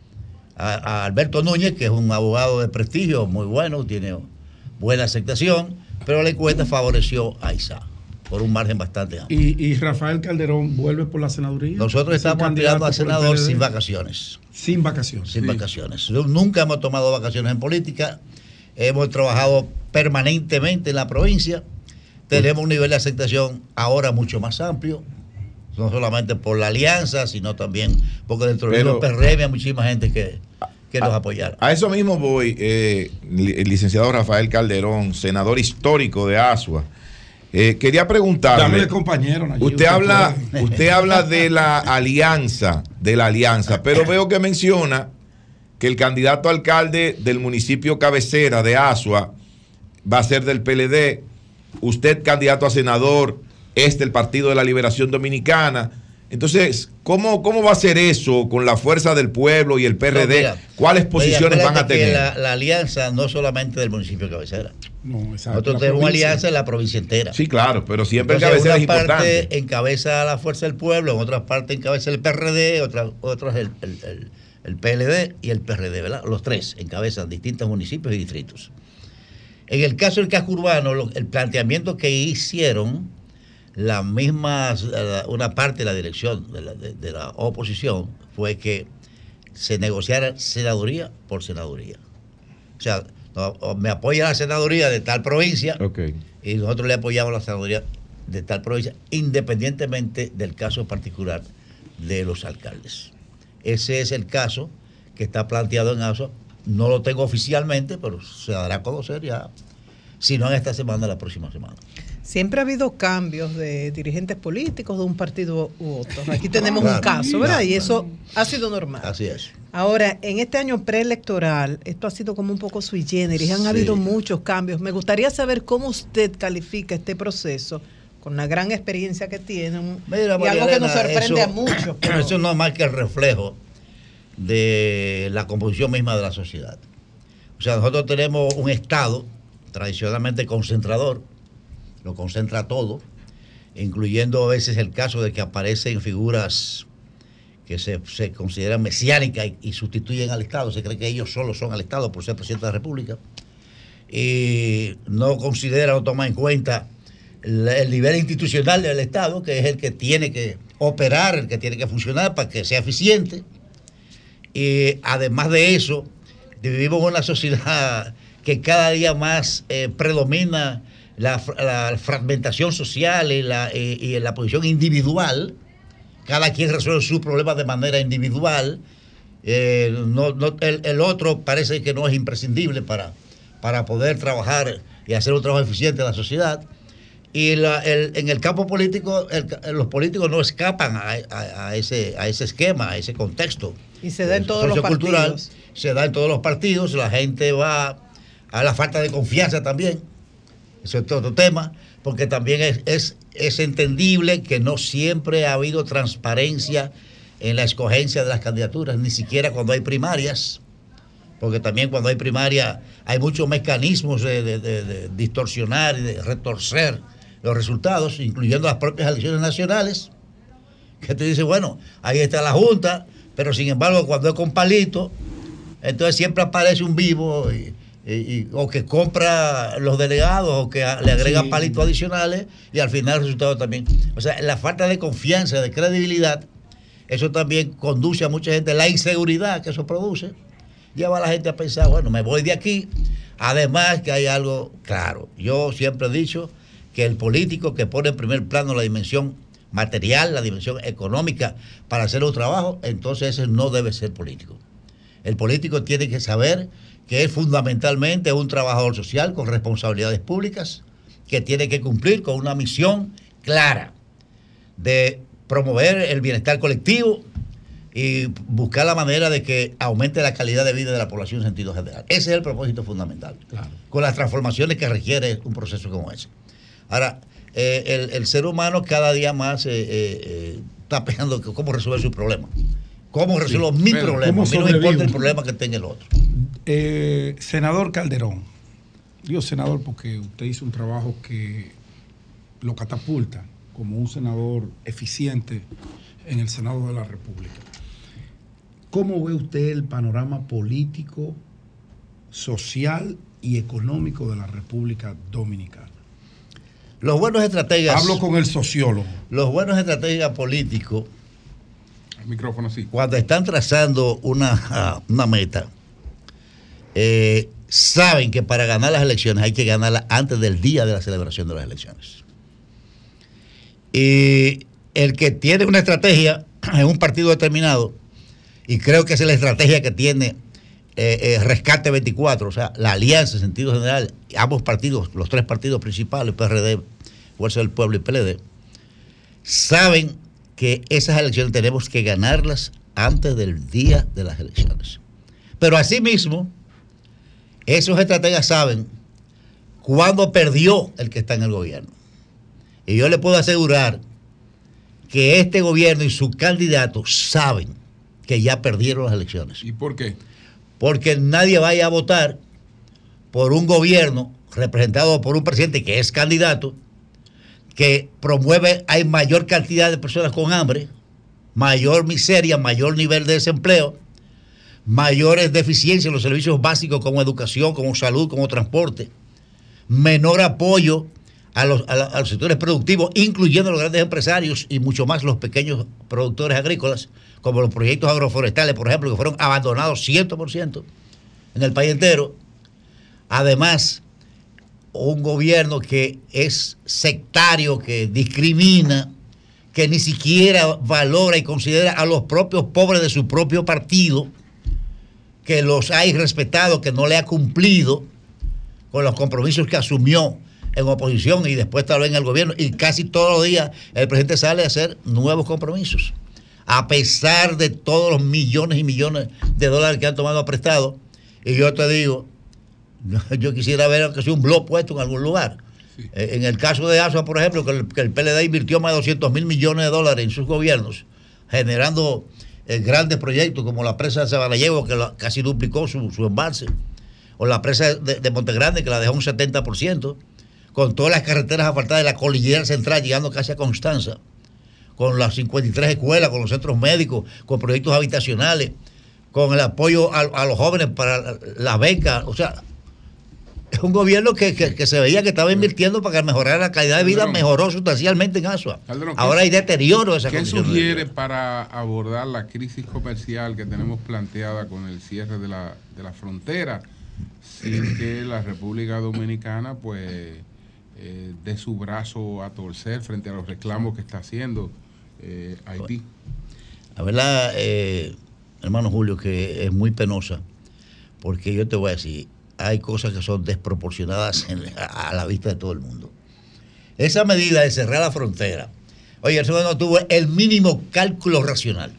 A, a Alberto Núñez, que es un abogado de prestigio, muy bueno, tiene buena aceptación, pero la encuesta favoreció a Isaac por un margen bastante amplio. Y, y Rafael Calderón vuelve por la senaduría. Nosotros Es el estamos aspirando a candidato por el senador P L D. sin vacaciones. Sin vacaciones. Sin Sí. vacaciones. Nunca hemos tomado vacaciones en política. Hemos trabajado permanentemente en la provincia. Tenemos un nivel de aceptación ahora mucho más amplio. No solamente por la alianza, sino también porque dentro del Pero- P R M hay muchísima gente que, que nos apoyaron. A eso mismo voy, eh, li- el licenciado Rafael Calderón, senador histórico de Asua. Eh, quería preguntarle. Dame compañero, Nayib, usted, usted habla, puede. usted habla de la alianza, de la alianza, pero veo que menciona que el candidato a alcalde del municipio cabecera de Asua va a ser del P L D. Usted, candidato a senador, es del Partido de la Liberación Dominicana. Entonces, ¿cómo, cómo va a ser eso con la fuerza del pueblo y el P R D? No, mira, ¿cuáles posiciones van a tener? La, la alianza no solamente del municipio de cabecera. No, exacto. Nosotros tenemos una alianza en la provincia entera. Sí, claro, pero siempre Entonces, el cabecera es en una importante. parte encabeza la fuerza del pueblo, en otras partes encabeza el P R D, otras otras el, el, el, el P L D y el P R D, ¿verdad? Los tres encabezan distintos municipios y distritos. En el caso del casco urbano, lo, el planteamiento que hicieron la misma, una parte de la dirección de la, de, de la oposición fue que se negociara senaduría por senaduría. O sea, no, me apoya la senaduría de tal provincia, okay, y nosotros le apoyamos la senaduría de tal provincia, independientemente del caso particular de los alcaldes. Ese es el caso que está planteado en Asua. No lo tengo oficialmente, pero se dará a conocer ya, si no en esta semana, la próxima semana. Siempre ha habido cambios de dirigentes políticos de un partido u otro. Aquí tenemos claro, un caso, ¿verdad? claro, y eso claro. ha sido normal. Así es. Ahora, en este año preelectoral, esto ha sido como un poco sui generis, han sí. habido muchos cambios. Me gustaría saber cómo usted califica este proceso, con la gran experiencia que tiene, Mira, y María algo que Elena, nos sorprende eso, a muchos. Pero... Eso no es más que el reflejo de la composición misma de la sociedad. O sea, nosotros tenemos un Estado tradicionalmente concentrador, lo concentra todo, incluyendo a veces el caso de que aparecen figuras que se, se consideran mesiánicas y, y sustituyen al Estado, se cree que ellos solo son al Estado por ser presidente de la República, y no considera o toma en cuenta el, el nivel institucional del Estado, que es el que tiene que operar, el que tiene que funcionar para que sea eficiente. Y además de eso, vivimos en una sociedad que cada día más eh, predomina la, la fragmentación social y la, y, y la posición individual. Cada quien resuelve sus problemas de manera individual. Eh, no, no, el, el otro parece que no es imprescindible para, para poder trabajar y hacer un trabajo eficiente en la sociedad. Y la, el, en el campo político, el, los políticos no escapan a, a, a, ese, a ese esquema, a ese contexto. Y se da en todos los cultural, partidos. Se da en todos los partidos, la gente va a la falta de confianza también. Eso es otro tema, porque también es, es, es entendible que no siempre ha habido transparencia en la escogencia de las candidaturas, ni siquiera cuando hay primarias, porque también cuando hay primaria hay muchos mecanismos de, de, de, de distorsionar y de retorcer los resultados, incluyendo las propias elecciones nacionales, que te dice, bueno, ahí está la Junta, pero sin embargo cuando es con palito, entonces siempre aparece un vivo y, y, y, o que compra los delegados o que a, le agrega sí. palitos adicionales y al final el resultado también. O sea, la falta de confianza, de credibilidad, eso también conduce a mucha gente, la inseguridad que eso produce, lleva a la gente a pensar, bueno, me voy de aquí. Además que hay algo claro, yo siempre he dicho que el político que pone en primer plano la dimensión material, la dimensión económica para hacer un trabajo, entonces ese no debe ser político. El político tiene que saber que es fundamentalmente un trabajador social con responsabilidades públicas, que tiene que cumplir con una misión clara de promover el bienestar colectivo y buscar la manera de que aumente la calidad de vida de la población en sentido general. Ese es el propósito fundamental, claro, con las transformaciones que requiere un proceso como ese. Ahora, eh, el, el ser humano cada día más eh, eh, está pensando que cómo resolver su problema. ¿Cómo resuelvo sí, mi problema? A mí no me importa el problema que tenga el otro. Eh, senador Calderón, digo senador porque usted hizo un trabajo que lo catapulta como un senador eficiente en el Senado de la República. ¿Cómo ve usted el panorama político, social y económico de la República Dominicana? Los buenos estrategas... Hablo con el sociólogo. Los buenos estrategas políticos... El micrófono sí. Cuando están trazando una, una meta, eh, saben que para ganar las elecciones hay que ganarlas antes del día de la celebración de las elecciones. Y el que tiene una estrategia en un partido determinado, y creo que esa es la estrategia que tiene eh, eh, Rescate veinticuatro, o sea, la alianza en sentido general, ambos partidos, los tres partidos principales, P R D, Fuerza del Pueblo y P L D, saben que esas elecciones tenemos que ganarlas antes del día de las elecciones. Pero asimismo, esos estrategas saben cuándo perdió el que está en el gobierno. Y yo le puedo asegurar que este gobierno y su candidato saben que ya perdieron las elecciones. ¿Y por qué? Porque nadie vaya a votar por un gobierno representado por un presidente que es candidato, que promueve, hay mayor cantidad de personas con hambre, mayor miseria, mayor nivel de desempleo, mayores deficiencias en los servicios básicos como educación, como salud, como transporte, menor apoyo a los, a, la, a los sectores productivos, incluyendo los grandes empresarios y mucho más los pequeños productores agrícolas, como los proyectos agroforestales, por ejemplo, que fueron abandonados cien por ciento en el país entero. Además, un gobierno que es sectario, que discrimina, que ni siquiera valora y considera a los propios pobres de su propio partido, que los ha irrespetado, que no le ha cumplido con los compromisos que asumió en oposición y después tal vez en el gobierno, y casi todos los días el presidente sale a hacer nuevos compromisos, a pesar de todos los millones y millones de dólares que han tomado prestado. Y yo te digo, yo quisiera ver que sea un blog puesto en algún lugar. Sí. En el caso de Asua, por ejemplo, que el, que el P L D invirtió más de doscientos mil millones de dólares en sus gobiernos, generando eh, grandes proyectos como la presa de Sabanayego, que la, casi duplicó su, su embalse, o la presa de, de Montegrande, que la dejó un setenta por ciento, con todas las carreteras asfaltadas de la cordillera central, llegando casi a Constanza, con las cincuenta y tres escuelas, con los centros médicos, con proyectos habitacionales, con el apoyo a, a los jóvenes para las becas. O sea, es un gobierno que, que, que se veía que estaba invirtiendo para que mejorara la calidad de vida. Calderón, mejoró sustancialmente en Asua. Calderón, ahora hay deterioro de esa condición. ¿Qué sugiere para abordar la crisis comercial que tenemos planteada con el cierre de la, de la frontera, sin que la República Dominicana pues eh, dé su brazo a torcer frente a los reclamos que está haciendo eh, Haití? La verdad, eh, hermano Julio, que es muy penosa, porque yo te voy a decir, hay cosas que son desproporcionadas en, a, a la vista de todo el mundo. Esa medida de cerrar la frontera, oye, eso no tuvo el mínimo cálculo racional.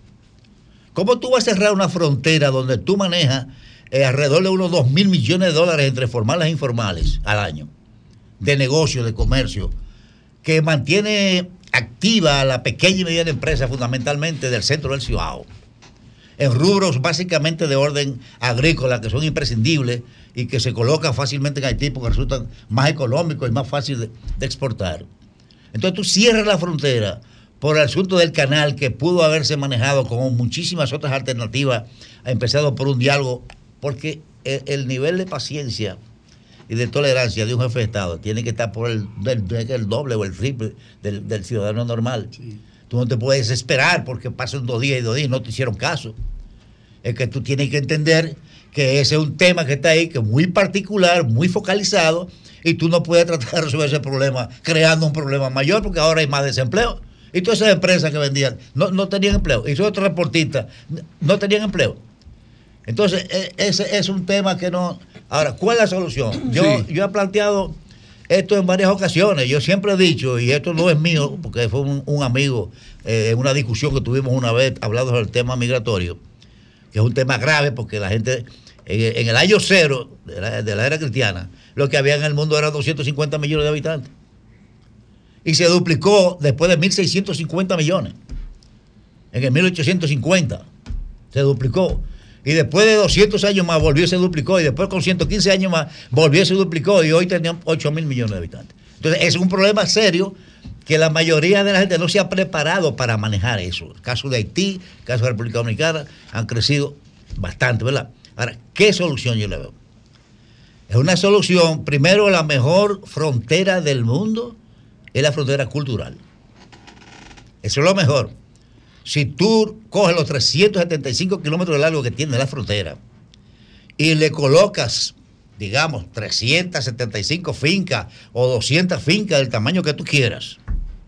¿Cómo tú vas a cerrar una frontera donde tú manejas eh, alrededor de unos dos mil millones de dólares entre formales e informales al año, de negocio, de comercio, que mantiene activa a la pequeña y mediana empresa fundamentalmente del centro del Cibao, en rubros básicamente de orden agrícola que son imprescindibles y que se colocan fácilmente en Haití porque resultan más económicos y más fáciles de, de exportar? Entonces tú cierras la frontera por el asunto del canal, que pudo haberse manejado con muchísimas otras alternativas, empezado por un diálogo, porque el, el nivel de paciencia y de tolerancia de un jefe de Estado tiene que estar por el, el, el doble o el triple del, del ciudadano normal. Sí. Tú no te puedes esperar porque pasan dos días y dos días y no te hicieron caso. Es que tú tienes que entender que ese es un tema que está ahí, que es muy particular, muy focalizado, y tú no puedes tratar de resolver ese problema creando un problema mayor, porque ahora hay más desempleo. Y todas esas empresas que vendían no, no tenían empleo. Y esos transportistas no tenían empleo. Entonces, ese es un tema que no... Ahora, ¿cuál es la solución? Yo, sí. yo he planteado esto en varias ocasiones. Yo siempre he dicho, y esto no es mío, porque fue un, un amigo en eh, una discusión que tuvimos una vez hablando del tema migratorio, que es un tema grave porque la gente, en, en el año cero de la, de la era cristiana, lo que había en el mundo eran doscientos cincuenta millones de habitantes. Y se duplicó después de mil seiscientos cincuenta millones. En el mil ochocientos cincuenta se duplicó. Y después de doscientos años más volvió y se duplicó. Y después con ciento quince años más volvió y se duplicó. Y hoy tenían ocho mil millones de habitantes. Entonces es un problema serio que la mayoría de la gente no se ha preparado para manejar eso. El caso de Haití, el caso de la República Dominicana han crecido bastante, ¿verdad? Ahora, ¿qué solución yo le veo? Es una solución, primero, la mejor frontera del mundo es la frontera cultural. Eso es lo mejor. Si tú coges los trescientos setenta y cinco kilómetros de largo que tiene la frontera y le colocas, digamos, trescientas setenta y cinco fincas o doscientas fincas del tamaño que tú quieras,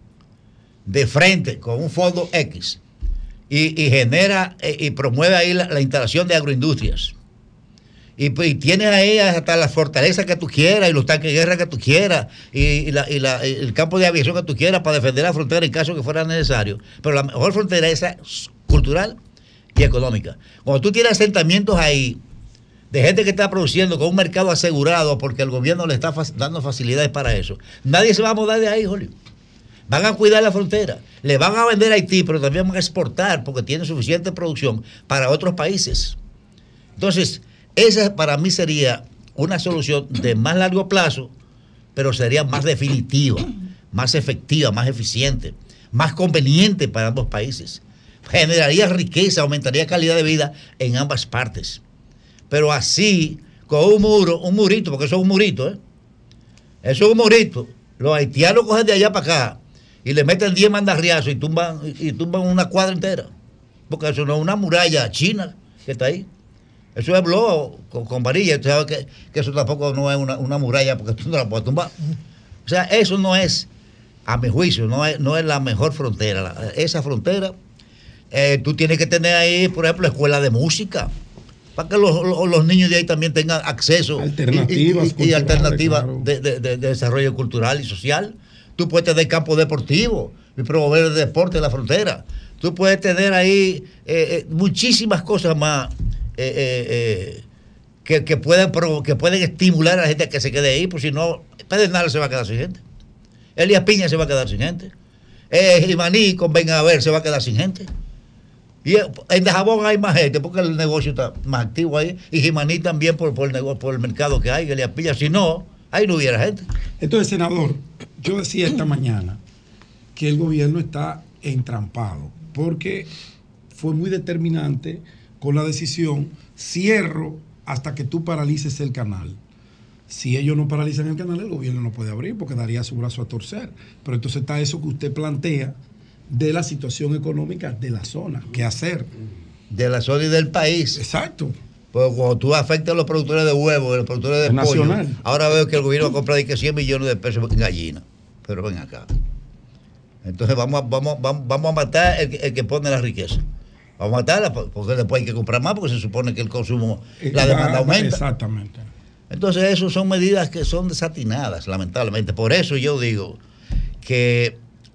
de frente con un fondo X, y, y genera eh, y promueve ahí la, la instalación de agroindustrias, Y, y tienes ahí hasta las fortalezas que tú quieras y los tanques de guerra que tú quieras y, y, la, y la, el campo de aviación que tú quieras para defender la frontera en caso que fuera necesario. Pero la mejor frontera es esa cultural y económica. Cuando tú tienes asentamientos ahí de gente que está produciendo con un mercado asegurado porque el gobierno le está dando facilidades para eso, nadie se va a mudar de ahí, Julio. Van a cuidar la frontera, le van a vender a Haití, pero también van a exportar porque tienen suficiente producción para otros países. Entonces, esa para mí sería una solución de más largo plazo, pero sería más definitiva, más efectiva, más eficiente, más conveniente para ambos países. Generaría riqueza, aumentaría calidad de vida en ambas partes. Pero así, con un muro, un murito, porque eso es un murito, ¿eh? Eso es un murito. Los haitianos cogen de allá para acá y le meten diez mandarriazos y tumban, y tumban una cuadra entera. Porque eso no es una muralla china que está ahí. Eso es blog con, con varilla. Usted sabe que, que eso tampoco no es una, una muralla porque tú no la puedes tumbar. O sea, eso no es, a mi juicio, no es, no es la mejor frontera. La, esa frontera, eh, tú tienes que tener ahí, por ejemplo, escuela de música, para que los, los, los niños de ahí también tengan acceso alternativas y, y, y alternativas claro. de, de, de, de desarrollo cultural y social. Tú puedes tener campo deportivo y promover el deporte en la frontera. Tú puedes tener ahí eh, eh, muchísimas cosas más eh, eh, eh, que, que, pueden, que pueden estimular a la gente a que se quede ahí, porque si no, Pedernales se va a quedar sin gente. Elías Piña se va a quedar sin gente. Eh, Jimaní con Venga a ver se va a quedar sin gente. Y en Dajabón hay más gente porque el negocio está más activo ahí. Y Jimaní también por, por, el negocio, por el mercado que hay, Elías Piña. Si no, ahí no hubiera gente. Entonces, senador, yo decía esta mañana que el gobierno está entrampado porque fue muy determinante con la decisión, cierro hasta que tú paralices el canal. Si ellos no paralizan el canal, el gobierno no puede abrir porque daría su brazo a torcer. Pero entonces está eso que usted plantea de la situación económica de la zona. ¿Qué hacer? De la zona y del país. Exacto. Pues cuando tú afectas a los productores de huevos, a los productores de es pollo, nacional. Ahora veo que el gobierno compra de que cien millones de pesos en gallina. Pero ven acá. Entonces vamos a, vamos, vamos, vamos a matar el, el que pone la riqueza. Vamos a matarla porque después hay que comprar más porque se supone que el consumo, la demanda aumenta. Exactamente. Entonces eso son medidas que son desatinadas, lamentablemente. Por eso yo digo que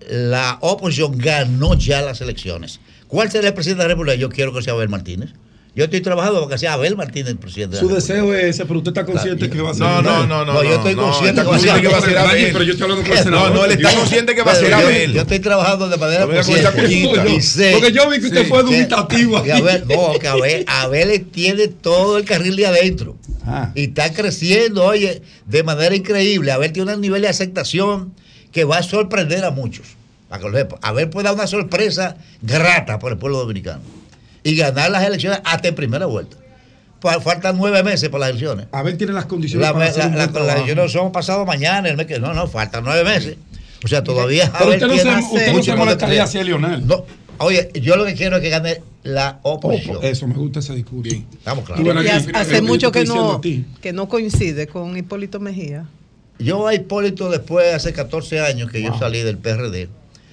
la oposición ganó ya las elecciones. ¿Cuál será el presidente de la República? Yo quiero que sea Abel Martínez. Yo estoy trabajando para que sea Abel Martínez el presidente. Su deseo es ese, pero usted está consciente claro, que va a ser. No, no, no, no. No, yo estoy no, consciente no, que, que va a ser Abel. Pero yo estoy hablando con el senador. No, no, él está consciente que va a ser Abel. Yo, yo estoy trabajando de manera consciente. Sé porque yo vi que usted sí, fue dubitativo. Que, Abel, no, que Abel, Abel tiene todo el carril de adentro. Ah. Y está creciendo, oye, de manera increíble. Abel tiene un nivel de aceptación que va a sorprender a muchos. Para que lo sepa. Abel puede dar una sorpresa grata por el pueblo dominicano y ganar las elecciones hasta en primera vuelta. Faltan nueve meses para las elecciones. Abel tiene las condiciones la, para la, hacer la, la, Las elecciones son pasado mañana, el mes que no, no, faltan nueve meses. O sea, todavía pero Abel usted no tiene se, usted no se molestaría hacia Lionel. No, oye, yo lo que quiero es que gane la oposición. Eso, me gusta ese discurso. Bien. Estamos claros. Y hace, hace mucho que no, que no coincide con Hipólito Mejía. Yo a Hipólito después, hace catorce años que wow. yo salí del P R D,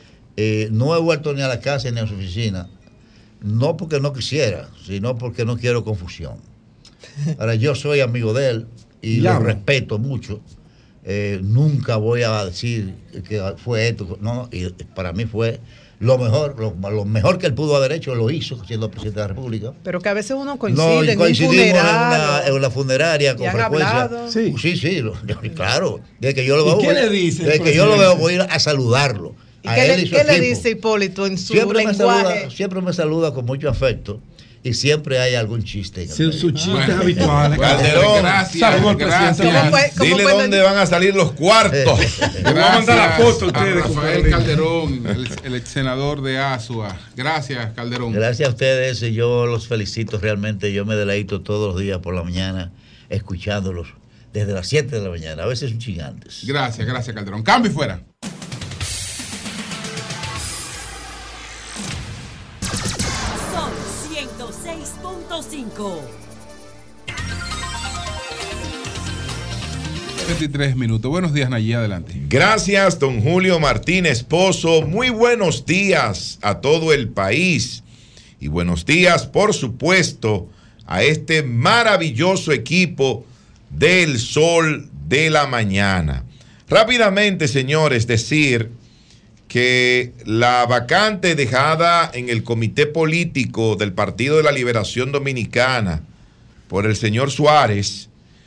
eh, no he vuelto ni a la casa ni a su oficina. No porque no quisiera, sino porque no quiero confusión. Ahora, yo soy amigo de él y lo respeto mucho. Eh, nunca voy a decir que fue esto. No, y para mí fue lo mejor, lo, lo mejor que él pudo haber hecho, lo hizo siendo presidente de la República. Pero que a veces uno coincide no, en coincidimos un funeral, en, una, en una funeraria con frecuencia. Sí, sí, sí lo, claro. Desde que yo lo veo, ¿Y qué le dice desde que yo lo veo, voy a ir a saludarlo. ¿Y qué, le, ¿qué le dice Hipólito en su siempre lenguaje? Me saluda, siempre me saluda con mucho afecto y siempre hay algún chiste. Sí, sus chistes habituales. Calderón, gracias. gracias. ¿Cómo fue, cómo Dile dónde el... van a salir los cuartos. Gracias a mandar la foto a ustedes. A Rafael Calderón, el, el ex senador de Azua. Gracias, Calderón. Gracias a ustedes y yo los felicito realmente. Yo me deleito todos los días por la mañana escuchándolos desde las siete de la mañana. A veces son gigantes. Gracias, gracias, Calderón. Cambio y fuera. seis punto cinco. veintitrés minutos. Buenos días, Nayí, adelante. Gracias, don Julio Martínez Pozo. Muy buenos días a todo el país. Y buenos días, por supuesto, a este maravilloso equipo del Sol de la Mañana. Rápidamente, señores, decir que la vacante dejada en el comité político del Partido de la Liberación Dominicana por el señor Suárez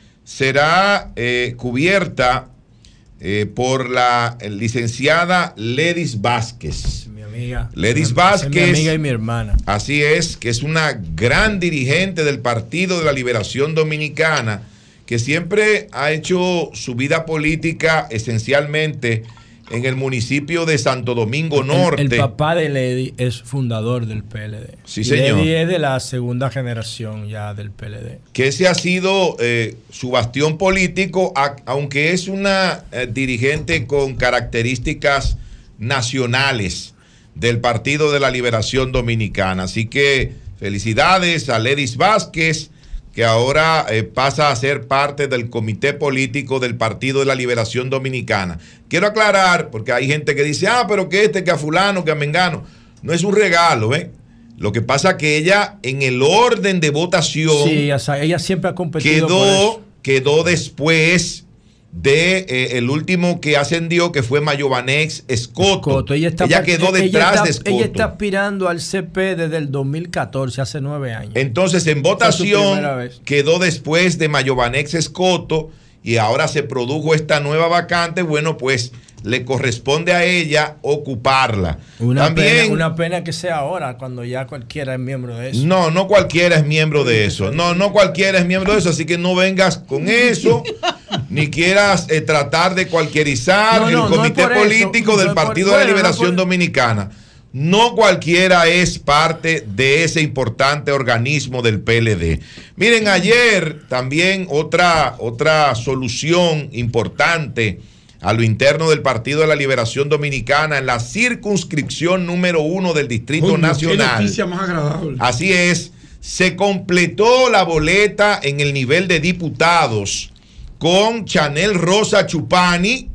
será eh, cubierta eh, por la licenciada Ledis Vázquez. Mi amiga. Ledis mi, Vázquez. Mi amiga y mi hermana. Así es, que es una gran dirigente del Partido de la Liberación Dominicana, que siempre ha hecho su vida política esencialmente en el municipio de Santo Domingo Norte. El, el papá de Ledy es fundador del P L D. Sí, y señor. Ledy es de la segunda generación ya del P L D. Que ese ha sido eh, su bastión político, a, aunque es una eh, dirigente con características nacionales del Partido de la Liberación Dominicana. Así que felicidades a Ledis Vázquez, que ahora eh, pasa a ser parte del comité político del Partido de la Liberación Dominicana. Quiero aclarar, porque hay gente que dice, ah, pero que este, que a fulano, que a mengano. No es un regalo, ¿eh? Lo que pasa es que ella, en el orden de votación, sí, ella, ella siempre ha competido quedó, por eso. quedó después de eh, el último que ascendió, que fue Mayovanex Escoto. Escoto. Ella, está, ella quedó detrás ella está, de Escoto. Ella está aspirando al C P desde el dos mil catorce, hace nueve años. Entonces, en votación quedó después de Mayovanex Escoto y ahora se produjo esta nueva vacante. Bueno, pues le corresponde a ella ocuparla. Una, También, pena, una pena que sea ahora, cuando ya cualquiera es miembro de eso. No, no cualquiera es miembro de eso. No, no cualquiera es miembro de eso. Así que no vengas con eso, ni quieras eh, tratar de cualquierizar no, no, el comité no político eso, del no Partido por, de la Liberación bueno, no Dominicana. No cualquiera es parte de ese importante organismo del P L D. Miren, ayer también otra, otra solución importante a lo interno del Partido de la Liberación Dominicana en la circunscripción número uno del Distrito Uy, Nacional. Qué noticia más agradable. Así es, se completó la boleta en el nivel de diputados con Chanel Rosa Chupani,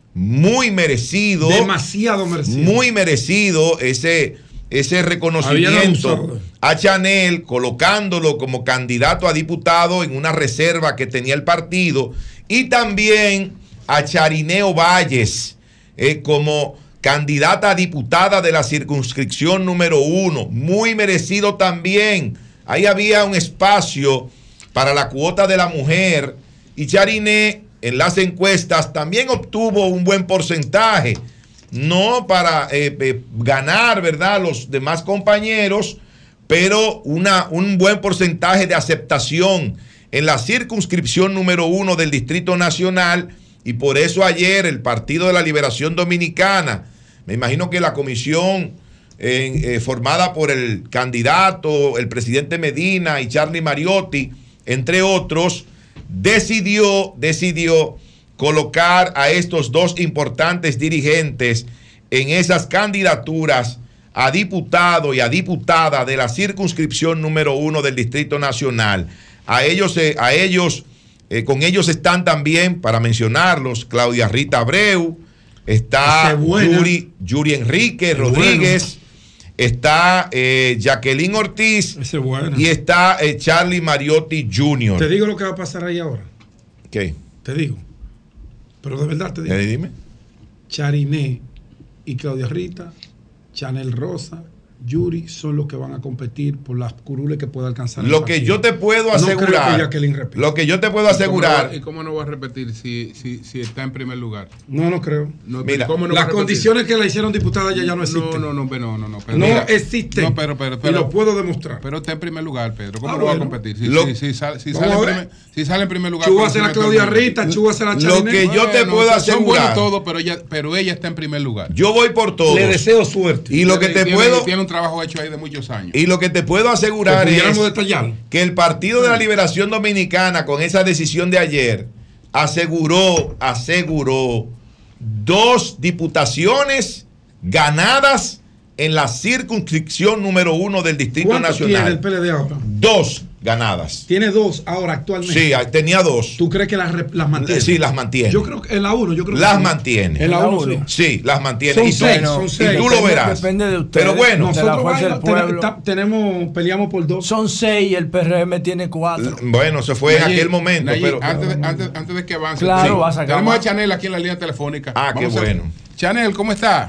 muy merecido. Demasiado merecido. Muy merecido ese, ese reconocimiento a Chanel, colocándolo como candidato a diputado en una reserva que tenía el partido, y también a Charineo Valles eh, como candidata a diputada de la circunscripción número uno. Muy merecido también. Ahí había un espacio para la cuota de la mujer y Chariné en las encuestas también obtuvo un buen porcentaje. No para eh, eh, ganar, ¿verdad?, los demás compañeros, pero una, un buen porcentaje de aceptación en la circunscripción número uno del Distrito Nacional. Y por eso ayer el Partido de la Liberación Dominicana, me imagino que la comisión eh, eh, formada por el candidato, el presidente Medina y Charlie Mariotti, entre otros, decidió, decidió colocar a estos dos importantes dirigentes en esas candidaturas a diputado y a diputada de la circunscripción número uno del Distrito Nacional. A ellos, eh, a ellos Eh, con ellos están también, para mencionarlos, Claudia Rita Abreu, está Yuri, Yuri Enrique es Rodríguez, bueno. está eh, Jacqueline Ortiz y está eh, Charlie Mariotti junior Te digo lo que va a pasar ahí ahora. ¿Qué? Te digo. Pero de verdad te digo. ¿Eh, dime? Chariné y Claudia Rita, Chanel Rosa, Yuri son los que van a competir por las curules que pueda alcanzar. Lo que yo te puedo asegurar, no creo que lo que yo te puedo asegurar. ¿Y cómo no va a repetir si, si, si está en primer lugar? No, no creo. No, mira, ¿cómo no las condiciones que la hicieron diputada ya, ya no existen. No, no, no, no, no, no. Pero no mira, existen. No, pero, pero, pero, y lo puedo demostrar. Pero está en primer lugar, Pedro. ¿Cómo ah, no bueno. va a competir? Si, lo, si, si, sale, si, sale en primer, si sale en primer lugar. Tú vas a ser la Claudia Rita, tú vas a ser la Chariné. Lo que yo te bueno, puedo son asegurar. Todo, pero, ella, pero ella está en primer lugar. Yo voy por todo. Le deseo suerte. Y lo que te tiene, puedo. Tiene un trabajo hecho ahí de muchos años. Y lo que te puedo asegurar es detallar. que el Partido de la Liberación Dominicana, con esa decisión de ayer, aseguró, aseguró dos diputaciones ganadas en la circunscripción número uno del Distrito ¿Cuánto Nacional. tiene el P L D ahora? Dos, ganadas. Tiene dos ahora actualmente. Sí, tenía dos. ¿Tú crees que las, las mantiene? Sí, las mantiene. Yo creo que en la uno, yo creo que las sí. mantiene. En la uno, sí. Sí, las mantiene. Son y tú, seis, no, son seis. y tú lo verás. Depende de ustedes. Pero bueno, nosotros fuerza del vaya, pueblo. ten- tenemos, peleamos por dos. Son seis y el P R M tiene cuatro. Bueno, se fue en Nayib, aquel momento. Nayib, pero antes, de, antes, antes de que avance, Claro, sí, va a sacar tenemos más. a Chanel aquí en la línea telefónica. Ah, qué Vamos a- bueno. Chanel, ¿cómo está?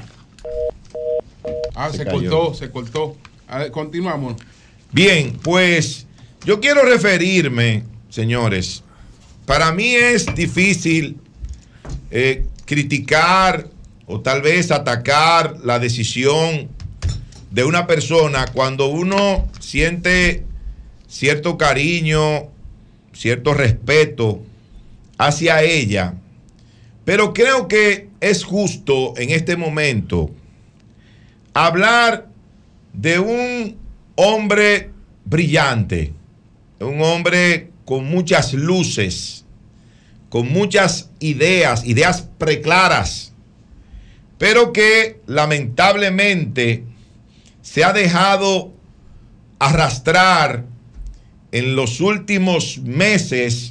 Ah, se, Se cortó, cayó. se cortó. A ver, continuamos. Bien, pues yo quiero referirme, señores. Para mí es difícil eh, criticar o tal vez atacar la decisión de una persona cuando uno siente cierto cariño, cierto respeto hacia ella. Pero creo que es justo en este momento hablar de un hombre brillante, un hombre con muchas luces, con muchas ideas, ideas preclaras, pero que lamentablemente se ha dejado arrastrar en los últimos meses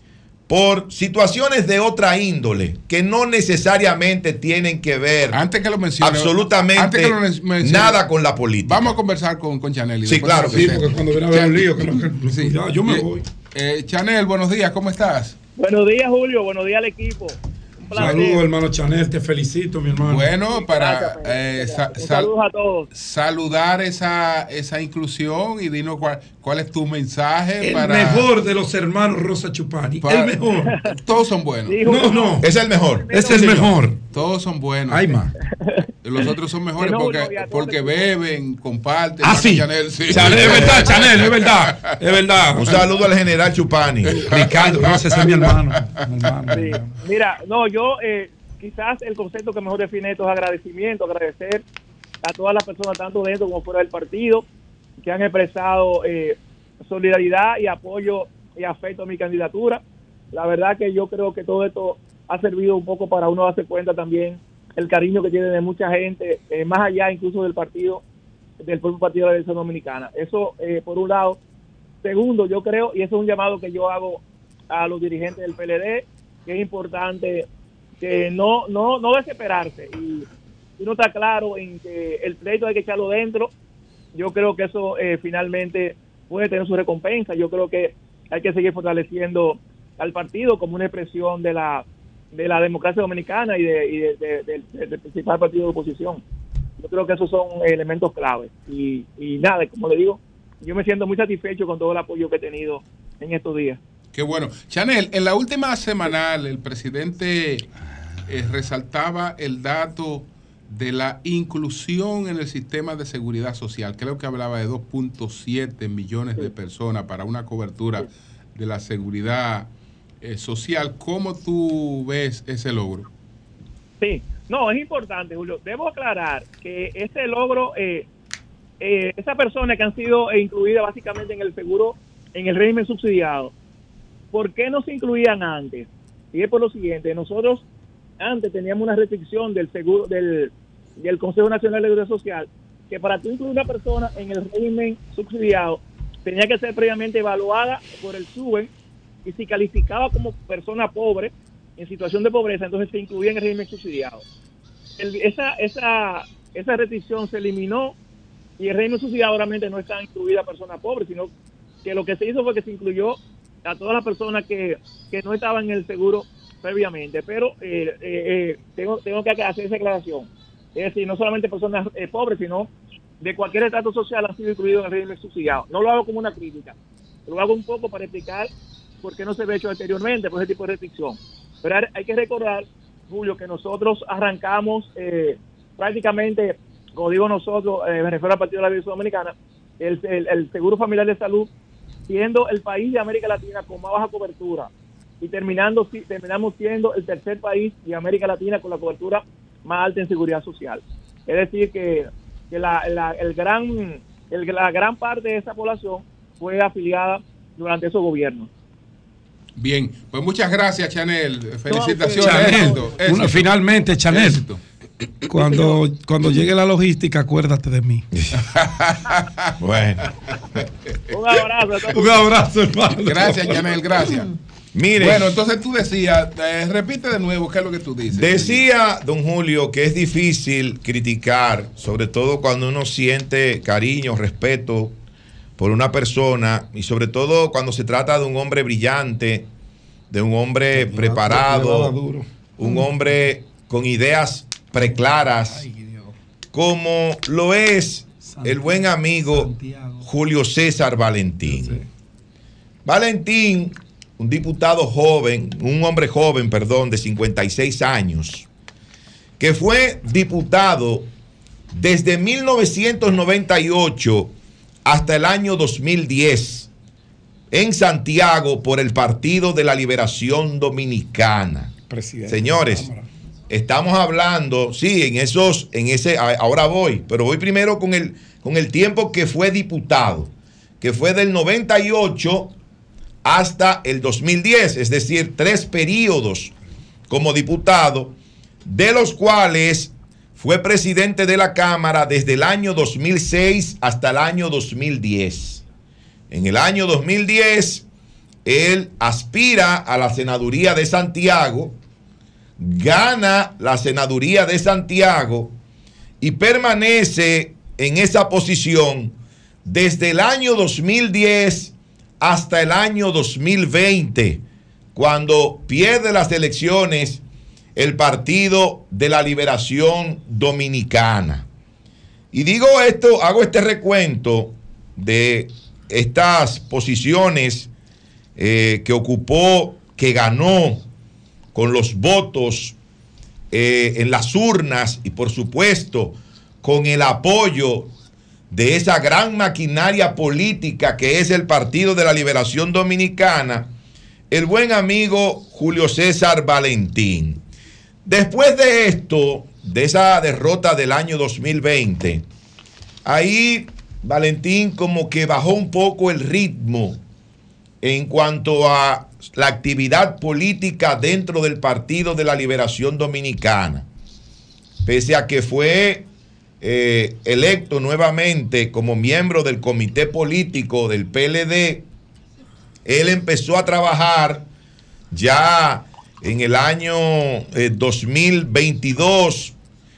por situaciones de otra índole que no necesariamente tienen que ver Antes que lo mencione, absolutamente antes que lo mencione, nada con la política. Vamos a conversar con, con Chanel. y Sí, después claro que que Sí, sí. porque cuando viene a haber un lío, que no, que- Sí. ya, yo me Eh, voy. eh, Chanel, buenos días, ¿cómo estás? Buenos días, Julio. Buenos días al equipo. Un placer. Saludos, hermano Chanel, te felicito, mi hermano. Bueno, para Gracias, eh, sa- Un sal- saludo a todos. saludar esa, esa inclusión y dinos cuál, cuál es tu mensaje El para... mejor de los hermanos Rosa Chupani. para- El mejor. Todos son buenos. Sí, No, no. Es el mejor. Es el mejor. Todos son buenos. Hay más. Los otros son mejores No, no, porque, y a todos porque les- beben, comparten. Ah, más que sí. Chanel, sí. Chanel, es verdad, Chanel, es verdad. Es verdad. Un saludo al general Chupani. Ricardo Rosa, ese es mi hermano. Mi hermano, mi Sí. hermano. Mira, no, yo eh, quizás el concepto que mejor define esto es agradecimiento, agradecer a todas las personas, tanto dentro como fuera del partido, que han expresado eh, solidaridad y apoyo y afecto a mi candidatura. La verdad que yo creo que todo esto ha servido un poco para uno darse cuenta también el cariño que tiene de mucha gente, eh, más allá incluso del partido, del propio Partido de la Liberación Dominicana. Eso, eh, por un lado. Segundo, yo creo, y eso es un llamado que yo hago a los dirigentes del P L D, que es importante que no no no desesperarse. Y uno está claro en que el pleito hay que echarlo dentro. Yo creo que eso eh, finalmente puede tener su recompensa. Yo creo que hay que seguir fortaleciendo al partido como una expresión de la de la democracia dominicana y, de, y de, de- de- de- del principal partido de oposición. Yo creo que esos son elementos claves. Y, y nada, como le digo, yo me siento muy satisfecho con todo el apoyo que he tenido en estos días. Qué bueno. Chanel, en la última semanal el presidente eh, resaltaba el dato de la inclusión en el sistema de seguridad social. Creo que hablaba de dos punto siete millones de personas para una cobertura de la seguridad eh, social. ¿Cómo tú ves ese logro? Sí, no, es importante, Julio. Debo aclarar que ese logro, eh, eh, esas personas que han sido eh, incluidas básicamente en el seguro, en el régimen subsidiado, ¿por qué no se incluían antes? Y es por lo siguiente, nosotros antes teníamos una restricción del seguro del, del Consejo Nacional de Seguridad Social, que para tú incluir una persona en el régimen subsidiado tenía que ser previamente evaluada por el SUBEN, y si calificaba como persona pobre, en situación de pobreza, entonces se incluía en el régimen subsidiado. El- esa, esa, esa restricción se eliminó y el régimen subsidiado realmente no está incluida a personas pobres, sino que lo que se hizo fue que se incluyó a todas las personas que, que no estaban en el seguro previamente. Pero eh, eh, eh, tengo, tengo que hacer esa aclaración. Es decir, no solamente personas eh, pobres, sino de cualquier estrato social han sido incluidos en el régimen subsidiado. No lo hago como una crítica, lo hago un poco para explicar por qué no se había hecho anteriormente por ese tipo de restricción. Pero hay- hay que recordar, Julio, que nosotros arrancamos eh, prácticamente, como digo nosotros, eh, me refiero al Partido de la Liberación Dominicana, el, el, el Seguro Familiar de Salud, siendo el país de América Latina con más baja cobertura y terminando si- terminamos siendo el tercer país de América Latina con la cobertura más alta en seguridad social. Es decir, que, que la, la, el gran, el, la gran parte de esa población fue afiliada durante esos gobiernos. Bien, pues muchas gracias, Chanel. Felicitaciones. Chanel, Éxito, éxito. una- finalmente, Chanel. Éxito. Cuando, cuando llegue la logística, acuérdate de mí. Bueno. Un abrazo. Un abrazo, hermano. Gracias, Yanel, gracias. Mire. Bueno, entonces tú decías, eh, repite de nuevo, ¿qué es lo que tú dices? Decía don Julio que es difícil criticar, sobre todo cuando uno siente cariño, respeto por una persona y sobre todo cuando se trata de un hombre brillante, de un hombre preparado, un hombre con ideas preclaras, como lo es el buen amigo Julio César Valentín. Valentín, un diputado joven, un hombre joven, perdón, de cincuenta y seis años, que fue diputado desde mil novecientos noventa y ocho hasta el año dos mil diez en Santiago por el Partido de la Liberación Dominicana. Presidente. Señores, estamos hablando, sí, en esos, en ese, ahora voy, pero voy primero con el, con el tiempo que fue diputado, que fue del noventa y ocho hasta el dos mil diez, es decir, tres periodos como diputado, de los cuales fue presidente de la Cámara desde el año dos mil seis hasta el año dos mil diez. En el año dos mil diez, él aspira a la senaduría de Santiago, gana la senaduría de Santiago y permanece en esa posición desde el año dos mil diez hasta el año dos mil veinte, cuando pierde las elecciones el Partido de la Liberación Dominicana. Y digo esto, hago este recuento de estas posiciones eh, que ocupó, que ganó con los votos eh, en las urnas y por supuesto con el apoyo de esa gran maquinaria política que es el Partido de la Liberación Dominicana, el buen amigo Julio César Valentín. Después de esto, de esa derrota del año dos mil veinte, ahí Valentín como que bajó un poco el ritmo en cuanto a la actividad política dentro del Partido de la Liberación Dominicana. Pese a que fue eh, electo nuevamente como miembro del comité político del P L D, él empezó a trabajar ya en el año eh, dos mil veintidós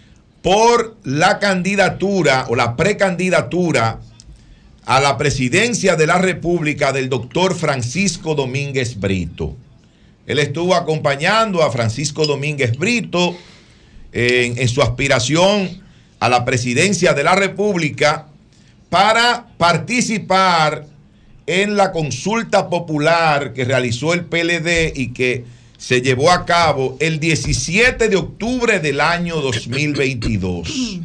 por la candidatura o la precandidatura a la presidencia de la República del doctor Francisco Domínguez Brito. Él estuvo acompañando a Francisco Domínguez Brito en, en su aspiración a la presidencia de la República para participar en la consulta popular que realizó el P L D y que se llevó a cabo el diecisiete de octubre del año dos mil veintidós.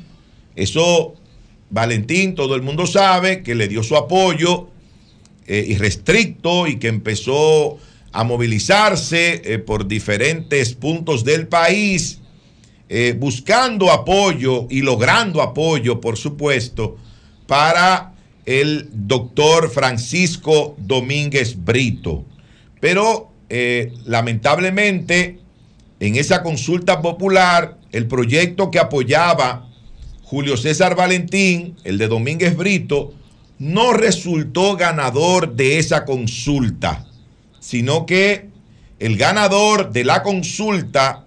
Eso, Valentín, todo el mundo sabe que le dio su apoyo eh, irrestricto y que empezó a movilizarse eh, por diferentes puntos del país, eh, buscando apoyo y logrando apoyo, por supuesto, para el doctor Francisco Domínguez Brito. Pero Eh, lamentablemente, en esa consulta popular, el proyecto que apoyaba Julio César Valentín, el de Domínguez Brito, no resultó ganador de esa consulta, sino que el ganador de la consulta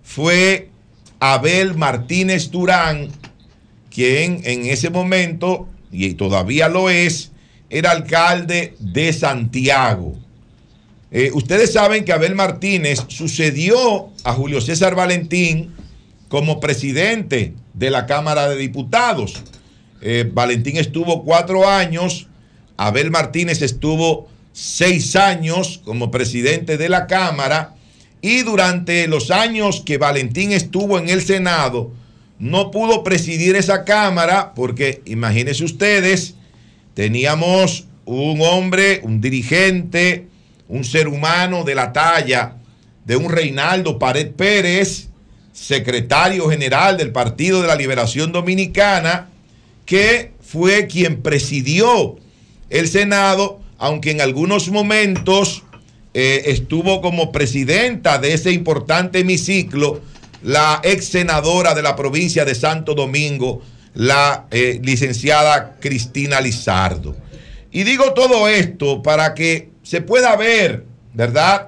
fue Abel Martínez Durán, quien en ese momento, y todavía lo es, era alcalde de Santiago. Eh, ustedes saben que Abel Martínez sucedió a Julio César Valentín como presidente de la Cámara de Diputados. Eh, Valentín estuvo cuatro años, Abel Martínez estuvo seis años como presidente de la Cámara y durante los años que Valentín estuvo en el Senado no pudo presidir esa Cámara porque, imagínense ustedes, teníamos un hombre, un dirigente, un ser humano de la talla de un Reinaldo Pared Pérez, secretario general del Partido de la Liberación Dominicana, que fue quien presidió el Senado, aunque en algunos momentos eh, estuvo como presidenta de ese importante hemiciclo la ex senadora de la provincia de Santo Domingo, la eh, licenciada Cristina Lizardo. Y digo todo esto para que se pueda ver, ¿verdad?,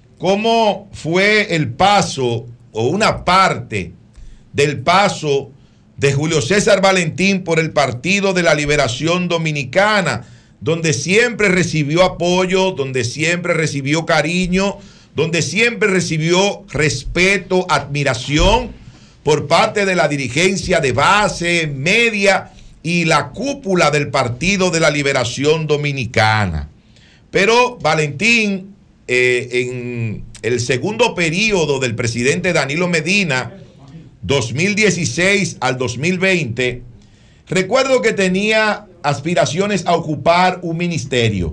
cómo fue el paso o una parte del paso de Julio César Valentín por el Partido de la Liberación Dominicana, donde siempre recibió apoyo, donde siempre recibió cariño, donde siempre recibió respeto, admiración por parte de la dirigencia de base, media y la cúpula del Partido de la Liberación Dominicana. Pero Valentín, eh, en el segundo periodo del presidente Danilo Medina, dos mil dieciséis al dos mil veinte, recuerdo que tenía aspiraciones a ocupar un ministerio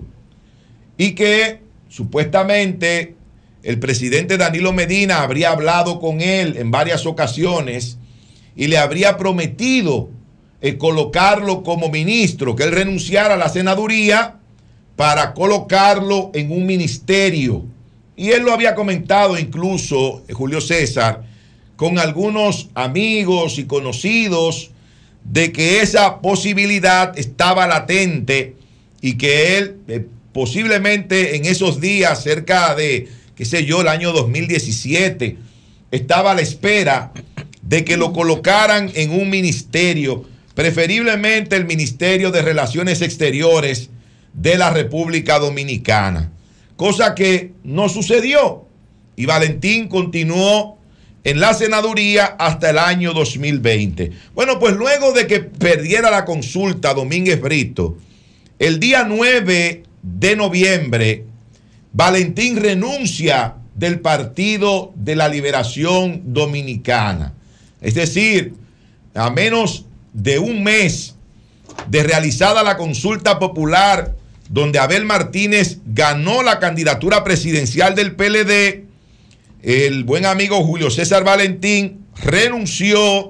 y que supuestamente el presidente Danilo Medina habría hablado con él en varias ocasiones y le habría prometido eh, colocarlo como ministro, que él renunciara a la senaduría para colocarlo en un ministerio. Y él lo había comentado incluso, eh, Julio César, con algunos amigos y conocidos, de que esa posibilidad estaba latente y que él eh, posiblemente en esos días, cerca de, qué sé yo, el año dos mil diecisiete, estaba a la espera de que lo colocaran en un ministerio, preferiblemente el Ministerio de Relaciones Exteriores de la República Dominicana, cosa que no sucedió, y Valentín continuó en la senaduría hasta el año dos mil veinte. Bueno, pues luego de que perdiera la consulta Domínguez Brito, el día nueve de noviembre, Valentín renuncia del Partido de la Liberación Dominicana. Es decir, a menos de un mes de realizada la consulta popular, donde Abel Martínez ganó la candidatura presidencial del P L D, el buen amigo Julio César Valentín renunció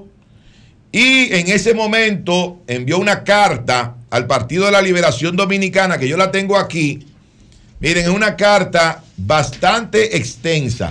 y en ese momento envió una carta al Partido de la Liberación Dominicana, que yo la tengo aquí. Miren, es una carta bastante extensa.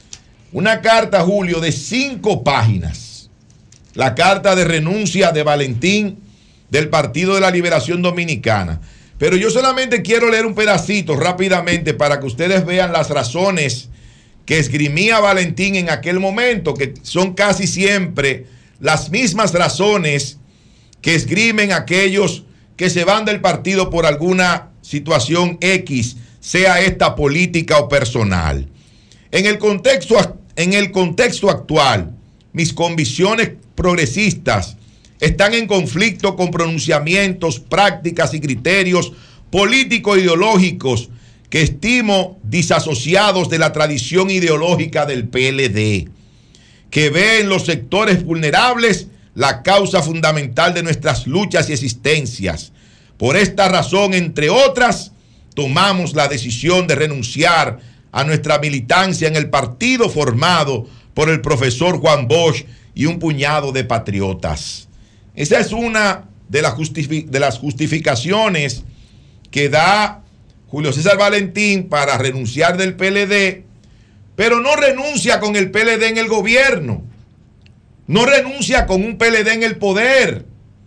Una carta, Julio, de cinco páginas. La carta de renuncia de Valentín del Partido de la Liberación Dominicana. Pero yo solamente quiero leer un pedacito rápidamente para que ustedes vean las razones que esgrimía Valentín en aquel momento, que son casi siempre las mismas razones que esgrimen aquellos que se van del partido por alguna situación X, sea esta política o personal. En el contexto, en el contexto actual, mis convicciones progresistas están en conflicto con pronunciamientos, prácticas y criterios político-ideológicos que estimo disasociados de la tradición ideológica del P L D, que ve en los sectores vulnerables la causa fundamental de nuestras luchas y existencias. Por esta razón, entre otras, tomamos la decisión de renunciar a nuestra militancia en el partido formado por el profesor Juan Bosch y un puñado de patriotas. Esa es una de las, justific- de las justificaciones que da Julio César Valentín para renunciar del P L D, pero no renuncia con el P L D en el gobierno, no renuncia con un P L D en el poder,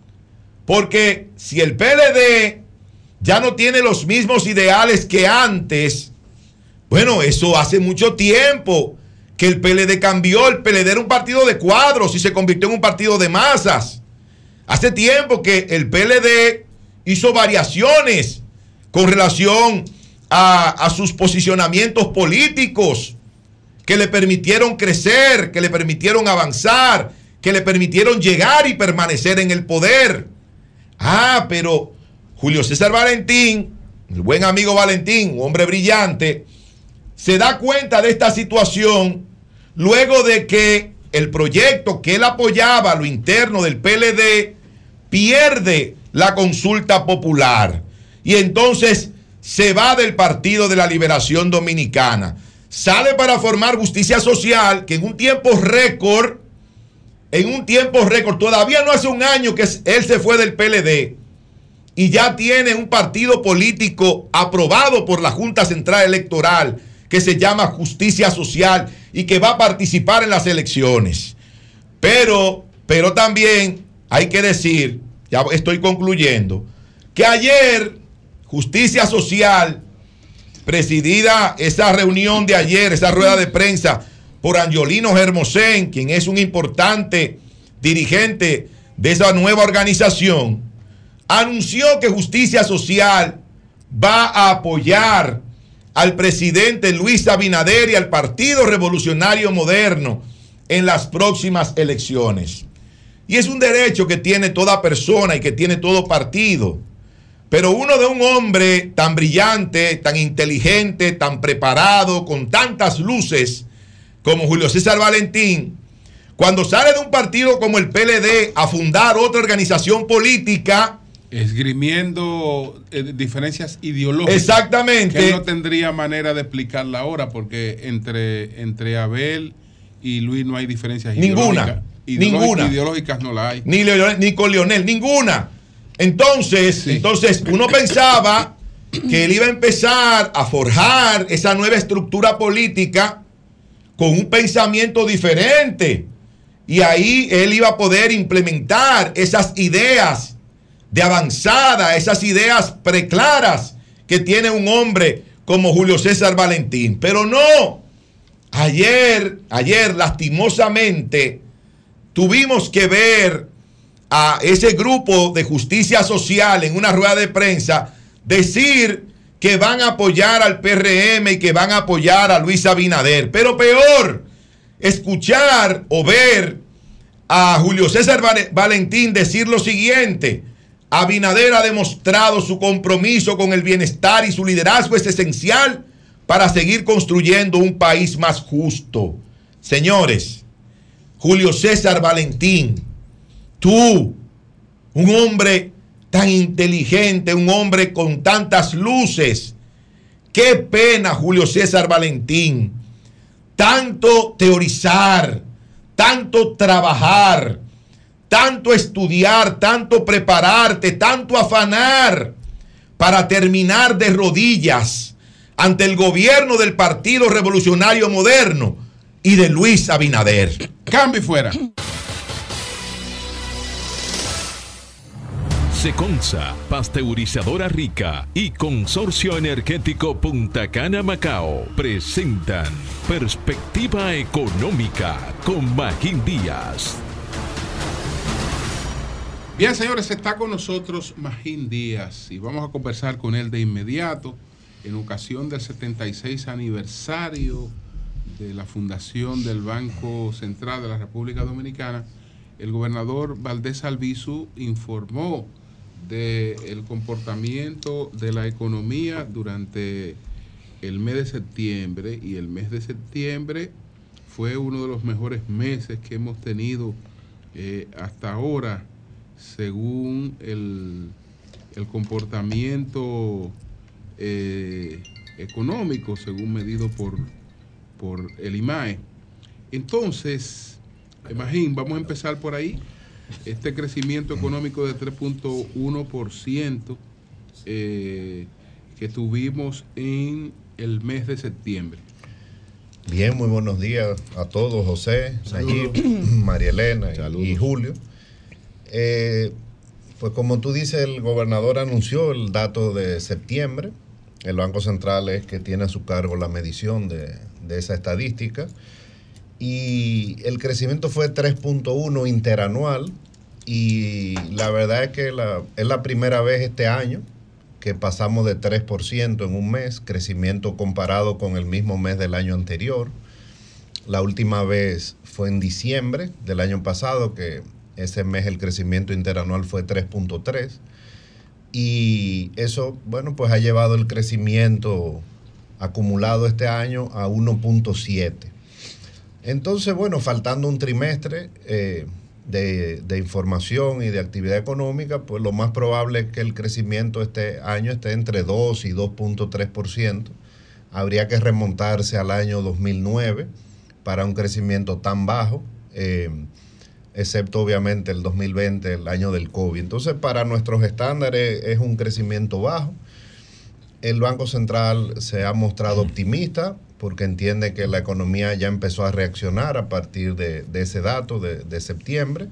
porque si el P L D ya no tiene los mismos ideales que antes, bueno, eso hace mucho tiempo que el P L D cambió. El P L D era un partido de cuadros y se convirtió en un partido de masas. Hace tiempo que el P L D hizo variaciones con relación a, a sus posicionamientos políticos que le permitieron crecer, que le permitieron avanzar, que le permitieron llegar y permanecer en el poder. Ah, pero Julio César Valentín, el buen amigo Valentín, un hombre brillante, se da cuenta de esta situación luego de que el proyecto que él apoyaba a lo interno del P L D pierde la consulta popular. Y entonces se va del Partido de la Liberación Dominicana. Sale para formar Justicia Social, que en un tiempo récord, en un tiempo récord, todavía no hace un año que él se fue del P L D y ya tiene un partido político aprobado por la Junta Central Electoral que se llama Justicia Social y que va a participar en las elecciones. Pero, pero también hay que decir, ya estoy concluyendo, que ayer Justicia Social, presidida esa reunión de ayer, esa rueda de prensa por Angiolino Hermosén, quien es un importante dirigente de esa nueva organización, anunció que Justicia Social va a apoyar al presidente Luis Abinader y al Partido Revolucionario Moderno en las próximas elecciones. Y es un derecho que tiene toda persona y que tiene todo partido. Pero uno de un hombre tan brillante, tan inteligente, tan preparado, con tantas luces como Julio César Valentín, cuando sale de un partido como el P L D a fundar otra organización política, esgrimiendo eh, diferencias ideológicas. Exactamente. Que no tendría manera de explicarla ahora, porque entre, entre Abel y Luis no hay diferencias ninguna, ideológicas. Ideológicas, ninguna. Ideológicas no la hay. Ni, Leonel, ni con Leonel, ninguna. Entonces, sí. entonces uno pensaba que él iba a empezar a forjar esa nueva estructura política con un pensamiento diferente. Y ahí él iba a poder implementar esas ideas de avanzada, esas ideas preclaras que tiene un hombre como Julio César Valentín. Pero no, ayer, ayer lastimosamente tuvimos que ver a ese grupo de Justicia Social en una rueda de prensa decir que van a apoyar al P R M y que van a apoyar a Luis Abinader. Pero peor, escuchar o ver a Julio César Valentín decir lo siguiente: Abinader ha demostrado su compromiso con el bienestar y su liderazgo es esencial para seguir construyendo un país más justo. Señores, Julio César Valentín, tú, un hombre tan inteligente, un hombre con tantas luces, qué pena, Julio César Valentín, tanto teorizar, tanto trabajar, tanto estudiar, tanto prepararte, tanto afanar para terminar de rodillas ante el gobierno del Partido Revolucionario Moderno y de Luis Abinader. Cambio y fuera. Seconza, Pasteurizadora Rica y Consorcio Energético Punta Cana Macao presentan Perspectiva Económica con Magín Díaz. Bien, señores, está con nosotros Magín Díaz y vamos a conversar con él de inmediato en ocasión del setenta y seis aniversario de la fundación del Banco Central de la República Dominicana. El gobernador Valdés Albizu informó del comportamiento de la economía durante el mes de septiembre, y el mes de septiembre fue uno de los mejores meses que hemos tenido eh, hasta ahora, según el, el comportamiento eh, económico, según medido por, por el I M A E. Entonces, imagín, vamos a empezar por ahí. Este crecimiento económico de tres punto uno por ciento eh, que tuvimos en el mes de septiembre. Bien, muy buenos días a todos, José, Nayib, María Elena Saludos. y Julio. Eh, pues como tú dices, el gobernador anunció el dato de septiembre. El Banco Central es que tiene a su cargo la medición de, de esa estadística. Y el crecimiento fue tres punto uno interanual, y la verdad es que la, es la primera vez este año que pasamos de tres por ciento en un mes, crecimiento comparado con el mismo mes del año anterior. La última vez fue en diciembre del año pasado, que ese mes el crecimiento interanual fue tres punto tres, y eso, bueno, pues ha llevado el crecimiento acumulado este año a uno punto siete. Entonces, bueno, faltando un trimestre eh, de, de información y de actividad económica, pues lo más probable es que el crecimiento este año esté entre dos y dos punto tres por ciento. Habría que remontarse al año dos mil nueve para un crecimiento tan bajo, eh, excepto obviamente el dos mil veinte, el año del COVID. Entonces, para nuestros estándares es un crecimiento bajo. El Banco Central se ha mostrado optimista porque entiende que la economía ya empezó a reaccionar a partir de, de ese dato de, de septiembre.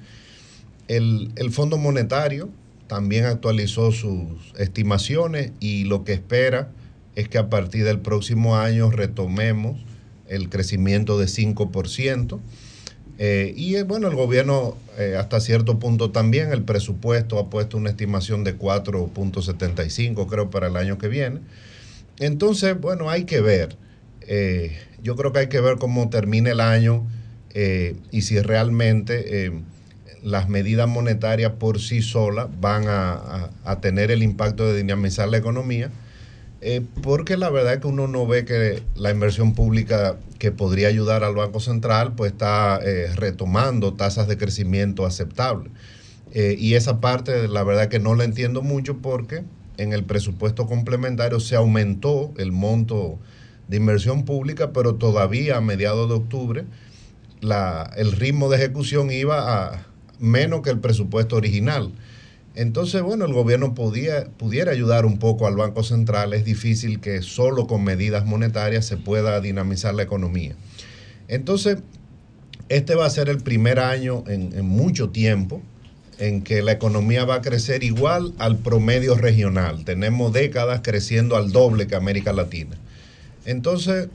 El, el Fondo Monetario también actualizó sus estimaciones y lo que espera es que a partir del próximo año retomemos el crecimiento de cinco por ciento. Eh, y eh, bueno, el gobierno eh, hasta cierto punto también, el presupuesto ha puesto una estimación de cuatro punto setenta y cinco, creo, para el año que viene. Entonces, bueno, hay que ver. Eh, yo creo que hay que ver cómo termina el año eh, y si realmente eh, las medidas monetarias por sí solas van a, a, a tener el impacto de dinamizar la economía. Eh, porque la verdad es que uno no ve que la inversión pública que podría ayudar al Banco Central pues está eh, retomando tasas de crecimiento aceptables. Eh, y esa parte la verdad que no la entiendo mucho porque en el presupuesto complementario se aumentó el monto de inversión pública, pero todavía a mediados de octubre la, el ritmo de ejecución iba a menos que el presupuesto original. Entonces, bueno, el gobierno podía, pudiera ayudar un poco al Banco Central. Es difícil que solo con medidas monetarias se pueda dinamizar la economía. Entonces, este va a ser el primer año en, en mucho tiempo en que la economía va a crecer igual al promedio regional. Tenemos décadas creciendo al doble que América Latina. Entonces,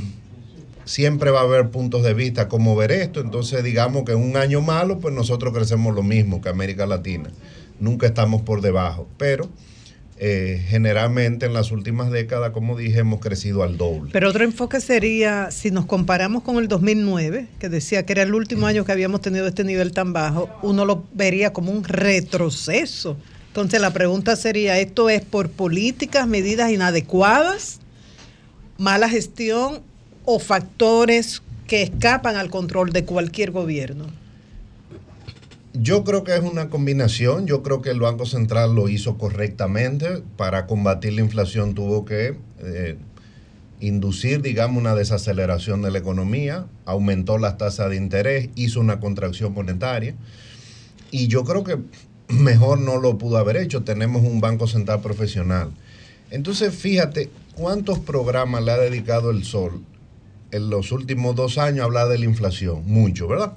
siempre va a haber puntos de vista cómo ver esto. Entonces, digamos que en un año malo, pues nosotros crecemos lo mismo que América Latina. Nunca estamos por debajo, pero eh, generalmente en las últimas décadas, como dije, hemos crecido al doble. Pero otro enfoque sería, si nos comparamos con el dos mil nueve, que decía que era el último año que habíamos tenido este nivel tan bajo, uno lo vería como un retroceso. Entonces la pregunta sería, ¿esto es por políticas, medidas inadecuadas, mala gestión o factores que escapan al control de cualquier gobierno? Yo creo que es una combinación. Yo creo que el Banco Central lo hizo correctamente. Para combatir la inflación tuvo que eh, inducir, digamos, una desaceleración de la economía, aumentó las tasas de interés, hizo una contracción monetaria. Y yo creo que mejor no lo pudo haber hecho. Tenemos un Banco Central profesional. Entonces, fíjate cuántos programas le ha dedicado el Sol en los últimos dos años a hablar de la inflación. Mucho, ¿verdad?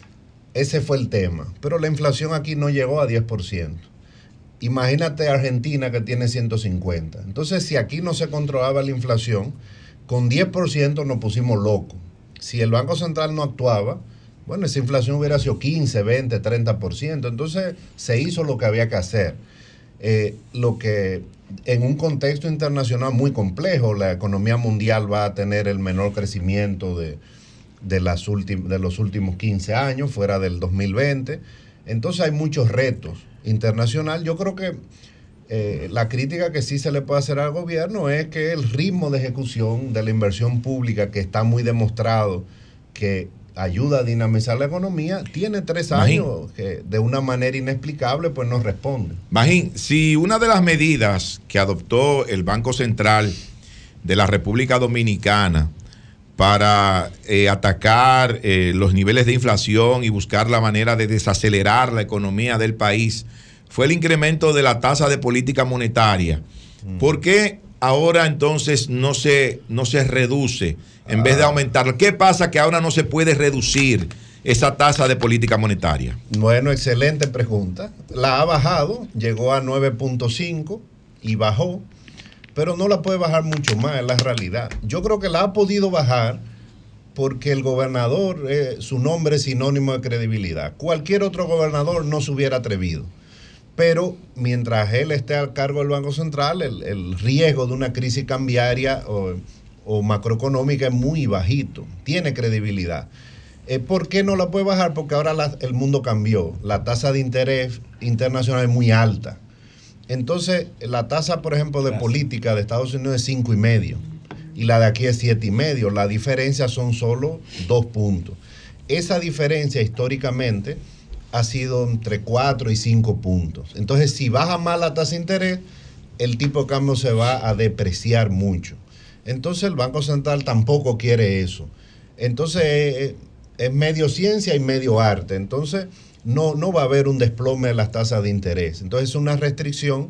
Ese fue el tema. Pero la inflación aquí no llegó a diez por ciento. Imagínate Argentina que tiene ciento cincuenta. Entonces, si aquí no se controlaba la inflación, con diez por ciento nos pusimos locos. Si el Banco Central no actuaba, bueno, esa inflación hubiera sido quince, veinte, treinta por ciento. Entonces, se hizo lo que había que hacer. Eh, lo que en un contexto internacional muy complejo, la economía mundial va a tener el menor crecimiento de... De, las últim- de los últimos quince años, fuera del dos mil veinte. Entonces hay muchos retos internacionales. Yo creo que eh, la crítica que sí se le puede hacer al gobierno es que el ritmo de ejecución de la inversión pública, que está muy demostrado que ayuda a dinamizar la economía, tiene tres Magín. años que de una manera inexplicable pues no responde. Magín, si una de las medidas que adoptó el Banco Central de la República Dominicana para eh, atacar eh, los niveles de inflación y buscar la manera de desacelerar la economía del país fue el incremento de la tasa de política monetaria. Mm. ¿Por qué ahora entonces no se, no se reduce en ah. vez de aumentar? ¿Qué pasa que ahora no se puede reducir esa tasa de política monetaria? Bueno, excelente pregunta. La ha bajado, llegó a nueve punto cinco y bajó. Pero no la puede bajar mucho más, es la realidad. Yo creo que la ha podido bajar porque el gobernador, eh, su nombre es sinónimo de credibilidad. Cualquier otro gobernador no se hubiera atrevido. Pero mientras él esté al cargo del Banco Central, el, el riesgo de una crisis cambiaria o, o macroeconómica es muy bajito. Tiene credibilidad. Eh, ¿Por qué no la puede bajar? Porque ahora la, el mundo cambió. La tasa de interés internacional es muy alta. Entonces, la tasa, por ejemplo, de política de Estados Unidos es cinco y medio y la de aquí es siete y medio. La diferencia son solo dos puntos. Esa diferencia históricamente ha sido entre cuatro y cinco puntos. Entonces, si baja más la tasa de interés, el tipo de cambio se va a depreciar mucho. Entonces, el Banco Central tampoco quiere eso. Entonces, es, es medio ciencia y medio arte. Entonces, No, no va a haber un desplome de las tasas de interés. Entonces es una restricción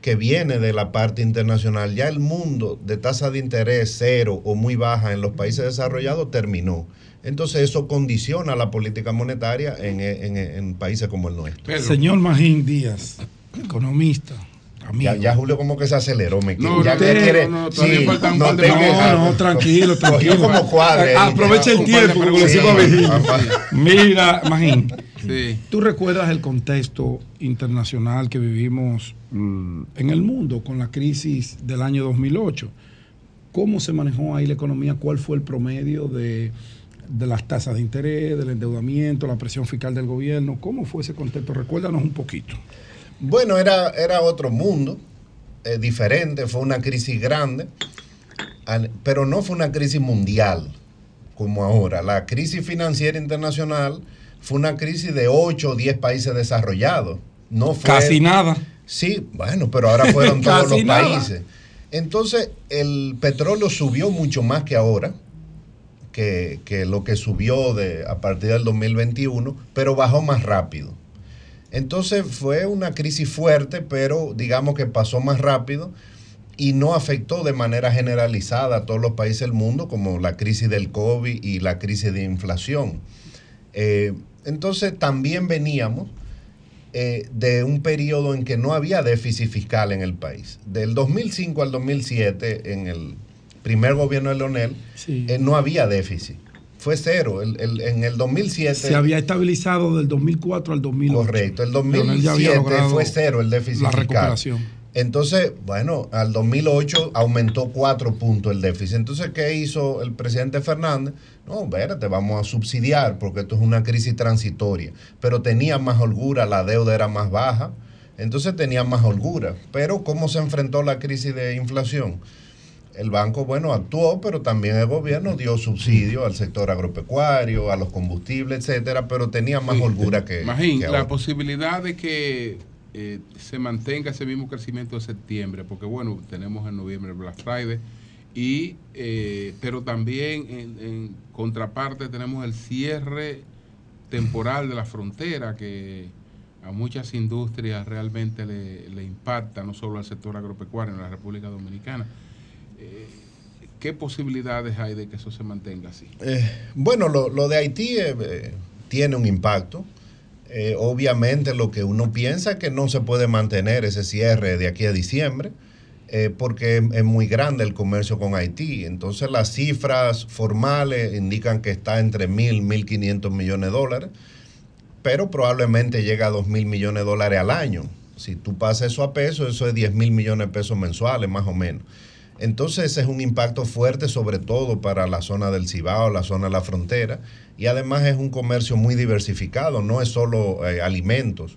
que viene de la parte internacional. Ya el mundo de tasa de interés cero o muy baja en los países desarrollados terminó. Entonces eso condiciona la política monetaria en, en, en países como el nuestro. Pedro. Señor Magín Díaz, economista. Ya, ya Julio como que se aceleró, me no, ya no, que no, quiere, no, no, sí, falta un no, par de- no, no, tranquilo, tranquilo. como cuadre. Ah, aprovecha el tiempo, como le decimos a Virginia. Mira, Magín, Sí. ¿tú recuerdas el contexto internacional que vivimos mm, en el mundo con la crisis del año dos mil ocho? ¿Cómo se manejó ahí la economía? ¿Cuál fue el promedio de, de las tasas de interés, del endeudamiento, la presión fiscal del gobierno? ¿Cómo fue ese contexto? Recuérdanos un poquito. Bueno, era, era otro mundo, eh, diferente, fue una crisis grande, al- pero no fue una crisis mundial como ahora. La crisis financiera internacional fue una crisis de ocho o diez países desarrollados. No fue, Casi nada. Sí, bueno, pero ahora fueron todos Casi los nada. países. Entonces, el petróleo subió mucho más que ahora, que, que lo que subió de, a partir del dos mil veintiuno, pero bajó más rápido. Entonces fue una crisis fuerte, pero digamos que pasó más rápido y no afectó de manera generalizada a todos los países del mundo, como la crisis del COVID y la crisis de inflación. Eh, entonces también veníamos eh, de un periodo en que no había déficit fiscal en el país. Del dos mil cinco al dos mil siete, en el primer gobierno de Leonel, Sí. eh, no había déficit. Fue cero. El, el- en el dos mil siete... Se había estabilizado del dos mil cuatro al dos mil ocho. Correcto, el Leonel ya había dos mil siete logrado fue cero el déficit la fiscal. recuperación. Entonces, bueno, al dos mil ocho aumentó cuatro puntos el déficit. Entonces, ¿qué hizo el presidente Fernández? No, espérate, vamos a subsidiar porque esto es una crisis transitoria. Pero tenía más holgura, la deuda era más baja, entonces tenía más holgura. Pero ¿cómo se enfrentó la crisis de inflación? El banco, bueno, actuó, pero también el gobierno dio subsidio al sector agropecuario, a los combustibles, etcétera, pero tenía más holgura que, Magín, que la ahora. posibilidad de que eh, se mantenga ese mismo crecimiento de septiembre, porque bueno, tenemos en noviembre el Black Friday, y, eh, pero también en, en contraparte tenemos el cierre temporal de la frontera que a muchas industrias realmente le, le impacta, no solo al sector agropecuario en la República Dominicana. Eh, ¿Qué posibilidades hay de que eso se mantenga así? Eh, bueno, lo, lo de Haití eh, eh, tiene un impacto. Eh, obviamente lo que uno piensa es que no se puede mantener ese cierre de aquí a diciembre, eh, porque es, es muy grande el comercio con Haití. Entonces las cifras formales indican que está entre mil, mil quinientos millones de dólares, pero probablemente llega a dos mil millones de dólares al año. Si tú pasas eso a pesos, eso es diez mil millones de pesos mensuales, más o menos. Entonces ese es un impacto fuerte, sobre todo para la zona del Cibao, la zona de la frontera, y además es un comercio muy diversificado, no es solo eh, alimentos,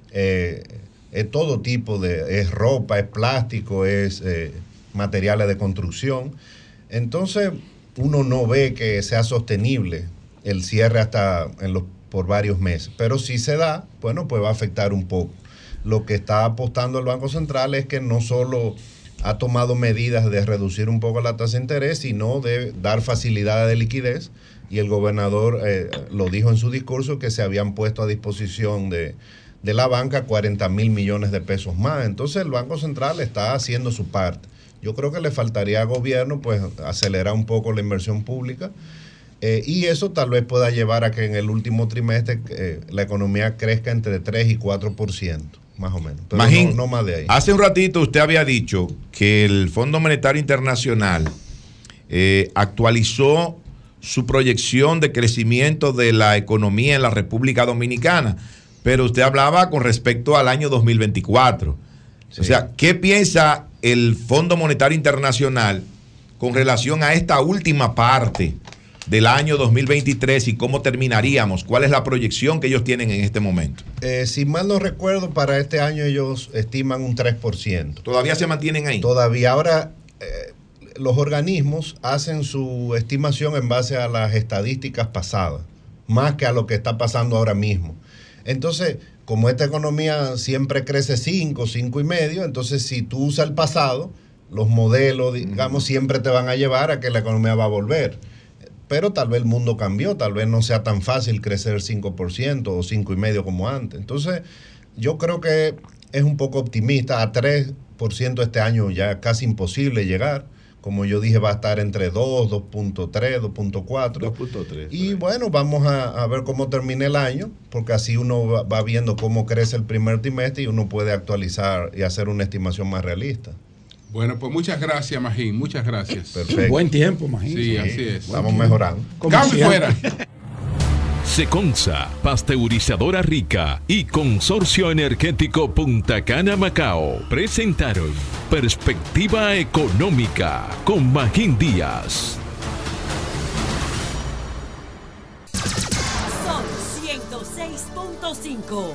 eh, es todo tipo de, es ropa, es plástico, es eh, materiales de construcción. Entonces uno no ve que sea sostenible el cierre hasta en los, por varios meses, pero si se da, bueno, pues va a afectar un poco. Lo que está apostando el Banco Central es que no solo ha tomado medidas de reducir un poco la tasa de interés, sino de dar facilidades de liquidez. Y el gobernador eh, lo dijo en su discurso que se habían puesto a disposición de, de la banca cuarenta mil millones de pesos más. Entonces el Banco Central está haciendo su parte. Yo creo que le faltaría al gobierno pues acelerar un poco la inversión pública. Eh, y eso tal vez pueda llevar a que en el último trimestre eh, la economía crezca entre tres y cuatro por ciento. Más o menos, pero Magín, no, no más de ahí. Hace un ratito usted había dicho que el Fondo Monetario Internacional eh, actualizó su proyección de crecimiento de la economía en la República Dominicana, pero usted hablaba con respecto al año dos mil veinticuatro. Sí. O sea, ¿qué piensa el Fondo Monetario Internacional con relación a esta última parte del año dos mil veintitrés y cómo terminaríamos? ¿Cuál es la proyección que ellos tienen en este momento? Eh, si mal no recuerdo, para este año ellos estiman un tres por ciento. ¿Todavía se mantienen ahí? Todavía. Ahora, eh, los organismos hacen su estimación en base a las estadísticas pasadas, más que a lo que está pasando ahora mismo. Entonces, como esta economía siempre crece cinco, cinco y medio, entonces si tú usas el pasado, los modelos, digamos, siempre te van a llevar a que la economía va a volver. Pero tal vez el mundo cambió, tal vez no sea tan fácil crecer cinco por ciento o cinco y medio como antes. Entonces, yo creo que es un poco optimista. A tres por ciento este año ya casi imposible llegar. Como yo dije, va a estar entre dos, dos punto tres, dos punto cuatro. dos punto tres. Y bueno, vamos a, a ver cómo termina el año, porque así uno va, va viendo cómo crece el primer trimestre y uno puede actualizar y hacer una estimación más realista. Bueno, pues muchas gracias, Magín. Muchas gracias. Perfecto. Buen tiempo, Magín. Sí, así es. Estamos mejorando. Cambio fuera. Seconza, pasteurizadora rica y Consorcio Energético Punta Cana Macao presentaron Perspectiva Económica con Magín Díaz. Sol ciento seis punto cinco.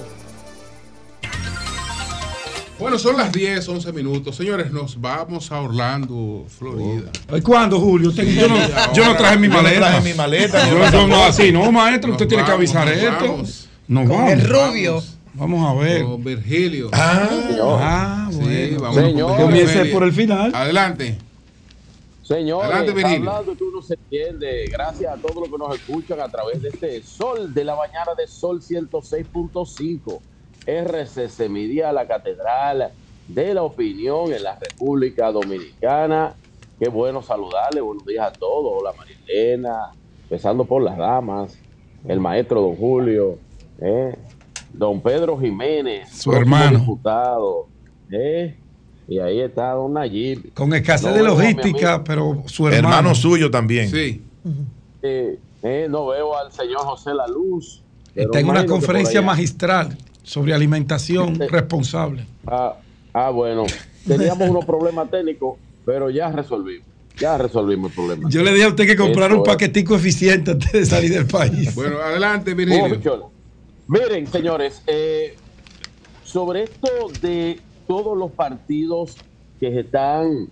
Bueno, son las diez, once minutos. Señores, nos vamos a Orlando, Florida. ¿Y cuándo, Julio? Usted- yo, no, yo no traje mi Yo no maleta. traje mi maleta. Yo, yo no, así, no, maestro. Usted Nos tiene que vamos, avisar nos esto. vamos. Nos Con vamos. el rubio. Vamos a ver. Con Virgilio. Ah, Señor. ah, Sí, bueno. vamos con Virgilio Comience Félix. por el final. Adelante. Señores, Adelante, Virgilio. hablando que uno se entiende, gracias a todos los que nos escuchan a través de este Sol de la mañana de Sol ciento seis punto cinco. R C C Media, la catedral de la opinión en la República Dominicana. Qué bueno saludarle, buenos días a todos. Hola Marilena, empezando por las damas, el maestro don Julio, eh, don Pedro Jiménez, Su próximo hermano. diputado, eh, y ahí está don Nayib. Con escasez No de veo a mi logística, amigo. pero su hermano. Hermano suyo también. Sí. Eh, eh, no veo al señor José La Luz. pero Está en una imagino que por conferencia allá. magistral sobre alimentación responsable. Ah, ah, bueno, teníamos unos problemas técnicos, pero ya resolvimos. Ya resolvimos el problema. Yo le dije a usted que comprara Esto un es- paquetico eficiente antes de salir del país. Bueno, adelante, Oh, Virgilio. bichola. Miren, señores, eh, sobre esto de todos los partidos que se están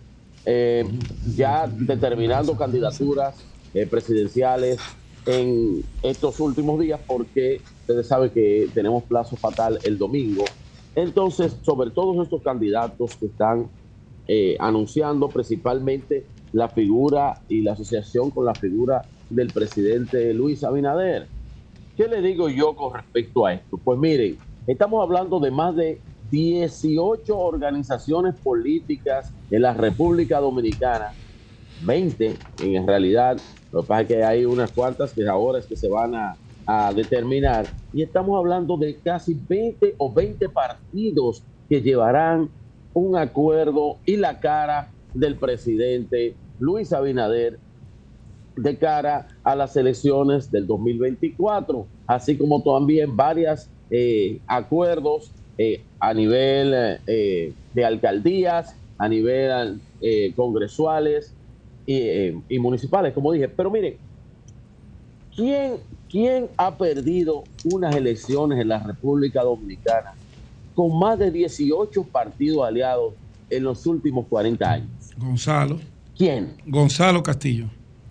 eh, ya determinando candidaturas eh, presidenciales en estos últimos días, porque ustedes saben que tenemos plazo fatal el domingo. Entonces, sobre todos estos candidatos que están eh, anunciando, principalmente la figura y la asociación con la figura del presidente Luis Abinader. ¿Qué le digo yo con respecto a esto? Pues miren, estamos hablando de más de dieciocho organizaciones políticas en la República Dominicana, veinte en realidad, lo que pasa es que hay unas cuantas que ahora es que se van a, a determinar, y estamos hablando de casi veinte o veinte partidos que llevarán un acuerdo y la cara del presidente Luis Abinader de cara a las elecciones del dos mil veinticuatro, así como también varios eh, acuerdos eh, a nivel eh, de alcaldías, a nivel eh, congresuales y, eh, y municipales, como dije. Pero miren, ¿quién, ¿quién ha perdido unas elecciones en la República Dominicana con más de dieciocho partidos aliados en los últimos cuarenta años? Gonzalo. ¿Quién? Gonzalo Castillo.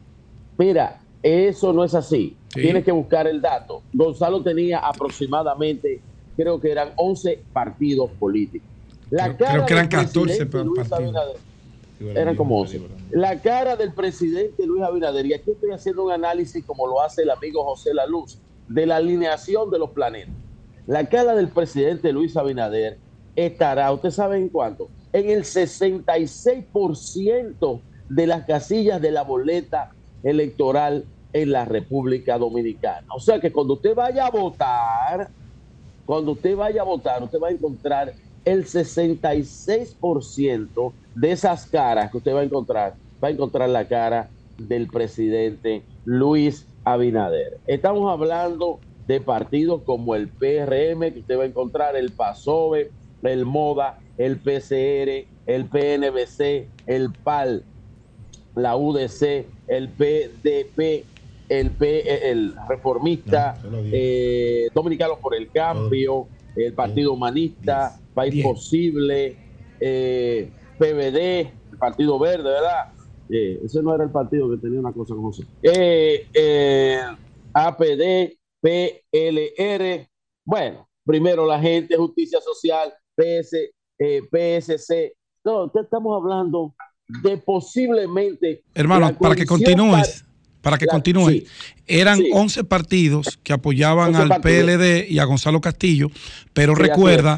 Mira, eso no es así. Sí. Tienes que buscar el dato. Gonzalo tenía aproximadamente, creo que eran once partidos políticos. La Creo, cara creo que eran del catorce presidente Luis partidos. Abinader- eran como once. La cara del presidente Luis Abinader, y aquí estoy haciendo un análisis como lo hace el amigo José La Luz, de la alineación de los planetas. La cara del presidente Luis Abinader estará, ¿usted sabe en cuánto? En el sesenta y seis por ciento de las casillas de la boleta electoral en la República Dominicana. O sea que cuando usted vaya a votar, cuando usted vaya a votar, usted va a encontrar el sesenta y seis por ciento de esas caras que usted va a encontrar, va a encontrar la cara del presidente Luis Abinader. Estamos hablando de partidos como el P R M, que usted va a encontrar el PASOE, el MODA, el P C R, el P N V C, el P A L, la U D C, el P D P, el, P, el Reformista, eh, Dominicanos por el Cambio, el Partido Humanista, País Bien. Posible, eh, P V D, el Partido Verde, ¿verdad? Eh, ese no era el partido que tenía una cosa como esa. Eh, eh, A P D, P L R, bueno, primero la gente, Justicia Social, P S, eh, P S C. No, estamos hablando de posiblemente... Hermano, la para que condición continúes, para que la- continúes, sí, eran sí. once partidos que apoyaban once al partidos. P L D y a Gonzalo Castillo, pero Sí, así recuerda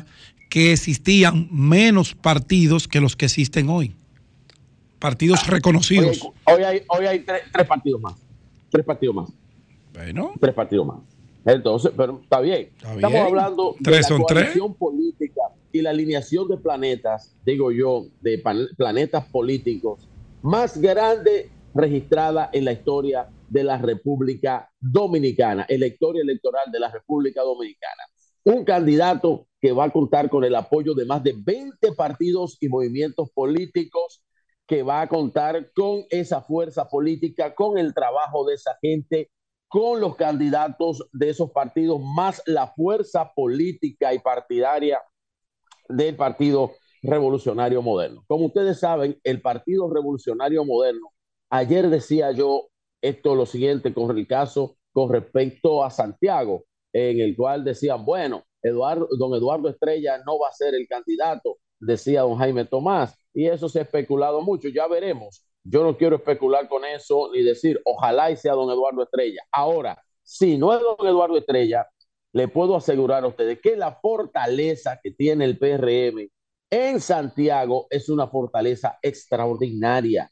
que existían menos partidos que los que existen hoy. Partidos reconocidos. Hoy hay, hoy hay, hoy hay tres, tres partidos más. Tres partidos más. Bueno. Tres partidos más. Entonces, pero está bien. Está Estamos bien. hablando de ¿Tres la son coalición política y la alineación de planetas, digo yo, de pan- planetas políticos más grande registrada en la historia de la República Dominicana, en la historia electoral de la República Dominicana. Un candidato que va a contar con el apoyo de más de veinte partidos y movimientos políticos, que va a contar con esa fuerza política, con el trabajo de esa gente, con los candidatos de esos partidos, más la fuerza política y partidaria del Partido Revolucionario Moderno. Como ustedes saben, el Partido Revolucionario Moderno, ayer decía yo esto lo siguiente con el caso con respecto a Santiago, en el cual decían, bueno, Eduardo, don Eduardo Estrella no va a ser el candidato, decía don Jaime Tomás, y eso se ha especulado mucho, ya veremos. Yo no quiero especular con eso ni decir, ojalá y sea don Eduardo Estrella. Ahora, si no es don Eduardo Estrella, le puedo asegurar a ustedes que la fortaleza que tiene el P R M en Santiago es una fortaleza extraordinaria.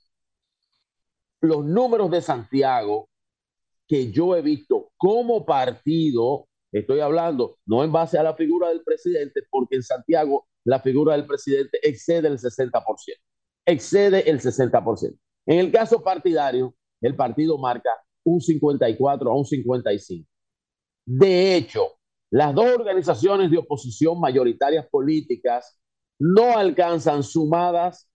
Los números de Santiago que yo he visto como partido, estoy hablando no en base a la figura del presidente, porque en Santiago la figura del presidente excede el sesenta por ciento. Excede el sesenta por ciento. En el caso partidario, el partido marca un cincuenta y cuatro a un cincuenta y cinco. De hecho, las dos organizaciones de oposición mayoritarias políticas no alcanzan sumadas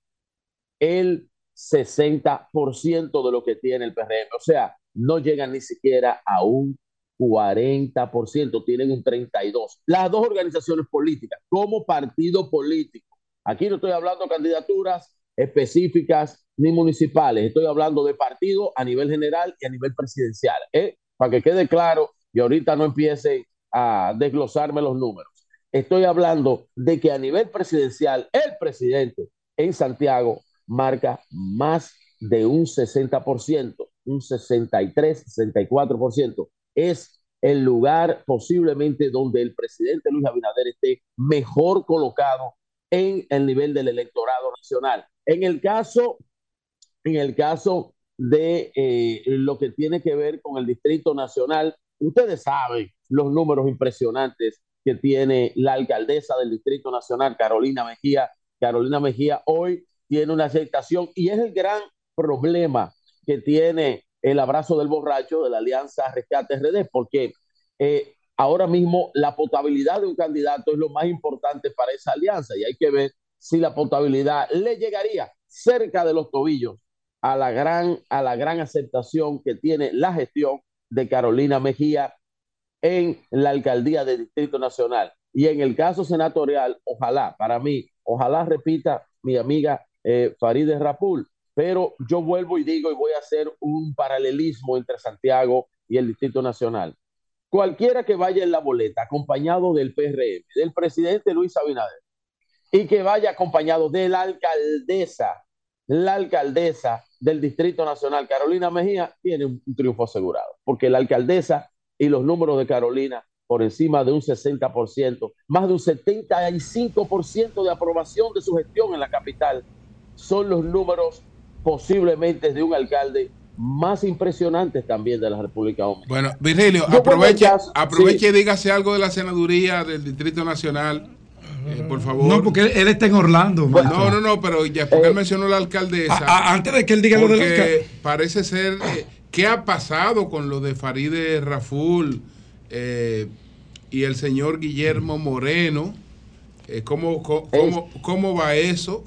el sesenta por ciento de lo que tiene el P R M. O sea, no llegan ni siquiera a un cuarenta por ciento, tienen un treinta y dos por ciento. Las dos organizaciones políticas, como partido político. Aquí no estoy hablando de candidaturas específicas ni municipales, estoy hablando de partido a nivel general y a nivel presidencial, ¿eh? Para que quede claro y ahorita no empiecen a desglosarme los números. Estoy hablando de que a nivel presidencial, el presidente en Santiago marca más de un sesenta por ciento, un sesenta y tres, sesenta y cuatro por ciento. Es el lugar posiblemente donde el presidente Luis Abinader esté mejor colocado en el nivel del electorado nacional. En el caso, en el caso de eh, lo que tiene que ver con el Distrito Nacional, ustedes saben los números impresionantes que tiene la alcaldesa del Distrito Nacional, Carolina Mejía. Carolina Mejía hoy tiene una aceptación y es el gran problema que tiene el abrazo del borracho de la Alianza Rescate R D, porque eh, ahora mismo la potabilidad de un candidato es lo más importante para esa alianza y hay que ver si la potabilidad le llegaría cerca de los tobillos a la gran, a la gran aceptación que tiene la gestión de Carolina Mejía en la alcaldía del Distrito Nacional. Y en el caso senatorial, ojalá, para mí, ojalá repita mi amiga eh, Farideh Raful, pero yo vuelvo y digo y voy a hacer un paralelismo entre Santiago y el Distrito Nacional. Cualquiera que vaya en la boleta acompañado del P R M, del presidente Luis Abinader, y que vaya acompañado de la alcaldesa, la alcaldesa del Distrito Nacional, Carolina Mejía, tiene un, un triunfo asegurado, porque la alcaldesa y los números de Carolina por encima de un sesenta por ciento, más de un setenta y cinco por ciento de aprobación de su gestión en la capital, son los números posiblemente de un alcalde más impresionantes también de la República Dominicana. Bueno, Virgilio, Yo aproveche, caso, aproveche sí. y dígase algo de la senaduría del Distrito Nacional, eh, por favor. No, porque él está en Orlando. Bueno, no, no, no, pero ya porque Eh, él mencionó la alcaldesa. A, a, antes de que él diga lo de la alcaldesa. Parece ser, eh, ¿qué ha pasado con lo de Farideh Raful eh, y el señor Guillermo Moreno? Eh, ¿cómo, cómo, cómo, ¿Cómo va eso?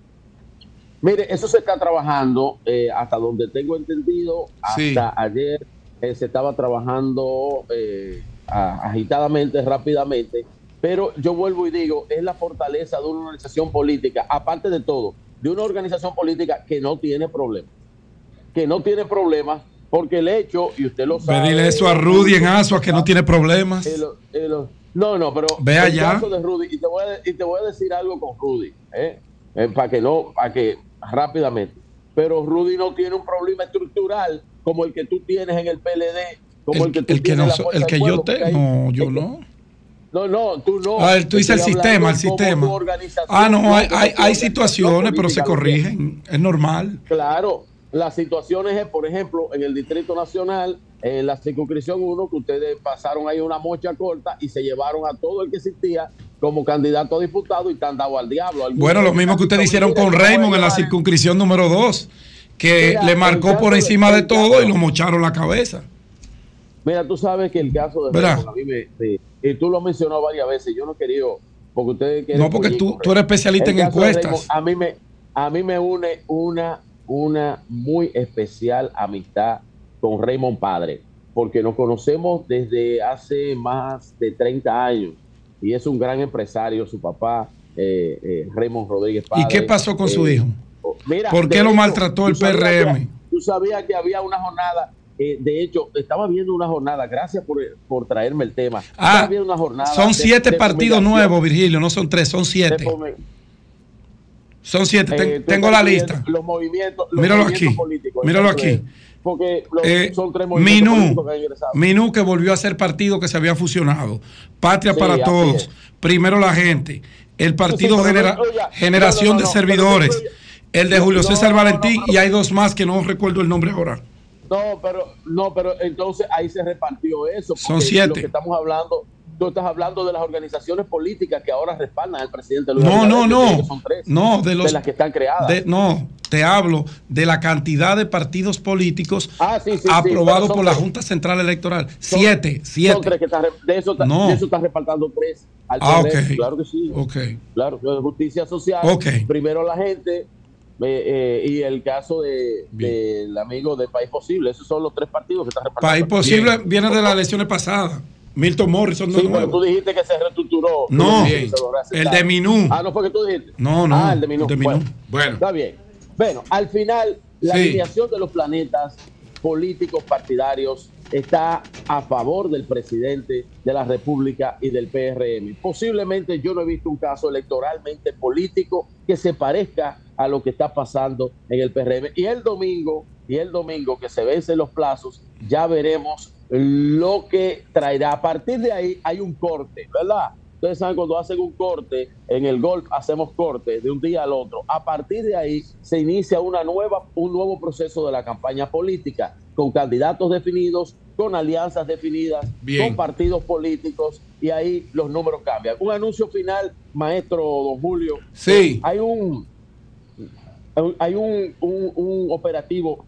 Mire, eso se está trabajando, eh, hasta donde tengo entendido, hasta Sí. ayer eh, se estaba trabajando eh, a- agitadamente, rápidamente, pero yo vuelvo y digo, es la fortaleza de una organización política, aparte de todo, de una organización política que no tiene problemas, que no tiene problemas, porque el hecho, y usted lo sabe... Pedirle eso a Rudy en Asua, que no tiene problemas. el- el- no, no, pero Ve el allá. caso de Rudy, y te voy a, y te voy a decir algo con Rudy, ¿eh? Eh, para que no, para que rápidamente. Pero Rudy no tiene un problema estructural como el que tú tienes en el P L D, como el, El, que tú el que, tienes no, en la so- Fuerza el del que Pueblo, yo porque te, ahí- no, yo es que- no. No, no, tú no. Ah, tú dices el Estoy sistema, el hablando como sistema. tu organización, Ah, no, hay, como hay, tu hay organización situaciones, pero se política, corrigen. Es normal. Claro, las situaciones es, por ejemplo, en el Distrito Nacional, en la circunscripción uno, que ustedes pasaron ahí una mocha corta y se llevaron a todo el que existía como candidato a diputado y te han dado al diablo. Algunos Bueno, lo mismo que ustedes hicieron con Raymond en la circunscripción número dos, que Mira, le marcó el por caso encima de- de el todo caso- y lo mocharon la cabeza. Mira, tú sabes que el caso de ¿Verdad? Raymond, a mí me, me- y tú lo has mencionado varias veces, yo no quería, porque ustedes quieren... No, porque político, tú, tú eres especialista el en caso de encuestas. Raymond, a mí me a mí me une una una muy especial amistad con Raymond padre, porque nos conocemos desde hace más de treinta años y es un gran empresario, su papá eh, eh, Raymond Rodríguez padre. ¿Y qué pasó con su Eh, hijo? Mira, ¿Por qué de lo hecho, maltrató el tú sabías P R M? que- Tú sabías que había una jornada, eh, de hecho, estaba viendo una jornada, gracias por, por traerme el tema. Ah, Estaba viendo una jornada son de- siete de partidos fumigación. nuevos, Virgilio, no son tres, son siete. De fumi- Son siete, ten- Eh, tú tengo estás la viendo lista. Los movimientos, los Míralo movimientos aquí, políticos, míralo entonces, aquí. Porque los- Eh, son tres movimientos Minú, políticos que han ingresado. Minú que volvió a ser partido que se había fusionado. Patria Sí, para así Todos. es. Primero la gente. El Partido Sí, sí, pero Genera- no, oiga, Generación no, no, de no, pero Servidores. no, El de no, Julio no, César no, Valentín no, y hay dos más que no recuerdo el nombre ahora. No, pero no, pero entonces ahí se repartió eso. Son porque siete. Lo que estamos hablando, tú estás hablando de las organizaciones políticas que ahora respaldan al presidente Luis No, Abinader. no, Yo no. creo que son tres, No, de los las que están creadas. de- no, te hablo de la cantidad de partidos políticos Ah, sí, sí, sí, aprobados pero son por la tres. Junta Central Electoral. Son- siete, siete. Son tres que están, re- de eso, está- No. de eso están repartando tres al Ah, P R M. ok. Claro que sí. Ok. Claro, lo de justicia social. Ok. Primero la gente eh, eh, y el caso de- del amigo de País Posible. Esos son los tres partidos que están repartiendo. País Posible Bien. viene de las elecciones pasadas. Milton Morrison no Sí, es pero nuevo. tú dijiste que se reestructuró. No, Tú dijiste que se logró el aceptar. de Minú. Ah, no fue que tú dijiste. No, no, Ah, el de Minú. el de Minú. Bueno, Bueno. está bien. Bueno, al final, la Sí. alineación de los planetas políticos partidarios está a favor del presidente de la República y del P R M. Posiblemente yo no he visto un caso electoralmente político que se parezca a lo que está pasando en el P R M. Y el domingo, y el domingo que se vencen los plazos, ya veremos lo que traerá. A partir de ahí hay un corte, ¿verdad? Ustedes saben, cuando hacen un corte, en el golf hacemos corte de un día al otro. A partir de ahí se inicia una nueva, un nuevo proceso de la campaña política, con candidatos definidos, con alianzas definidas, Bien. con partidos políticos, y ahí los números cambian. Un anuncio final, maestro don Julio. Sí. Hay un, hay un, un, un operativo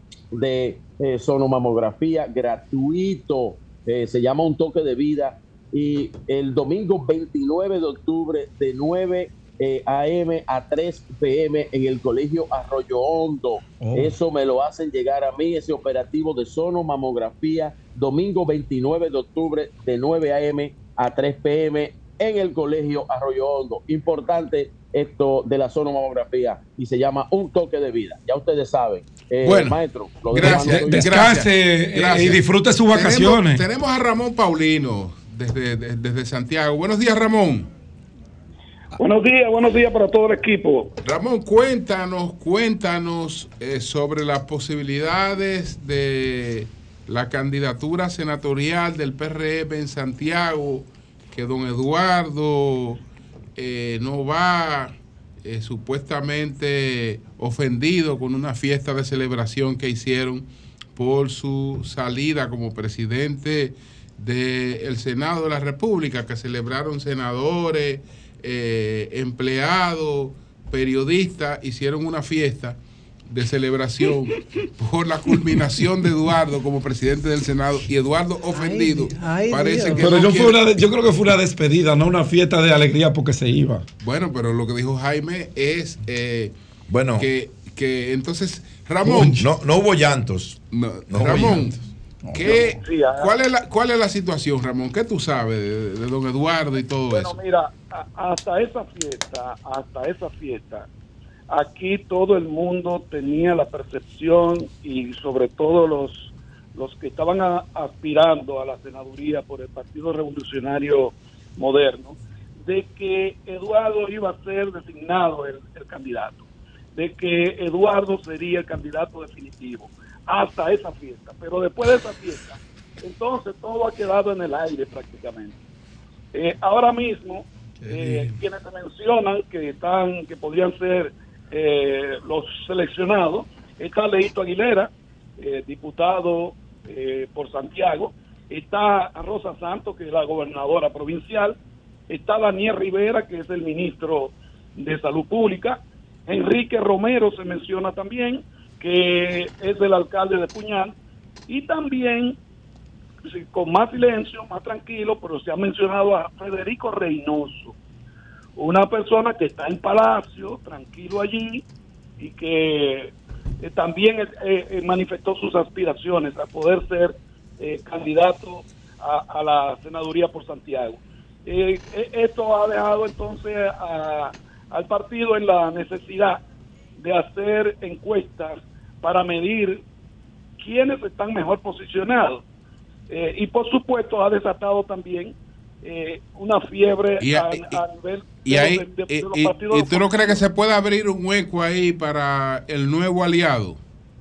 de eh, sonomamografía gratuito, eh, se llama Un Toque de Vida, y el domingo veintinueve de octubre de nueve eh, a eme a tres pe eme en el Colegio Arroyo Hondo. Oh. Eso me lo hacen llegar a mí, ese operativo de sonomamografía, domingo veintinueve de octubre de nueve a eme a tres pe eme en el Colegio Arroyo Hondo. Importante esto de la sonomamografía, y se llama Un Toque de Vida. Ya ustedes saben. Eh, Bueno, maestro, lo demás Gracias, no soy- Descanse, eh, y disfrute sus Tenemos- vacaciones. Tenemos, a Ramón Paulino desde, de- desde Santiago. Buenos días, Ramón. Buenos días, buenos días para todo el equipo. Ramón, cuéntanos, cuéntanos eh, sobre las posibilidades de la candidatura senatorial del P R M en Santiago, que don Eduardo eh, no va eh, supuestamente ofendido con una fiesta de celebración que hicieron por su salida como presidente del Senado de la República, que celebraron senadores, eh, empleados, periodistas, hicieron una fiesta de celebración por la culminación de Eduardo como presidente del Senado, y Eduardo ofendido. Ay, parece Dios. que Pero no yo, quiere- fue una de- yo creo que fue una despedida, no una fiesta de alegría porque se iba. Bueno, pero lo que dijo Jaime es eh, bueno que, que entonces Ramón, No, no hubo llantos. no, No hubo Ramón, llantos. ¿qué, Sí, ah. cuál, es la, ¿cuál es la situación, Ramón? ¿Qué tú sabes de, de don Eduardo y todo Bueno, eso? mira, a- hasta esa fiesta, hasta esa fiesta, aquí todo el mundo tenía la percepción, y sobre todo los, los que estaban a- aspirando a la senaduría por el Partido Revolucionario Moderno, de que Eduardo iba a ser designado el, el candidato, de que Eduardo sería el candidato definitivo, hasta esa fiesta. Pero después de esa fiesta, entonces todo ha quedado en el aire prácticamente. Eh, ahora mismo, eh, quienes se mencionan que están, que podrían ser eh, los seleccionados, está Leito Aguilera, eh, diputado eh, por Santiago, está Rosa Santos, que es la gobernadora provincial, está Daniel Rivera, que es el ministro de Salud Pública, Enrique Romero se menciona también, que es el alcalde de Puñal, y también, con más silencio, más tranquilo, pero se ha mencionado a Federico Reynoso, una persona que está en Palacio, tranquilo allí, y que eh, también eh, eh, manifestó sus aspiraciones a poder ser eh, candidato a, a la senaduría por Santiago. Eh, eh, esto ha dejado entonces a, al partido en la necesidad de hacer encuestas para medir quiénes están mejor posicionados. Eh, y por supuesto ha desatado también eh, una fiebre y, a, y, a nivel y, de, ahí, de, de, de y, los y, partidos. ¿Y tú no crees que se puede abrir un hueco ahí para el nuevo aliado?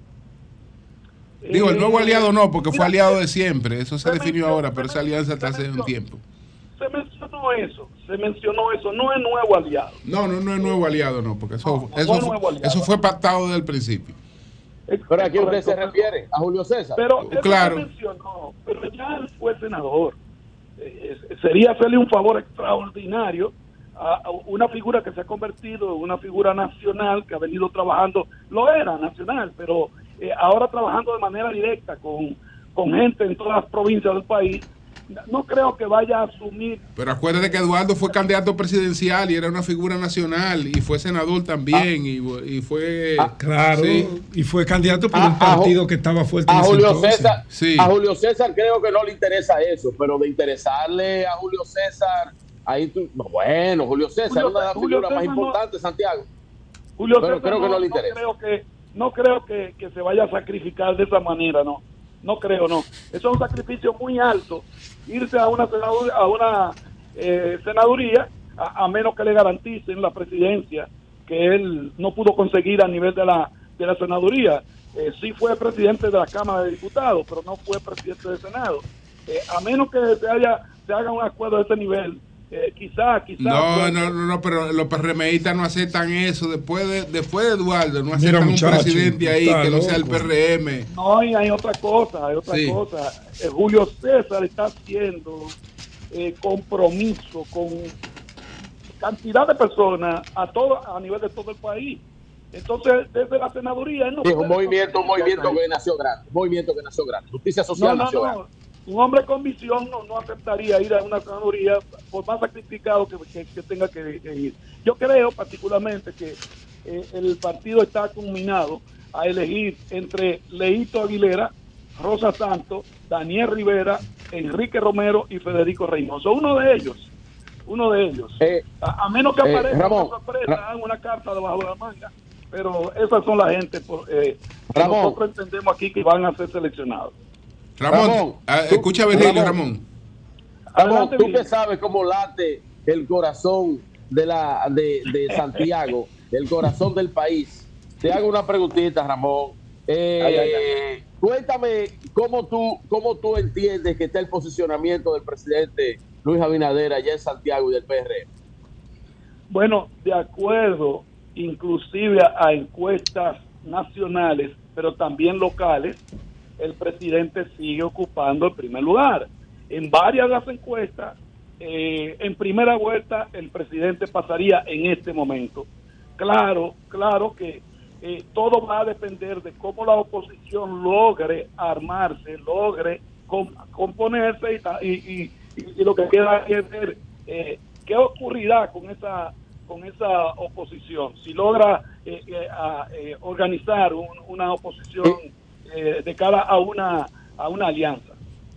Digo, el nuevo aliado no, porque fue aliado de siempre, eso se definió ahora, pero esa alianza está hace un tiempo. Se mencionó eso, se mencionó eso, no es nuevo aliado. No, no, no es nuevo aliado, no, porque eso, no, no eso, fue fue, eso fue pactado desde el principio. ¿Pero a quién usted se refiere? ¿A Julio César? Pero eso claro. se mencionó, pero ya él fue senador. Eh, sería hacerle un favor extraordinario a, a una figura que se ha convertido en una figura nacional, que ha venido trabajando, lo era nacional, pero eh, ahora trabajando de manera directa con, con gente en todas las provincias del país. No creo que vaya a asumir. Pero acuérdate que Eduardo fue candidato presidencial y era una figura nacional y fue senador también ah, y, y fue ah, claro sí. Y fue candidato por a, un partido a, que estaba fuerte. A Julio César, sí. a Julio César creo que no le interesa eso, pero de interesarle a Julio César, ahí tú, bueno, Julio César Julio, es una de las figuras más importantes de no, Santiago. Julio pero César creo no, que no le no interesa. Creo que, no creo que, que se vaya a sacrificar de esa manera, no. No creo, no. Eso es un sacrificio muy alto, irse a una senaduría, a una eh, senaduría a, a menos que le garanticen la presidencia que él no pudo conseguir a nivel de la de la senaduría. Eh, sí fue presidente de la Cámara de Diputados, pero no fue presidente del Senado. Eh, a menos que se haya se haga un acuerdo de ese nivel, eh, quizá, quizá. No, pues, no, no, no, pero los PRMistas no aceptan eso. Después de después de Eduardo, no aceptan Mira, muchacho, un presidente ahí que no loco. sea el P R M. No, y hay otra cosa, hay otra sí. cosa. Eh, Julio César está haciendo eh, compromiso con cantidad de personas a todo a nivel de todo el país. Entonces, desde la senaduría... No es un movimiento, un movimiento que nació grande, un movimiento que nació grande. Justicia social no, no, nació no. grande. Un hombre con visión no, no aceptaría ir a una senaduría por más sacrificado que, que, que tenga que, que ir. Yo creo particularmente que eh, el partido está culminado a elegir entre Leito Aguilera, Rosa Santos, Daniel Rivera, Enrique Romero y Federico Reynoso. Uno de ellos, uno de ellos. Eh, a, a menos que aparezca eh, Ramón, una sorpresa, hagan una carta debajo de la manga. Pero esas son la gente por, eh, que Ramón, nosotros entendemos aquí que van a ser seleccionados. Ramón, Ramón tú, escucha a Virgilio, Ramón. Ramón, Ramón tú que sabes cómo late el corazón de la de, de Santiago, el corazón del país. Te hago una preguntita, Ramón. Eh, ay, ay, ay. Cuéntame cómo tú, cómo tú entiendes que está el posicionamiento del presidente Luis Abinader allá en Santiago y del P R M. Bueno, de acuerdo inclusive a, a encuestas nacionales, pero también locales, el presidente sigue ocupando el primer lugar. En varias de las encuestas, eh, en primera vuelta, el presidente pasaría en este momento. Claro, claro que eh, todo va a depender de cómo la oposición logre armarse, logre com- componerse y, y, y, y lo que queda es ver eh, qué ocurrirá con esa con esa oposición, si logra eh, eh, a, eh, organizar un, una oposición eh, de cara a una a una alianza.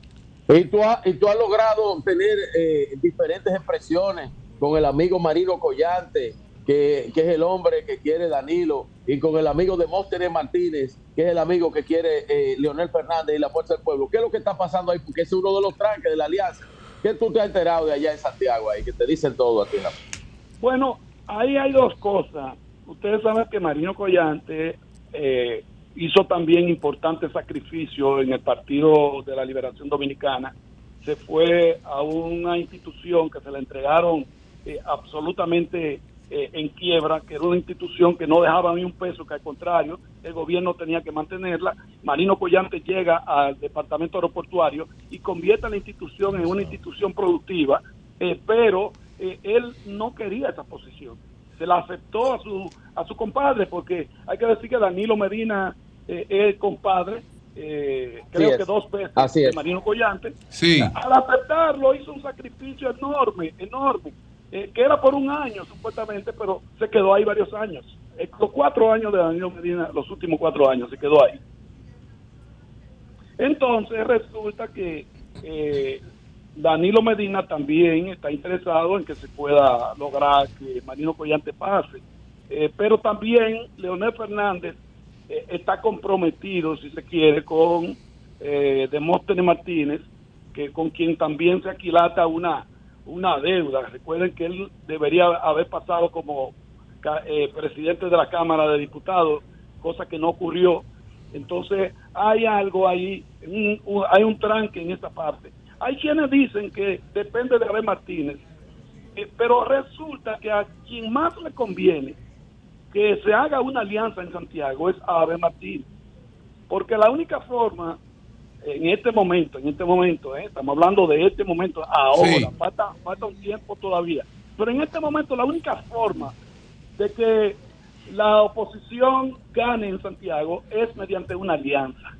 Y tú has, y tú has logrado tener eh, diferentes expresiones con el amigo Marino Collante, que, que es el hombre que quiere Danilo, y con el amigo Demóstenes Martínez, que es el amigo que quiere eh, Leonel Fernández y la Fuerza del Pueblo. ¿Qué es lo que está pasando ahí? Porque es uno de los tranques de la alianza. ¿Qué tú te has enterado de allá en Santiago ahí, que te dicen todo a ti? Bueno, ahí hay dos cosas. Ustedes saben que Marino Collante eh, hizo también importantes sacrificios en el Partido de la Liberación Dominicana se fue a una institución que se la entregaron eh, absolutamente eh, en quiebra, que era una institución que no dejaba ni un peso, que al contrario, el gobierno tenía que mantenerla. Marino Collante llega al departamento aeroportuario y convierte a la institución en una institución productiva, eh, pero eh, él no quería esa posición. Se la aceptó a su a su compadre, porque hay que decir que Danilo Medina eh, es el compadre, eh, creo es. que dos veces, Así de es. Marino Collante. Sí. Al aceptarlo hizo un sacrificio enorme, enorme, eh, que era por un año supuestamente, pero se quedó ahí varios años. Eh, los cuatro años de Danilo Medina, los últimos cuatro años, se quedó ahí. Entonces resulta que eh, Danilo Medina también está interesado en que se pueda lograr que Marino Collante pase, eh, pero también Leonel Fernández eh, está comprometido, si se quiere, con eh, Demóstenes Martínez, que con quien también se aquilata una una deuda. Recuerden que él debería haber pasado como eh, presidente de la Cámara de Diputados, cosa que no ocurrió. Entonces hay algo ahí, un, un, hay un tranque en esta parte. Hay quienes dicen que depende de Abel Martínez, eh, pero resulta que a quien más le conviene que se haga una alianza en Santiago es a Abel Martínez, porque la única forma en este momento, en este momento, eh, estamos hablando de este momento, ahora, sí. falta, falta un tiempo todavía, pero en este momento la única forma de que la oposición gane en Santiago es mediante una alianza.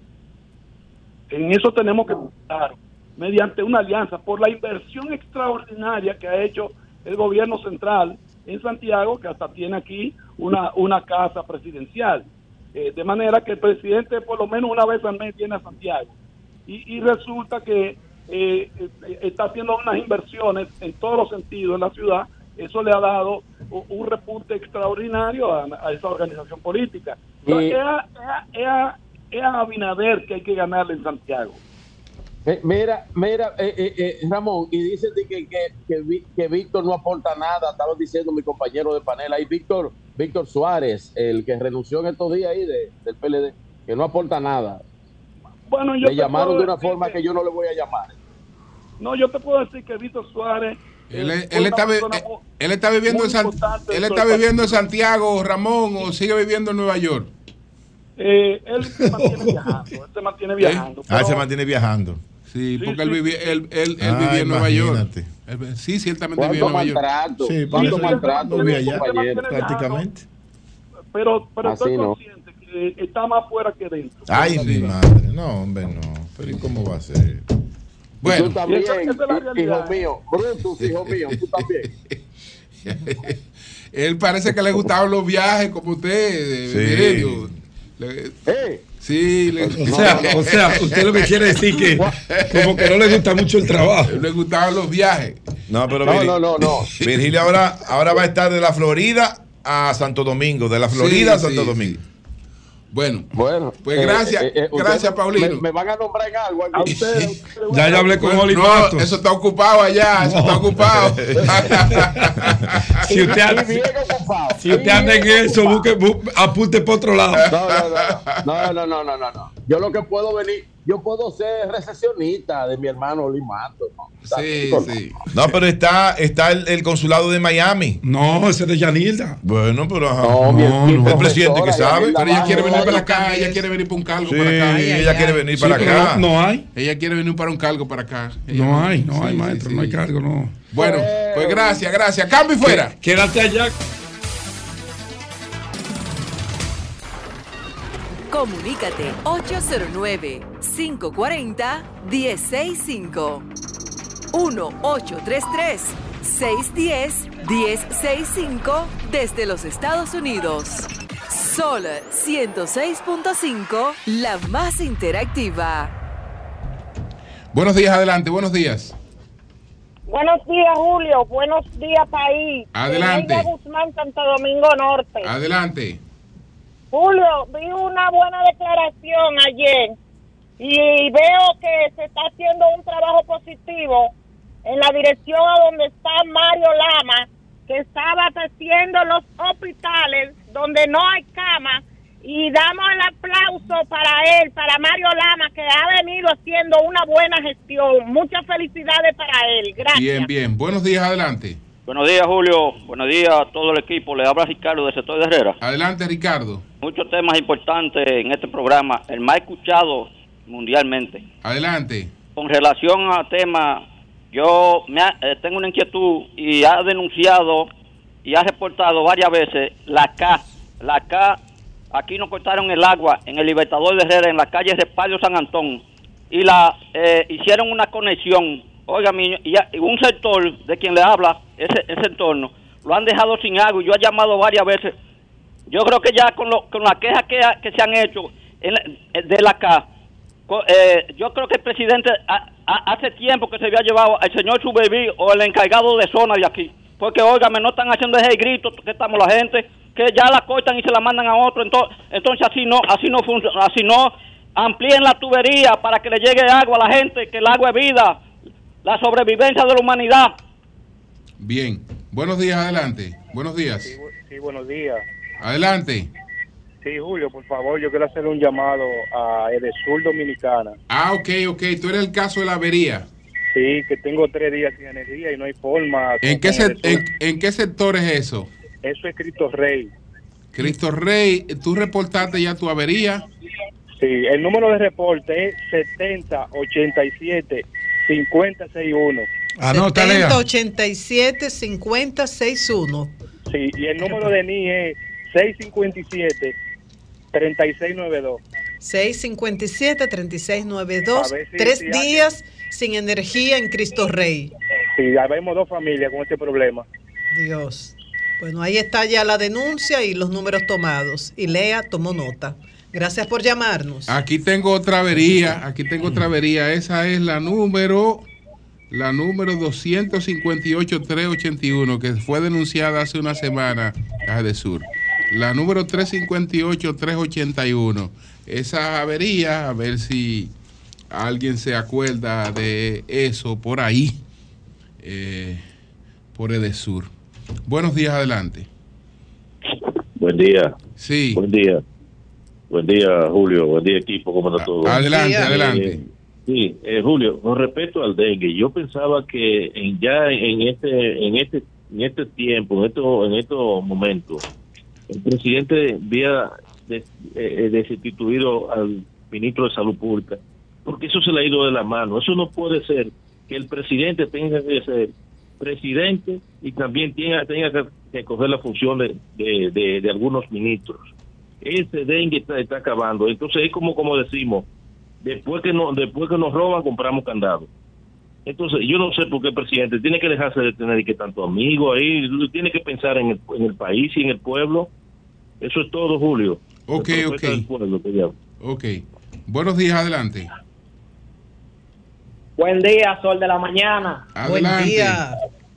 En eso tenemos que estar, mediante una alianza, por la inversión extraordinaria que ha hecho el gobierno central en Santiago, que hasta tiene aquí una, una casa presidencial. Eh, de manera que el presidente por lo menos una vez al mes viene a Santiago. Y, y resulta que eh, está haciendo unas inversiones en todos los sentidos en la ciudad. Eso le ha dado un repunte extraordinario a, a esa organización política. Entonces, Y- es, a, es a- es a- es a Abinader que hay que ganarle en Santiago. Eh, Mira, mira, eh, eh, eh, Ramón, y dicen de que, que, que, Vi- que Víctor no aporta nada, estaba diciendo mi compañero de panel ahí, Víctor Víctor Suárez, el que renunció en estos días ahí de, del P L D, que no aporta nada. Bueno, yo Le te llamaron puedo de una decir forma que- que yo no le voy a llamar. No, yo te puedo decir que Víctor Suárez... Él, eh, él fue está, una vi- persona eh, muy- él está viviendo muy en San- importante él dentro está del viviendo en partido. Santiago, Ramón, o sigue viviendo en Nueva York. Eh, él se mantiene viajando, él se mantiene viajando. Ah, pero- se mantiene viajando. Sí, Sí, porque sí. él vivía, él, él, él Ah, vivía en Nueva York. imagínate. Él- sí, ciertamente ¿Cuánto vivía en Nueva York. maltrato? Sí, por ¿Cuánto eso maltrato? no mi vi allá, compañero? prácticamente. Pero, pero Así estoy no. consciente que está más fuera que dentro. Ay, mi madre. No, hombre, no. Pero ¿y cómo va a ser? Bueno, Tú también, esa- esa es la hijo realidad. mío. Brutus, hijo mío, tú también. él parece que le gustaban los viajes como usted, Sí. Milenio. Le- Eh, sí, le, O sea, o sea, usted lo que quiere decir que como que no le gusta mucho el trabajo. le gustaban los viajes. No, pero No, Vir- no, no, no. Virgilio ahora, ahora va a estar de la Florida a Santo Domingo, de la Florida Sí, a Santo sí, Domingo. Bueno, Bueno, Pues gracias, gracias, ustedes Paulino. Me, me van a nombrar en algo A aquí. usted, a usted- Ya yo hablé con bueno, Oli no, Matos. eso está ocupado allá, eso está ocupado. Si usted, Y anda- bien ocupado. si usted anda en bien eso, ocupado. busque, bu- apunte para otro lado. No, no, no, no, no, no, no, no. Yo lo que puedo venir, yo puedo ser recesionista de mi hermano Oli Matos, ¿no? Sí, No, sí. No, pero está, está el, el consulado de Miami. No, ese es de Yanilda. Bueno, pero ajá. No, mi- No, mi no. El presidente que profesora, sabe. Yanilda Pero ella Bajo, quiere venir para ella acá, cambies. ella quiere venir para un cargo Sí, para acá. Ay, ay, ella ay. quiere venir Sí, para pero acá. no, no hay. Ella quiere venir para un cargo para acá. Ella No hay, no sí, hay, sí, maestro. sí. No hay cargo, no. Bueno, pues gracias, gracias. Cambio y fuera. Quédate allá. Comunícate ocho cero nueve, cinco cuatro cero, uno cero seis cinco. uno ocho tres tres, seis uno cero, uno cero seis cinco desde los Estados Unidos. Sol ciento seis punto cinco, la más interactiva. Buenos días, adelante, buenos días. Buenos días, Julio. Buenos días, país. Adelante. Eneida Guzmán, Santo Domingo Norte. Adelante. Julio, vi una buena declaración ayer y veo que se está haciendo un trabajo positivo en la dirección a donde está Mario Lama, que está abasteciendo los hospitales donde no hay cama Y damos el aplauso para él, para Mario Lama, que ha venido haciendo una buena gestión. Muchas felicidades para él. Gracias. Bien, bien. Buenos días, adelante. Buenos días, Julio. Buenos días a todo el equipo. Le habla Ricardo del sector de Herrera. Adelante, Ricardo. Muchos temas importantes en este programa, el más escuchado mundialmente. Adelante. Con relación al tema, yo me ha, eh, tengo una inquietud y ha denunciado y ha reportado varias veces la K. La K, aquí nos cortaron el agua en el Libertador de Herrera, en la calle Respaldo San Antón, y la eh, hicieron una conexión. Oiga, mi, y un sector de quien le habla, ese, ese entorno, lo han dejado sin agua y yo he llamado varias veces. Yo creo que ya con, lo, con las quejas que, que se han hecho en, de la C A, eh, yo creo que el presidente a, a, hace tiempo que se había llevado al señor Subeví o el encargado de zona de aquí, porque óigame, no están haciendo ese grito que estamos la gente, que ya la cortan y se la mandan a otro, entonces, entonces así no, así no funciona, así no, amplíen la tubería para que le llegue agua a la gente, que el agua es vida, la sobrevivencia de la humanidad. Bien, buenos días, adelante. Buenos días. Sí, sí, buenos días. Adelante. Sí, Julio, por favor, yo quiero hacerle un llamado a Edesur Dominicana. Ah, ok, ok, tú eres el caso de la avería. Sí, que tengo tres días sin energía y no hay forma. ¿En qué, se, en, ¿En qué sector es eso? Eso es Cristo Rey. Cristo Rey, ¿tú reportaste ya tu avería? Sí, el número de reporte es setenta ochenta y siete cincuenta sesenta y uno. Anótale. setenta ochenta y siete cincuenta sesenta y uno. Sí, y el número de N I es seis cincuenta y siete treinta y seis noventa y dos. seis cincuenta y siete treinta y seis noventa y dos. Si, Tres si días hay... sin energía en Cristo Rey. Sí, habemos dos familias con este problema. Dios. Bueno, ahí está ya la denuncia y los números tomados. Y Lea tomó nota. Gracias por llamarnos. Aquí tengo otra avería, aquí tengo otra avería. Esa es la número, la número dos cinco ocho tres ochenta y uno, que fue denunciada hace una semana a Edesur. La número tres cinco ocho tres ochenta y uno. Esa avería, a ver si alguien se acuerda de eso por ahí, eh, por Edesur. Buenos días, adelante. Buen día. Sí. Buen día. Buen día, Julio. Buen día, equipo. ¿Cómo está todo? Adelante, adelante. Eh, sí, eh, Julio, con respecto al dengue, yo pensaba que en, ya en este, en este, en este tiempo, en estos, en estos momentos, el presidente había des, eh, destituido al ministro de Salud Pública, porque eso se le ha ido de la mano. Eso no puede ser que el presidente tenga que ser presidente y también tenga, tenga que, que coger la función de, de, de, de algunos ministros. Ese dengue está, está acabando. Entonces es como como decimos, después que no, después que nos roban compramos candado. Entonces yo no sé por qué el presidente tiene que dejarse de tener y que tanto amigo ahí, tiene que pensar en el, en el país y en el pueblo. Eso es todo, Julio. Ok, ok. Del pueblo, que ya. Ok. Buenos días, adelante. Buen día, sol de la mañana. Adelante. Buen día.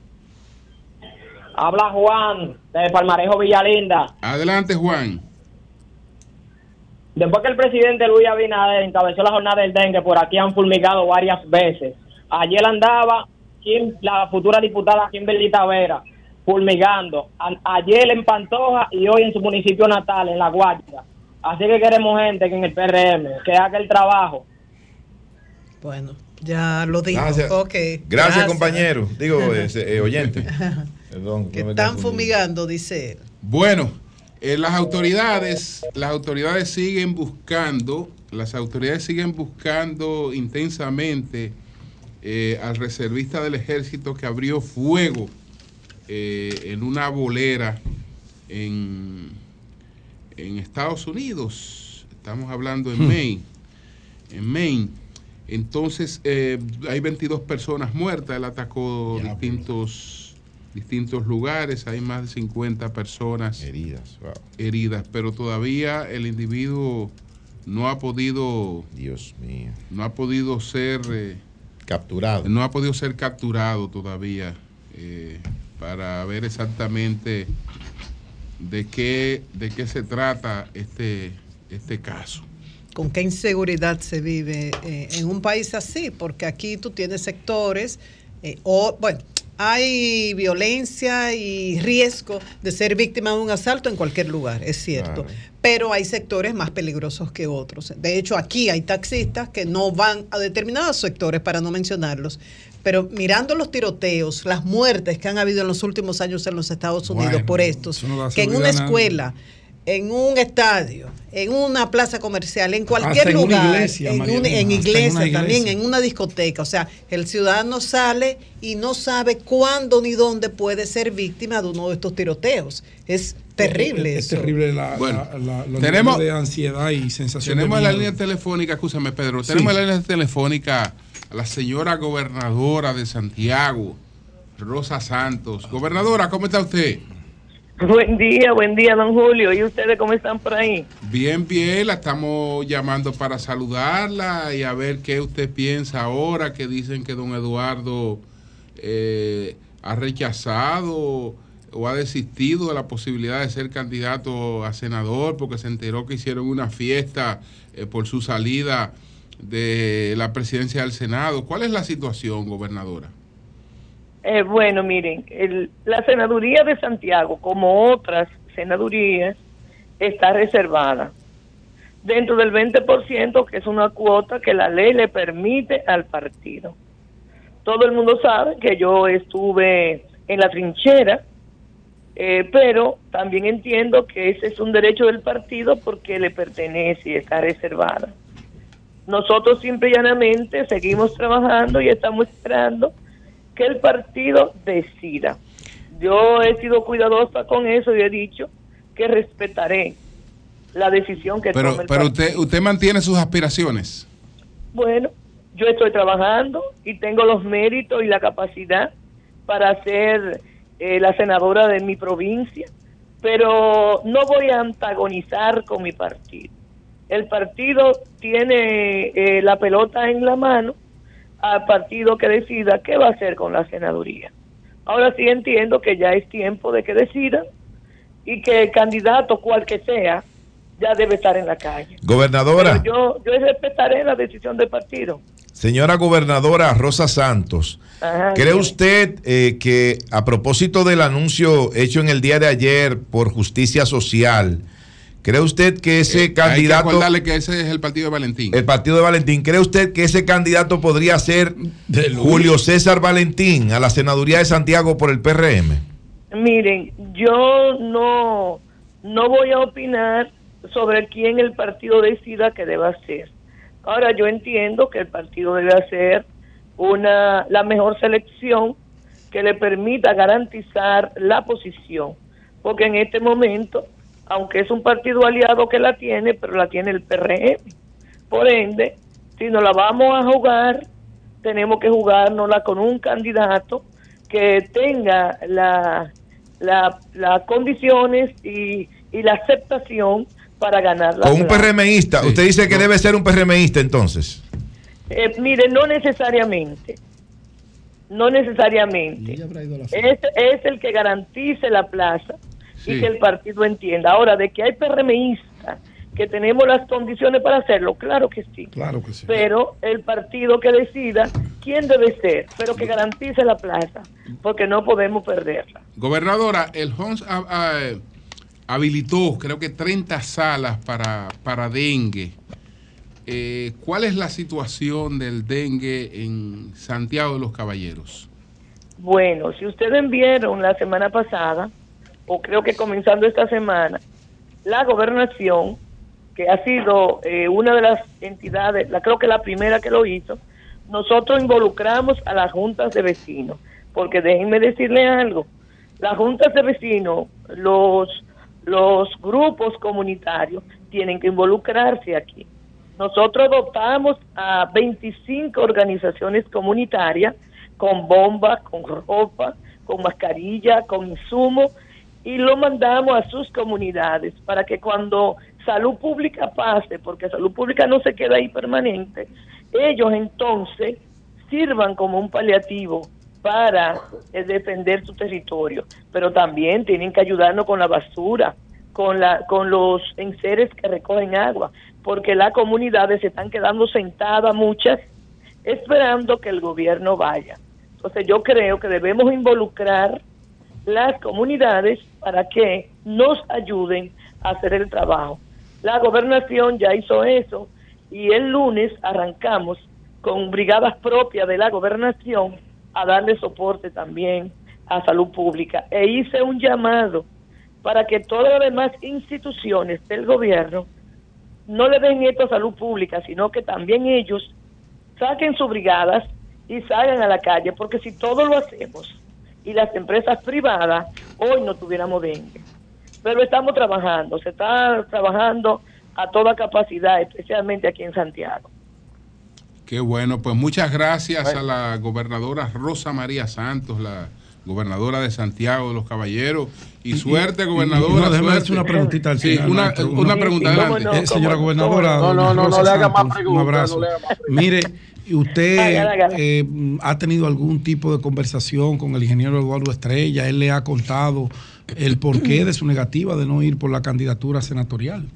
Habla Juan de Palmarejo, Villalinda. Adelante, Juan. Después que el presidente Luis Abinader encabezó la jornada del dengue, por aquí han fulmigado varias veces. Ayer andaba Kim, la futura diputada Kimberly Tavera fulmigando. A, ayer en Pantoja y hoy en su municipio natal, en La Guardia. Así que queremos gente que en el P R M, que haga el trabajo. Bueno, ya lo dijo. Gracias, okay. gracias, Gracias. compañero. Digo, eh, oyente. Perdón, que no están fumigando, dice él. Bueno, eh, las autoridades, las autoridades siguen buscando, las autoridades siguen buscando intensamente eh, al reservista del ejército que abrió fuego eh, en una bolera en, en Estados Unidos. Estamos hablando en Maine. En Maine. Entonces, eh, hay veintidós personas muertas. Él atacó ya, distintos, distintos lugares. Hay más de cincuenta personas heridas. Wow. heridas. Pero todavía el individuo no ha podido. Dios mío. No ha podido ser. Eh, capturado. No ha podido ser capturado todavía. Eh, para ver exactamente de qué, de qué se trata este, este caso. Con qué inseguridad se vive eh, en un país así, porque aquí tú tienes sectores, eh, o bueno, hay violencia y riesgo de ser víctima de un asalto en cualquier lugar, es cierto. Claro. Pero hay sectores más peligrosos que otros. De hecho, aquí hay taxistas que no van a determinados sectores, para no mencionarlos. Pero mirando los tiroteos, las muertes que han habido en los últimos años en los Estados Unidos bueno, por estos, no que en una escuela, en un estadio, en una plaza comercial, en cualquier en lugar, iglesia, en, un, en iglesia en también, iglesia. En una discoteca. O sea, el ciudadano sale y no sabe cuándo ni dónde puede ser víctima de uno de estos tiroteos. Es terrible es, eso. Es terrible la, bueno, la, la, los tenemos, de ansiedad y sensación tenemos de la línea telefónica, escúchame Pedro, sí. Tenemos la línea telefónica a la señora gobernadora de Santiago, Rosa Santos. Gobernadora, ¿cómo está usted? Buen día, buen día, don Julio. ¿Y ustedes cómo están por ahí? Bien, bien, la estamos llamando para saludarla y a ver qué usted piensa ahora que dicen que don Eduardo eh, ha rechazado o ha desistido de la posibilidad de ser candidato a senador porque se enteró que hicieron una fiesta eh, por su salida de la presidencia del Senado. ¿Cuál es la situación, gobernadora? Eh, bueno, miren, el, la senaduría de Santiago, como otras senadurías, está reservada dentro del veinte por ciento, que es una cuota que la ley le permite al partido. Todo el mundo sabe que yo estuve en la trinchera, eh, pero también entiendo que ese es un derecho del partido porque le pertenece y está reservada. Nosotros simple y llanamente seguimos trabajando y estamos esperando que el partido decida. Yo he sido cuidadosa con eso y he dicho que respetaré la decisión que pero, tome el pero partido. usted, usted mantiene sus aspiraciones. Bueno, yo estoy trabajando y tengo los méritos y la capacidad para ser eh, la senadora de mi provincia, pero no voy a antagonizar con mi partido. El partido tiene eh, la pelota en la mano al partido que decida qué va a hacer con la senaduría. Ahora sí entiendo que ya es tiempo de que decidan y que el candidato, cual que sea, ya debe estar en la calle. Gobernadora. Pero yo, yo respetaré la decisión del partido. Señora gobernadora Rosa Santos, Ajá, ¿cree bien. usted eh, que a propósito del anuncio hecho en el día de ayer por Justicia Social, ¿cree usted que ese eh, candidato... Hay que acordarle que ese es el partido de Valentín. El partido de Valentín. ¿Cree usted que ese candidato podría ser Julio César Valentín a la senaduría de Santiago por el P R M? Miren, yo no, no voy a opinar sobre quién el partido decida que deba hacer. Ahora, yo entiendo que el partido debe hacer una la mejor selección que le permita garantizar la posición. Porque en este momento, aunque es un partido aliado que la tiene, pero la tiene el P R M. Por ende, si nos la vamos a jugar, tenemos que jugárnosla con un candidato que tenga la, la, las condiciones y, y la aceptación para ganar la Con un PRMista. Sí. Usted dice que no. debe ser un PRMista entonces. Eh, mire, no necesariamente. No necesariamente. Es, es el que garantice la plaza. Sí. Y que el partido entienda. Ahora, de que hay PRMistas que tenemos las condiciones para hacerlo, claro que sí. Claro que sí. Pero el partido que decida quién debe ser, pero que garantice la plaza, porque no podemos perderla. Gobernadora, el H O M S a, a, habilitó, creo que treinta salas para, para dengue. Eh, ¿Cuál es la situación del dengue en Santiago de los Caballeros? Bueno, si ustedes vieron la semana pasada, o creo que comenzando esta semana, la gobernación, que ha sido eh, una de las entidades, la creo que la primera que lo hizo, nosotros involucramos a las juntas de vecinos, porque déjenme decirle algo, las juntas de vecinos, los, los grupos comunitarios tienen que involucrarse aquí. Nosotros dotamos a veinticinco organizaciones comunitarias con bombas, con ropa, con mascarilla, con insumos, y lo mandamos a sus comunidades para que cuando salud pública pase, porque salud pública no se queda ahí permanente, ellos entonces sirvan como un paliativo para eh, defender su territorio, pero también tienen que ayudarnos con la basura, con la con los enseres que recogen agua, porque las comunidades se están quedando sentadas muchas esperando que el gobierno vaya. Entonces yo creo que debemos involucrar las comunidades para que nos ayuden a hacer el trabajo. La gobernación ya hizo eso y el lunes arrancamos con brigadas propias de la gobernación a darle soporte también a salud pública. E hice un llamado para que todas las demás instituciones del gobierno no le den esto a salud pública, sino que también ellos saquen sus brigadas y salgan a la calle, porque si todos lo hacemos y las empresas privadas, hoy no tuviéramos dengue. Pero estamos trabajando, se está trabajando a toda capacidad, especialmente aquí en Santiago. Qué bueno, pues muchas gracias a la gobernadora Rosa María Santos, la gobernadora de Santiago de los Caballeros, y suerte, y, gobernadora. Y, no, déjame suerte. hacer una preguntita al sí, final. una, maestro, una, una pregunta adelante. no, eh, señora gobernadora. No, no, no, Rosa no le haga más Santos, preguntas. Un abrazo. No le haga más preguntas. Mire, usted Hágala, hágala. Eh, ha tenido algún tipo de conversación con el ingeniero Eduardo Estrella. Él le ha contado el porqué de su negativa de no ir por la candidatura senatorial.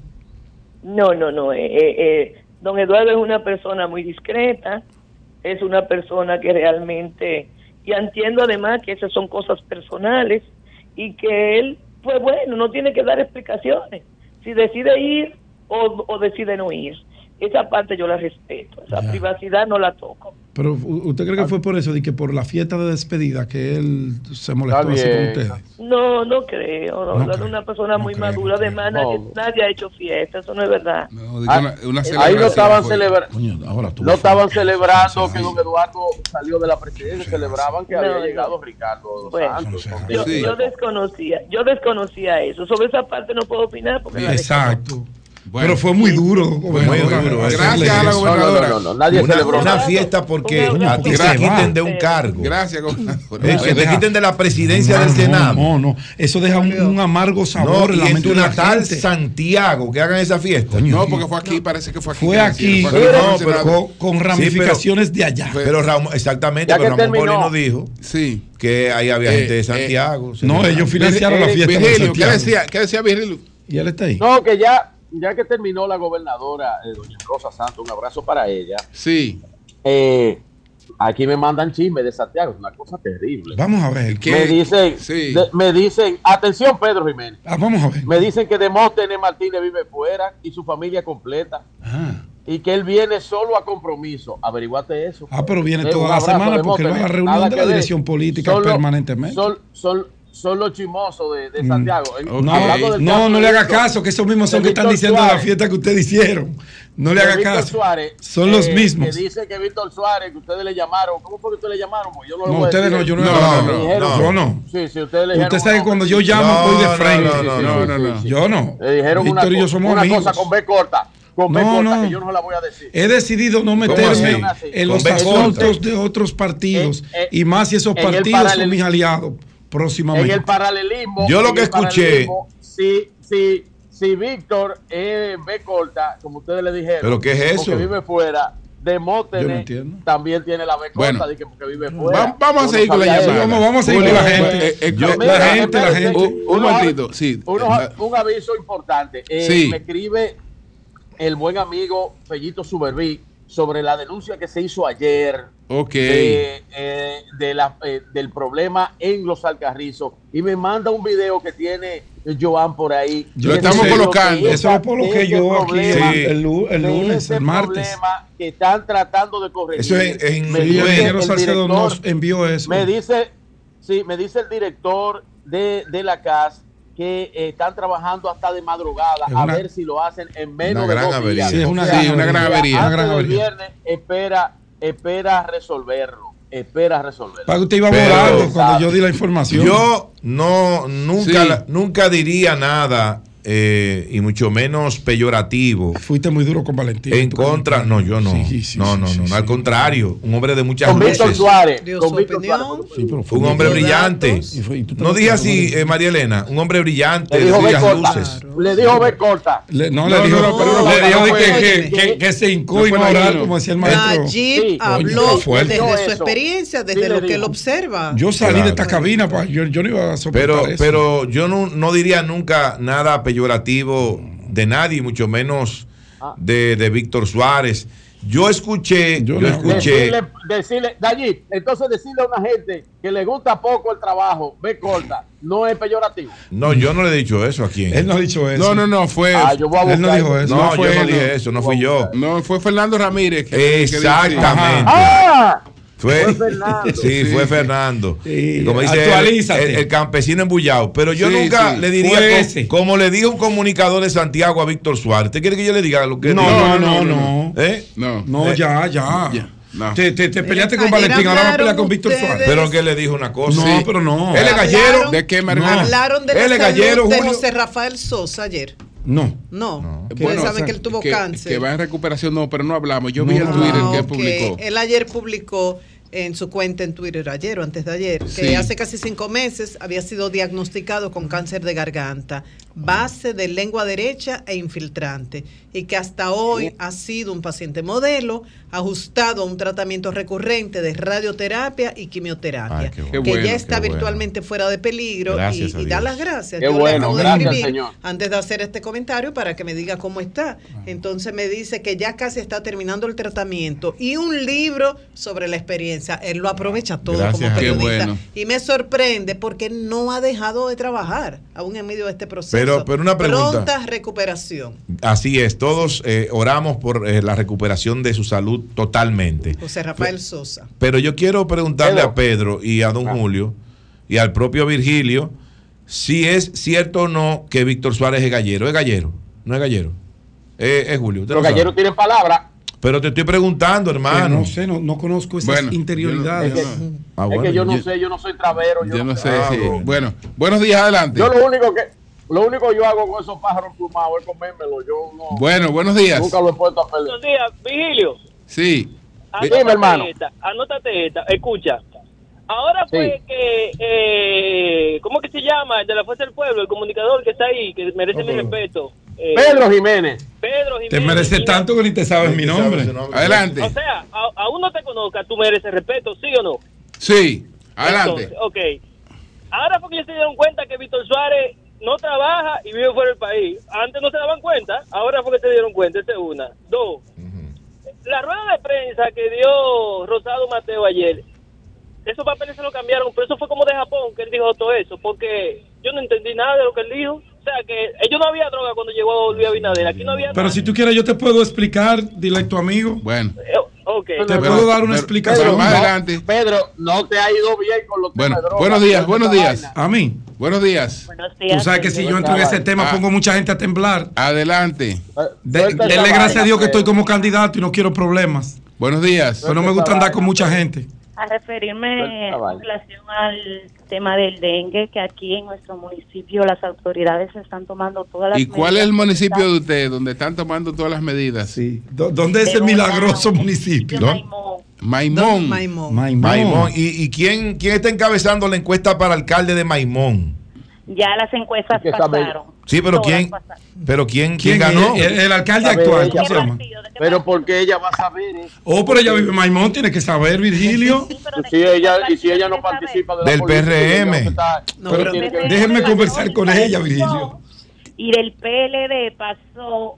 No, no, no. Eh, eh, eh, don Eduardo es una persona muy discreta, es una persona que realmente, y entiendo además que esas son cosas personales y que él, pues bueno, no tiene que dar explicaciones. Si decide ir o, o decide no ir. Esa parte yo la respeto, esa Ya. privacidad no la toco. Pero ¿usted cree que fue por eso, de que por la fiesta de despedida que él se molestó Está así con bien. ustedes? No, no creo. No, No Eduardo creo, es una persona muy creo, madura, no además creo. nadie, No. nadie ha hecho fiesta, eso no es verdad. No, digo, Ah, una, una Ahí celebración no estaban fue. celebrando. Coño, ahora tú No estaban celebrando Sí. que don Eduardo salió de la presidencia, celebraban que No, había no. llegado Ricardo dos Bueno, Santos. Yo, Sí. yo desconocía, yo desconocía eso. Sobre esa parte no puedo opinar porque la Exacto. Bueno. Pero fue muy duro, Muy gobernadora. duro. Gracias a la No, no, gobernadora. no, no, no, nadie Una, celebró una nada. fiesta porque Un a ti abrazo. te Se va. quiten de un cargo. Gracias, gobernadora. Eh, Eso que te deja- quiten de la presidencia No, del no, Senado. No, no, eso deja un, un amargo sabor No, en y la en mente tu de la natal gente. Santiago, que hagan esa fiesta. Coño, No, sí. porque fue aquí, parece que fue aquí. Fue que aquí, hicieron, fue Pero aquí, no, no, pero- Senado. con, con ramificaciones de allá. Pero Ramón, exactamente, Ya que pero Ramón terminó. Paulino dijo Sí. que ahí había Eh, gente de eh, Santiago. No, ellos financiaron la Eh, fiesta de Virgilio, ¿qué Santiago. decía, ¿qué decía Virgilio? Y él está ahí. No, que ya, ya que terminó la gobernadora, eh, doña Rosa Santos, un abrazo para ella. Sí. Eh, aquí me mandan chisme de Santiago, es una cosa terrible. Vamos a ver. ¿Qué? Me dicen, Sí. de- me dicen, atención Pedro Jiménez, Ah, vamos a ver. me dicen que Demóstenes Martínez vive fuera y su familia completa Ah, y que él viene solo a compromiso. Averiguate eso. Ah, pero viene Eh, toda un la abrazo, semana porque él va a la Demóstenes. reunión Nada de que la ver. dirección política Son los- permanentemente. Son, son, son los chismosos de, de Mm. Santiago. En- Ok. No, hablando del no, caso no de le haga Víctor- caso, que esos mismos son de que están Víctor diciendo de la Suárez. fiesta que ustedes hicieron. No le de haga Víctor caso. Suárez, Son los eh, mismos. Que dice que Víctor Suárez, que ustedes le llamaron. ¿Cómo fue que ustedes le llamaron? Pues yo no, lo No, voy a ustedes decir. no, yo no, No, he hablado. no, Me dijeron- Yo no. Sí, sí, ustedes le dijeron. Usted sabe que no, cuando sí, yo sí, llamo No, voy de no, frente. no, no, No, no, no. Yo no. Le dijeron una, Víctor y yo cosa- somos una amigos. cosa con B corta. Con B No, corta, no. que yo no la voy a decir. He decidido no así? meterme en Con los B corta. asuntos de otros partidos Eh, eh, y más si esos en el partidos son paralel- mis aliados En próximamente. el paralelismo. Yo lo en que el escuché- paralelismo, Si, si, si Víctor es B corta, como ustedes le dijeron. ¿Pero qué es eso? Porque vive fuera. Yo no Demóstenes entiendo. también tiene la B corta, Bueno. de que porque vive fuera. Va- vamos a Yo no seguir con la sabía llamada. eso. Vamos, vamos a seguir Julio, con la eh, gente. eh, eh, Yo- eh, Mira, la gente, la espérense. gente. Un Uno- momentito, sí. Uno- Eh, un aviso importante. Eh, Sí. Me escribe el buen amigo Fellito Suberví sobre la denuncia que se hizo ayer Ok. de, eh, de la, eh, del problema en los Alcarrizos y me manda un video que tiene Joan por ahí. Lo Que estamos dice colocando. que Eso esa- lo coloqué ese yo aquí problema- el, el lu- el de lunes, ese el martes. problema que están tratando de corregir. Eso es en- Me Sí, el dice ingeniero el Salcedo director- nos envió eso. me dice, sí, me dice el director de, de la C A S que eh, están trabajando hasta de madrugada Es a una- ver si lo hacen en menos Una de gran dos avería. días. Sí, es una O gran Sí, una gran avería. avería. Una Antes gran del avería. viernes espera, espera resolverlo, espera resolverlo. Para que usted iba Pero- volando cuando yo di la información. Yo no nunca, Sí. la- nunca diría nada, eh, y mucho menos peyorativo, Fuiste muy duro con Valentín. en tu contra. No, comentario. yo no. Sí, sí, no, sí, no, sí, no, sí. al contrario. Un hombre de muchas Con Víctor luces. Suárez, Dio con su Víctor opinión. Suárez. Sí, pero fue Un muy hombre duro. brillante. Y fue- y tú te No lo dije tomas así, como- eh, María Elena. Un hombre brillante, Le de dijo B muchas corta. luces. Le dijo B corta. Le- no, No, le dijo, no, no, pero no, le no, dijo no de fue- que, que, que, que se hincó y no no fue orar, Danilo. como decía el maestro. Najib Sí, habló coño, fuerte. desde su Eso. experiencia, desde Sí, lo le que digo. él observa. Yo salí Claro. de esta cabina, pa, yo, yo no iba a soportar Pero, eso. pero yo no, no diría nunca nada peyorativo de nadie, mucho menos de, de Víctor Suárez. Yo escuché, yo, yo escuché. Decirle, decirle, Dallí, entonces decirle a una gente que le gusta poco el trabajo, ve corta, no es peyorativo. No, yo no le he dicho eso a quién. Él no ha dicho eso. No, no, no, fue. Ah, yo voy a él no dijo eso. No, No fue yo no él, dije no. eso, no fui yo. No, fue Fernando Ramírez. Que, Exactamente. ¡Ah! Fue, Fue Fernando. sí, fue Fernando. Sí, Como dice actualízate. el, el, el campesino embullado. Pero yo Sí, nunca sí, le diría, fue co- ese. como le dijo un comunicador de Santiago a Víctor Suárez. ¿Usted quiere que yo le diga lo que No, dijo? no, no, no. ¿Eh? No. No, Eh, ya, ya. ya, no. Te, te, te peleaste con Ayer Valentín, ahora vas a pelear con hablaron Víctor ustedes- Suárez. Pero que le dijo una cosa. No, Sí. pero no. Él es gallero. Hablaron- ¿De qué, No. Mariana? Hablaron de Él la es salud gallero, de Julio. José Rafael Sosa ayer. No. No. Ustedes Bueno, saben o sea, que él tuvo que, cáncer. Que va en recuperación, no, pero no hablamos. Yo No, vi el Twitter No, que publicó. Él ayer publicó en su cuenta en Twitter, ayer o antes de ayer, que Sí. hace casi cinco meses había sido diagnosticado con cáncer de garganta, base de lengua derecha e infiltrante, y que hasta hoy ha sido un paciente modelo, ajustado a un tratamiento recurrente de radioterapia y quimioterapia, Ay, qué que bueno. ya Qué está bueno. virtualmente fuera de peligro, Gracias y, a y da Dios. las gracias. Qué Yo le bueno, acabo de gracias, escribir señor. antes de hacer este comentario para que me diga cómo está. Entonces me dice que ya casi está terminando el tratamiento y un libro sobre la experiencia. Él lo aprovecha todo Gracias como a Dios. periodista. Qué bueno. Y me sorprende porque no ha dejado de trabajar aún en medio de este proceso. Pero- pero una pregunta. Pronta recuperación. Así es, todos eh, oramos por eh, la recuperación de su salud totalmente. José Rafael Sosa. Pero yo quiero preguntarle Pedro. a Pedro y a don Julio y al propio Virgilio si es cierto o no que Víctor Suárez es gallero. ¿Es gallero? ¿No es gallero? Eh, es Julio. usted Los lo sabe. galleros tienen palabra. Pero te estoy preguntando, Eh, hermano. no sé, no, no conozco esas Bueno, interioridades. yo no- Ah, Es bueno, que yo no yo- sé, yo no soy travero. Yo, Yo no sé. Ah, sí. bueno. Bueno, buenos días, adelante. Yo lo único que lo único que yo hago con esos pájaros plumados es comérmelo. Yo no, Bueno, buenos días. nunca lo he puesto a perder. Buenos días, Vigilio. Sí. Dime, hermano. Esta, anótate esta, escucha. Ahora fue Sí. que, eh, ¿cómo que se llama? El de la Fuerza del Pueblo, el comunicador que está ahí, que merece mi respeto. Eh, Pedro Jiménez. Pedro Jiménez. Te merece Mira, tanto que ni te sabes mi nombre. Adelante. O sea, a, aún no te conozca, tú mereces respeto, ¿sí o no? Sí. Adelante. Entonces, ok. Ahora fue que ellos se dieron cuenta que Víctor Suárez no trabaja y vive fuera del país. Antes no se daban cuenta, ahora fue que se dieron cuenta. Esa es una. Dos. La rueda de prensa que dio Rosado Mateo ayer, esos papeles se lo cambiaron, pero eso fue como de Japón que él dijo todo eso, porque yo no entendí nada de lo que él dijo. O sea, que ellos no había droga cuando llegó Luis Abinader, aquí no había Pero nada. si tú quieres, yo te puedo explicar, dile a tu amigo. Bueno. Eh, ok. Te Pero- puedo dar una pero- explicación. pero más No, adelante. Pedro, no te ha ido bien con los Bueno, temas de droga. buenos días, Suelta buenos esa días. vaina. A mí. Buenos días. Buenos Tú días. sabes que si yo entro en ese tema, Ah. pongo mucha gente a temblar. Adelante. De- Suelta esa Denle gracias vaina, a Dios que Pedro. estoy como candidato y no quiero problemas. Buenos días. Pero no me gusta andar con mucha gente. A referirme Suelta en vaina. relación al tema del dengue, que aquí en nuestro municipio las autoridades están tomando todas las ¿Y cuál es el medidas municipio de necesarias. usted donde están tomando todas las medidas? Sí. ¿Dó- ¿Dónde es De ese Bonao, milagroso municipio? de Maimón. Maimón. Maimón. Maimón. Maimón. ¿Y, y quién, quién está encabezando la encuesta para alcalde de Maimón? Ya las encuestas Hay que saber. pasaron. Sí, pero Todas ¿quién, pasaron. pero quién, ¿Quién quién ganó? es? El, el alcalde A ver, actual, ella- ¿cómo se ¿Qué llama? partido? ¿De qué Pero partido? porque ella va a saber eso. Oh, pero ella vive en Maimón, tiene que saber, Virgilio. Sí, pero ¿de Si qué ella, partido y si ella no quiere saber? participa de la Del política, P R M. ella está- No, Pero pero- tiene que- déjenme conversar con ella, Virgilio. Y del P L D pasó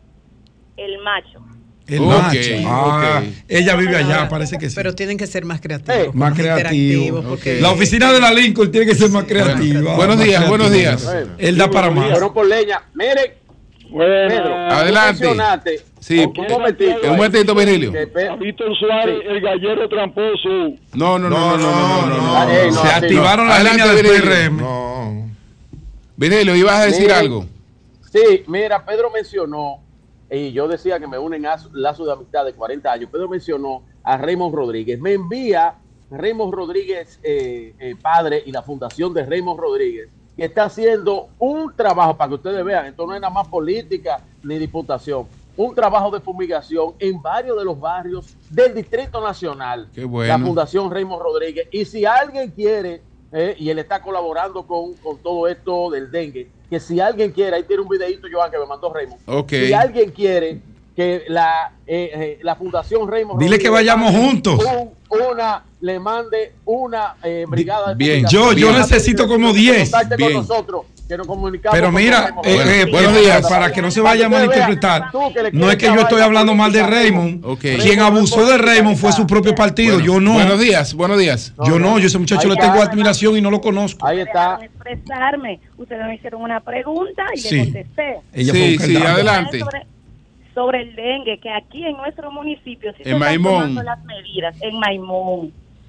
el macho. El Ok, macho. Ah, ok. ella vive allá, parece que sí. Pero tienen que ser más creativos. Eh, Más más creativo. interactivos, porque- La oficina de la Lincoln tiene que ser más creativa. Buenos más días, buenos creativa. días. Él da para más. Fueron por leña. Mire, Pedro, Adelante. tú mencionaste- Sí. un momentito. Un momentito, Virgilio. Que Pe- Víctor Suárez, el gallero tramposo. No, no, no, no, no, no, no, no. Ah, eh, no, Se así activaron no. las Adelante, líneas del P Virgilio. R M. No. Virgilio, ibas a decir Mire, algo. Sí, mira, Pedro mencionó, y yo decía que me unen a lazo de amistad de cuarenta años, Pedro mencionó a Raymond Rodríguez. Me envía Raymond Rodríguez, eh, eh, padre, y la fundación de Raymond Rodríguez, que está haciendo un trabajo, para que ustedes vean, esto no es nada más política ni diputación, un trabajo de fumigación en varios de los barrios del Distrito Nacional. Qué bueno. La Fundación Raymond Rodríguez. Y si alguien quiere, eh, y él está colaborando con, con todo esto del dengue, que si alguien quiere, ahí tiene un videito, Joan, que me mandó Raymond. Ok. Si alguien quiere que la, eh, eh, la Fundación Raymond Dile que Rodríguez vayamos mande juntos. un- una, le mande una eh, brigada de Bien. fumigación. Yo- yo Que necesito que como se diez. contacte Bien. con nosotros, que que nos comunicamos. Pero mira, con eh, eh, buenos días, para que no se vaya a malinterpretar, no es que yo estoy hablando mal de Raymond. Okay. Quien abusó de Raymond fue su propio partido, Bueno, yo no. Buenos días, buenos días. Yo no, yo ese muchacho le tengo admiración y no lo conozco. Ahí está. Expresarme. Ustedes me hicieron una pregunta y Sí. le contesté. Ella fue Sí, un sí, caldado. adelante. Sobre, sobre el dengue, que aquí en nuestro municipio sí se En están Maimón. tomando las medidas. En Maimón.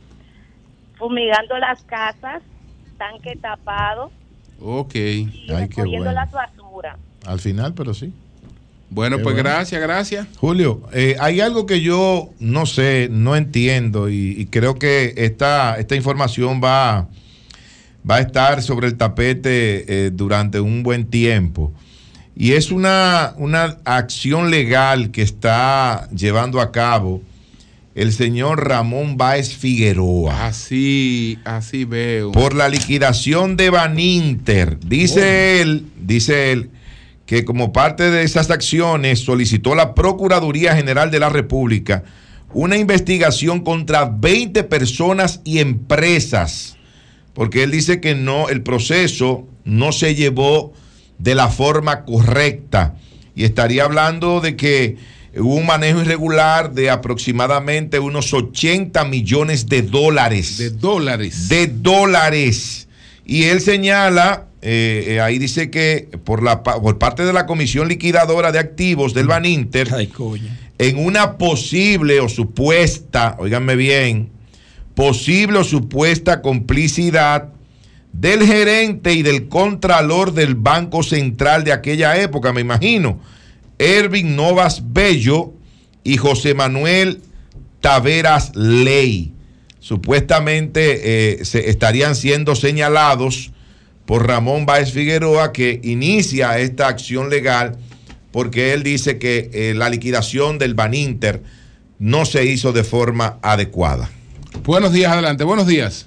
Fumigando las casas, tanque tapado Ok. y Ay, qué recogiendo bueno. las basuras. Al final, pero sí. Bueno, Qué pues bueno. gracias, gracias. Julio, eh, hay algo que yo no sé, no entiendo y, y creo que esta, esta información va, va a estar sobre el tapete eh, durante un buen tiempo. Y es una, una acción legal que está llevando a cabo el señor Ramón Báez Figueroa. Así, así veo. Por la liquidación de Baninter. Dice él, dice él, que como parte de esas acciones solicitó la Procuraduría General de la República una investigación contra veinte personas y empresas, porque él dice que no, el proceso no se llevó de la forma correcta y estaría hablando de que hubo un manejo irregular de aproximadamente unos ochenta millones de dólares. De dólares. De dólares. Y él señala, eh, eh, ahí dice que por, la, por parte de la Comisión Liquidadora de Activos del Baninter, Ay, coño. en una posible o supuesta, óiganme bien, posible o supuesta complicidad del gerente y del contralor del Banco Central de aquella época, me imagino, Ervin Novas Bello y José Manuel Taveras Ley. Supuestamente eh, se estarían siendo señalados por Ramón Báez Figueroa, que inicia esta acción legal porque él dice que eh, la liquidación del Baninter no se hizo de forma adecuada. Buenos días, adelante, buenos días.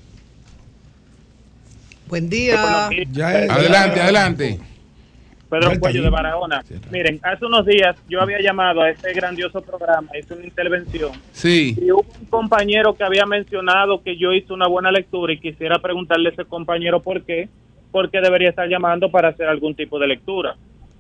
Buen día. Adelante, adelante. Pedro Cuello de Barahona. Miren, hace unos días yo había llamado a este grandioso programa, hice una intervención. Sí. Y hubo un compañero que había mencionado que yo hice una buena lectura y quisiera preguntarle a ese compañero por qué, porque debería estar llamando para hacer algún tipo de lectura.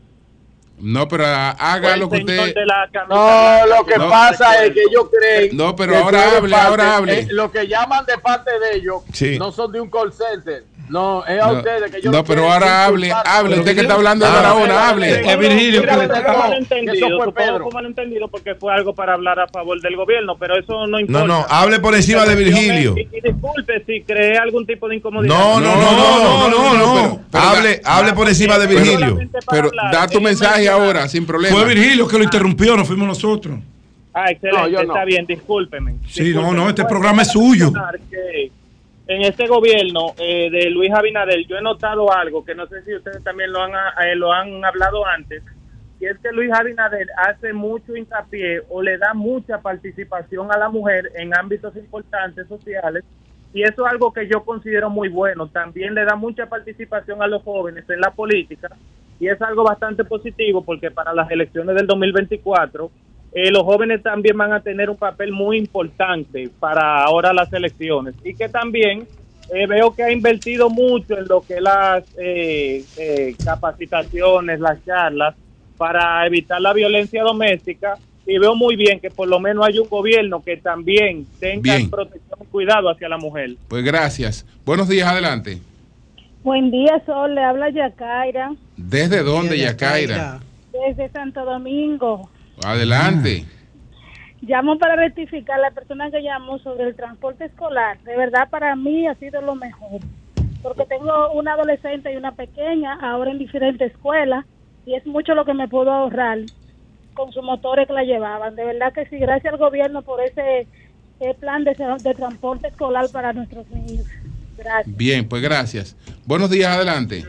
No, pero haga Fue lo que el señor usted... de la camisa No, blanca lo que No. pasa es que ellos creen. No, pero que ahora tú eres hable, parte- ahora hable. eh, lo que llaman de parte de ellos Sí. no son de un call center. No, es a No, ustedes que yo no, pero ahora hable, hable. Usted que está hablando de Ah, Barahona, hable. Es Virgilio que le Supongo está- fue malentendido, Eso fue supongo Pedro. fue malentendido porque fue algo para hablar a favor del gobierno, pero eso no importa. No, no, hable por encima de Virgilio. Y, y disculpe si creé algún tipo de incomodidad. No, no, no, no, no, no, no. pero- Hable, hable por encima de Virgilio. Solamente para Pero hablar, da tu ellos mensaje mencionaron- ahora, sin problema. Fue Virgilio que lo interrumpió, no fuimos nosotros. Ah, excelente, No, yo no. está bien, discúlpeme. Sí, no, no, este Discúlpeme. programa es suyo. Que en este gobierno eh, de Luis Abinader yo he notado algo que no sé si ustedes también lo han, eh, lo han hablado antes, y es que Luis Abinader hace mucho hincapié o le da mucha participación a la mujer en ámbitos importantes sociales, y eso es algo que yo considero muy bueno. También le da mucha participación a los jóvenes en la política, y es algo bastante positivo porque para las elecciones del dos mil veinticuatro eh, los jóvenes también van a tener un papel muy importante para ahora las elecciones, y que también eh, veo que ha invertido mucho en lo que es las eh, eh, capacitaciones, las charlas para evitar la violencia doméstica, y veo muy bien que por lo menos hay un gobierno que también tenga Bien. protección y cuidado hacia la mujer. Pues gracias. Buenos días, adelante. Buen día, Sol. Le habla Yacaira ¿Desde dónde, Yacaira? desde Santo Domingo. Adelante. Llamo para rectificar la persona que llamó sobre el transporte escolar. De verdad, para mí ha sido lo mejor, porque tengo una adolescente y una pequeña ahora en diferentes escuelas, y es mucho lo que me puedo ahorrar con sus motores que la llevaban. De verdad que sí, gracias al gobierno por ese eh, plan de, de transporte escolar para nuestros niños. Gracias. Bien, pues gracias. Buenos días, adelante.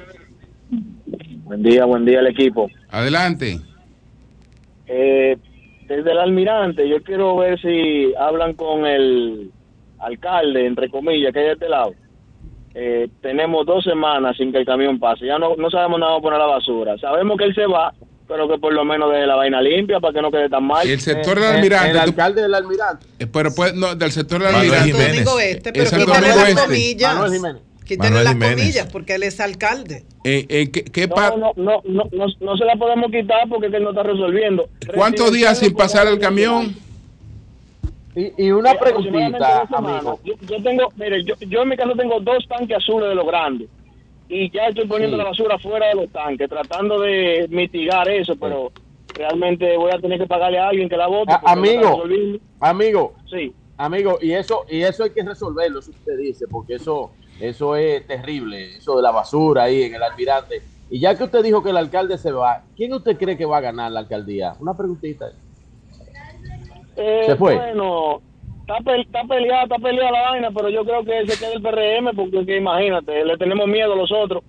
Buen día, buen día al equipo. Adelante. Eh, desde el almirante, yo quiero ver si hablan con el alcalde, entre comillas, que hay de este lado. Eh, tenemos dos semanas sin que el camión pase. Ya no, no sabemos nada poner la basura. Sabemos que él se va, pero que por lo menos deje la vaina limpia para que no quede tan mal. El sector Eh, del eh, almirante. el tú- alcalde del almirante. Eh, Pero pues, no, del sector del Manuel almirante. Jiménez. Domingo Este, pero Es Santo quítale Domingo las Este. comillas. Manuel Jiménez. Quítale las Jiménez. comillas porque él es alcalde. Eh, eh, ¿qué, qué No, pa- no, no, no, no, no se la podemos quitar porque es que él no está resolviendo. ¿Cuántos días sin pasar el camión? Y, y una Aproximadamente preguntita, dos semanas. amigo. Yo, yo tengo, mire, yo, yo en mi casa tengo dos tanques azules de los grandes y ya estoy poniendo Sí. la basura fuera de los tanques, tratando de mitigar eso, pero realmente voy a tener que pagarle a alguien que la bote. A- porque no está amigo, resolviendo. amigo, sí. amigo, y eso, y eso hay que resolverlo, eso usted dice, porque eso, eso es terrible, eso de la basura ahí en el Almirante. Y ya que usted dijo que el alcalde se va, ¿quién usted cree que va a ganar la alcaldía? Una preguntita. Eh, Se fue. Bueno, está, pe- está peleada, está peleada la vaina, pero yo creo que se queda el P R M porque que imagínate, le tenemos miedo a los otros.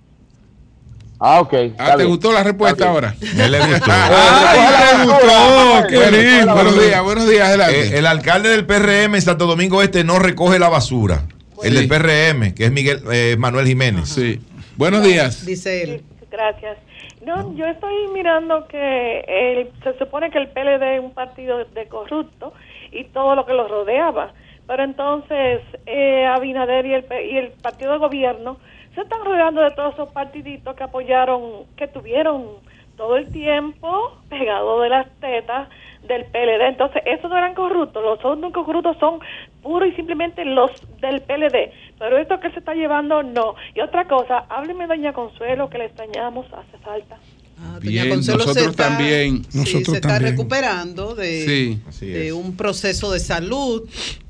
Ah, ok. Ah, ¿te gustó la respuesta ahora? Me le gustó. ¡Ay, me gustó! ¡Qué Bueno, lindo! buenos días, buenos días, adelante. Eh, el alcalde del P R M en Santo Domingo Este no recoge la basura. El del P R M, que es Miguel eh, Manuel Jiménez. Sí. Buenos días. Dice él. Gracias. No, yo estoy mirando que el, se supone que el P L D es un partido de corrupto y todo lo que lo rodeaba. Pero entonces eh, Abinader y el, P- y el partido de gobierno se están rodeando de todos esos partiditos que apoyaron, que tuvieron todo el tiempo pegado de las tetas del P L D. Entonces, esos no eran corruptos, los únicos corruptos son puro y simplemente los del P L D. Pero esto que se está llevando, no. Y otra cosa, hábleme, doña Consuelo, que le extrañamos, hace falta. Ah, doña Bien, Consuelo nosotros se está, también. sí, Nosotros se está también. recuperando de, Sí, así de es. un proceso de salud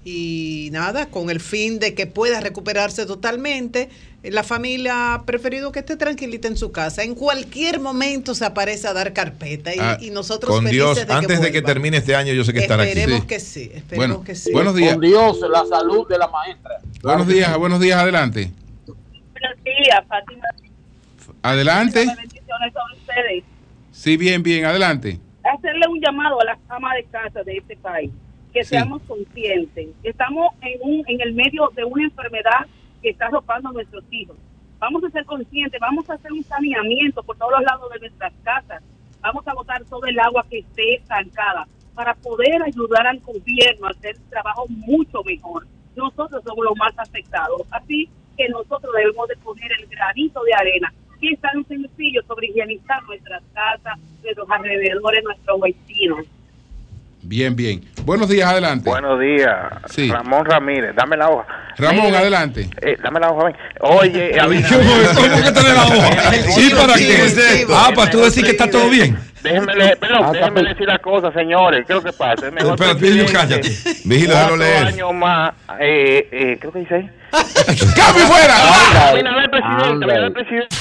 y nada, con el fin de que pueda recuperarse totalmente. La familia ha preferido que esté tranquilita en su casa. En cualquier momento se aparece a dar carpeta y, Ah, y nosotros Con felices Dios, de antes que de que vuelva. termine este año, yo sé que estará aquí. Esperemos Sí. que sí, esperemos Bueno, que sí. buenos días. Con Dios, la salud de la maestra. Buenos días, buenos días, adelante. Buenos días, Fátima. Adelante. Bendiciones a ustedes. Sí, bien, bien, adelante. Hacerle un llamado a las amas de casa de este país, que Sí. seamos conscientes. Estamos en, un, en el medio de una enfermedad que está arropando a nuestros hijos. Vamos a ser conscientes, vamos a hacer un saneamiento por todos los lados de nuestras casas. Vamos a botar todo el agua que esté estancada para poder ayudar al gobierno a hacer un trabajo mucho mejor. Nosotros somos los más afectados, así que nosotros debemos de poner el granito de arena, que es tan sencillo sobre higienizar nuestras casas, nuestros alrededores, nuestros vecinos. Bien, bien. Buenos días, adelante. Buenos días, Sí. Ramón Ramírez, dame la hoja. Ramón, Mira, adelante. eh, dame la hoja, ven. Oye, Abinader. ¿Cómo que te le la hoja? ¿Sí, para qué? Ah, para tú decir que está todo bien. Déjenme leer, perdón, Ah, déjenme está- decir las cosas, señores. ¿Qué es lo que pasa? Es mejor Espérate, presidente, cállate. Vigilo, déjalo cuatro leer. años más, eh, eh, creo que dice ahí. ¡Cambio fuera! Abinader presidente, Abinader presidente.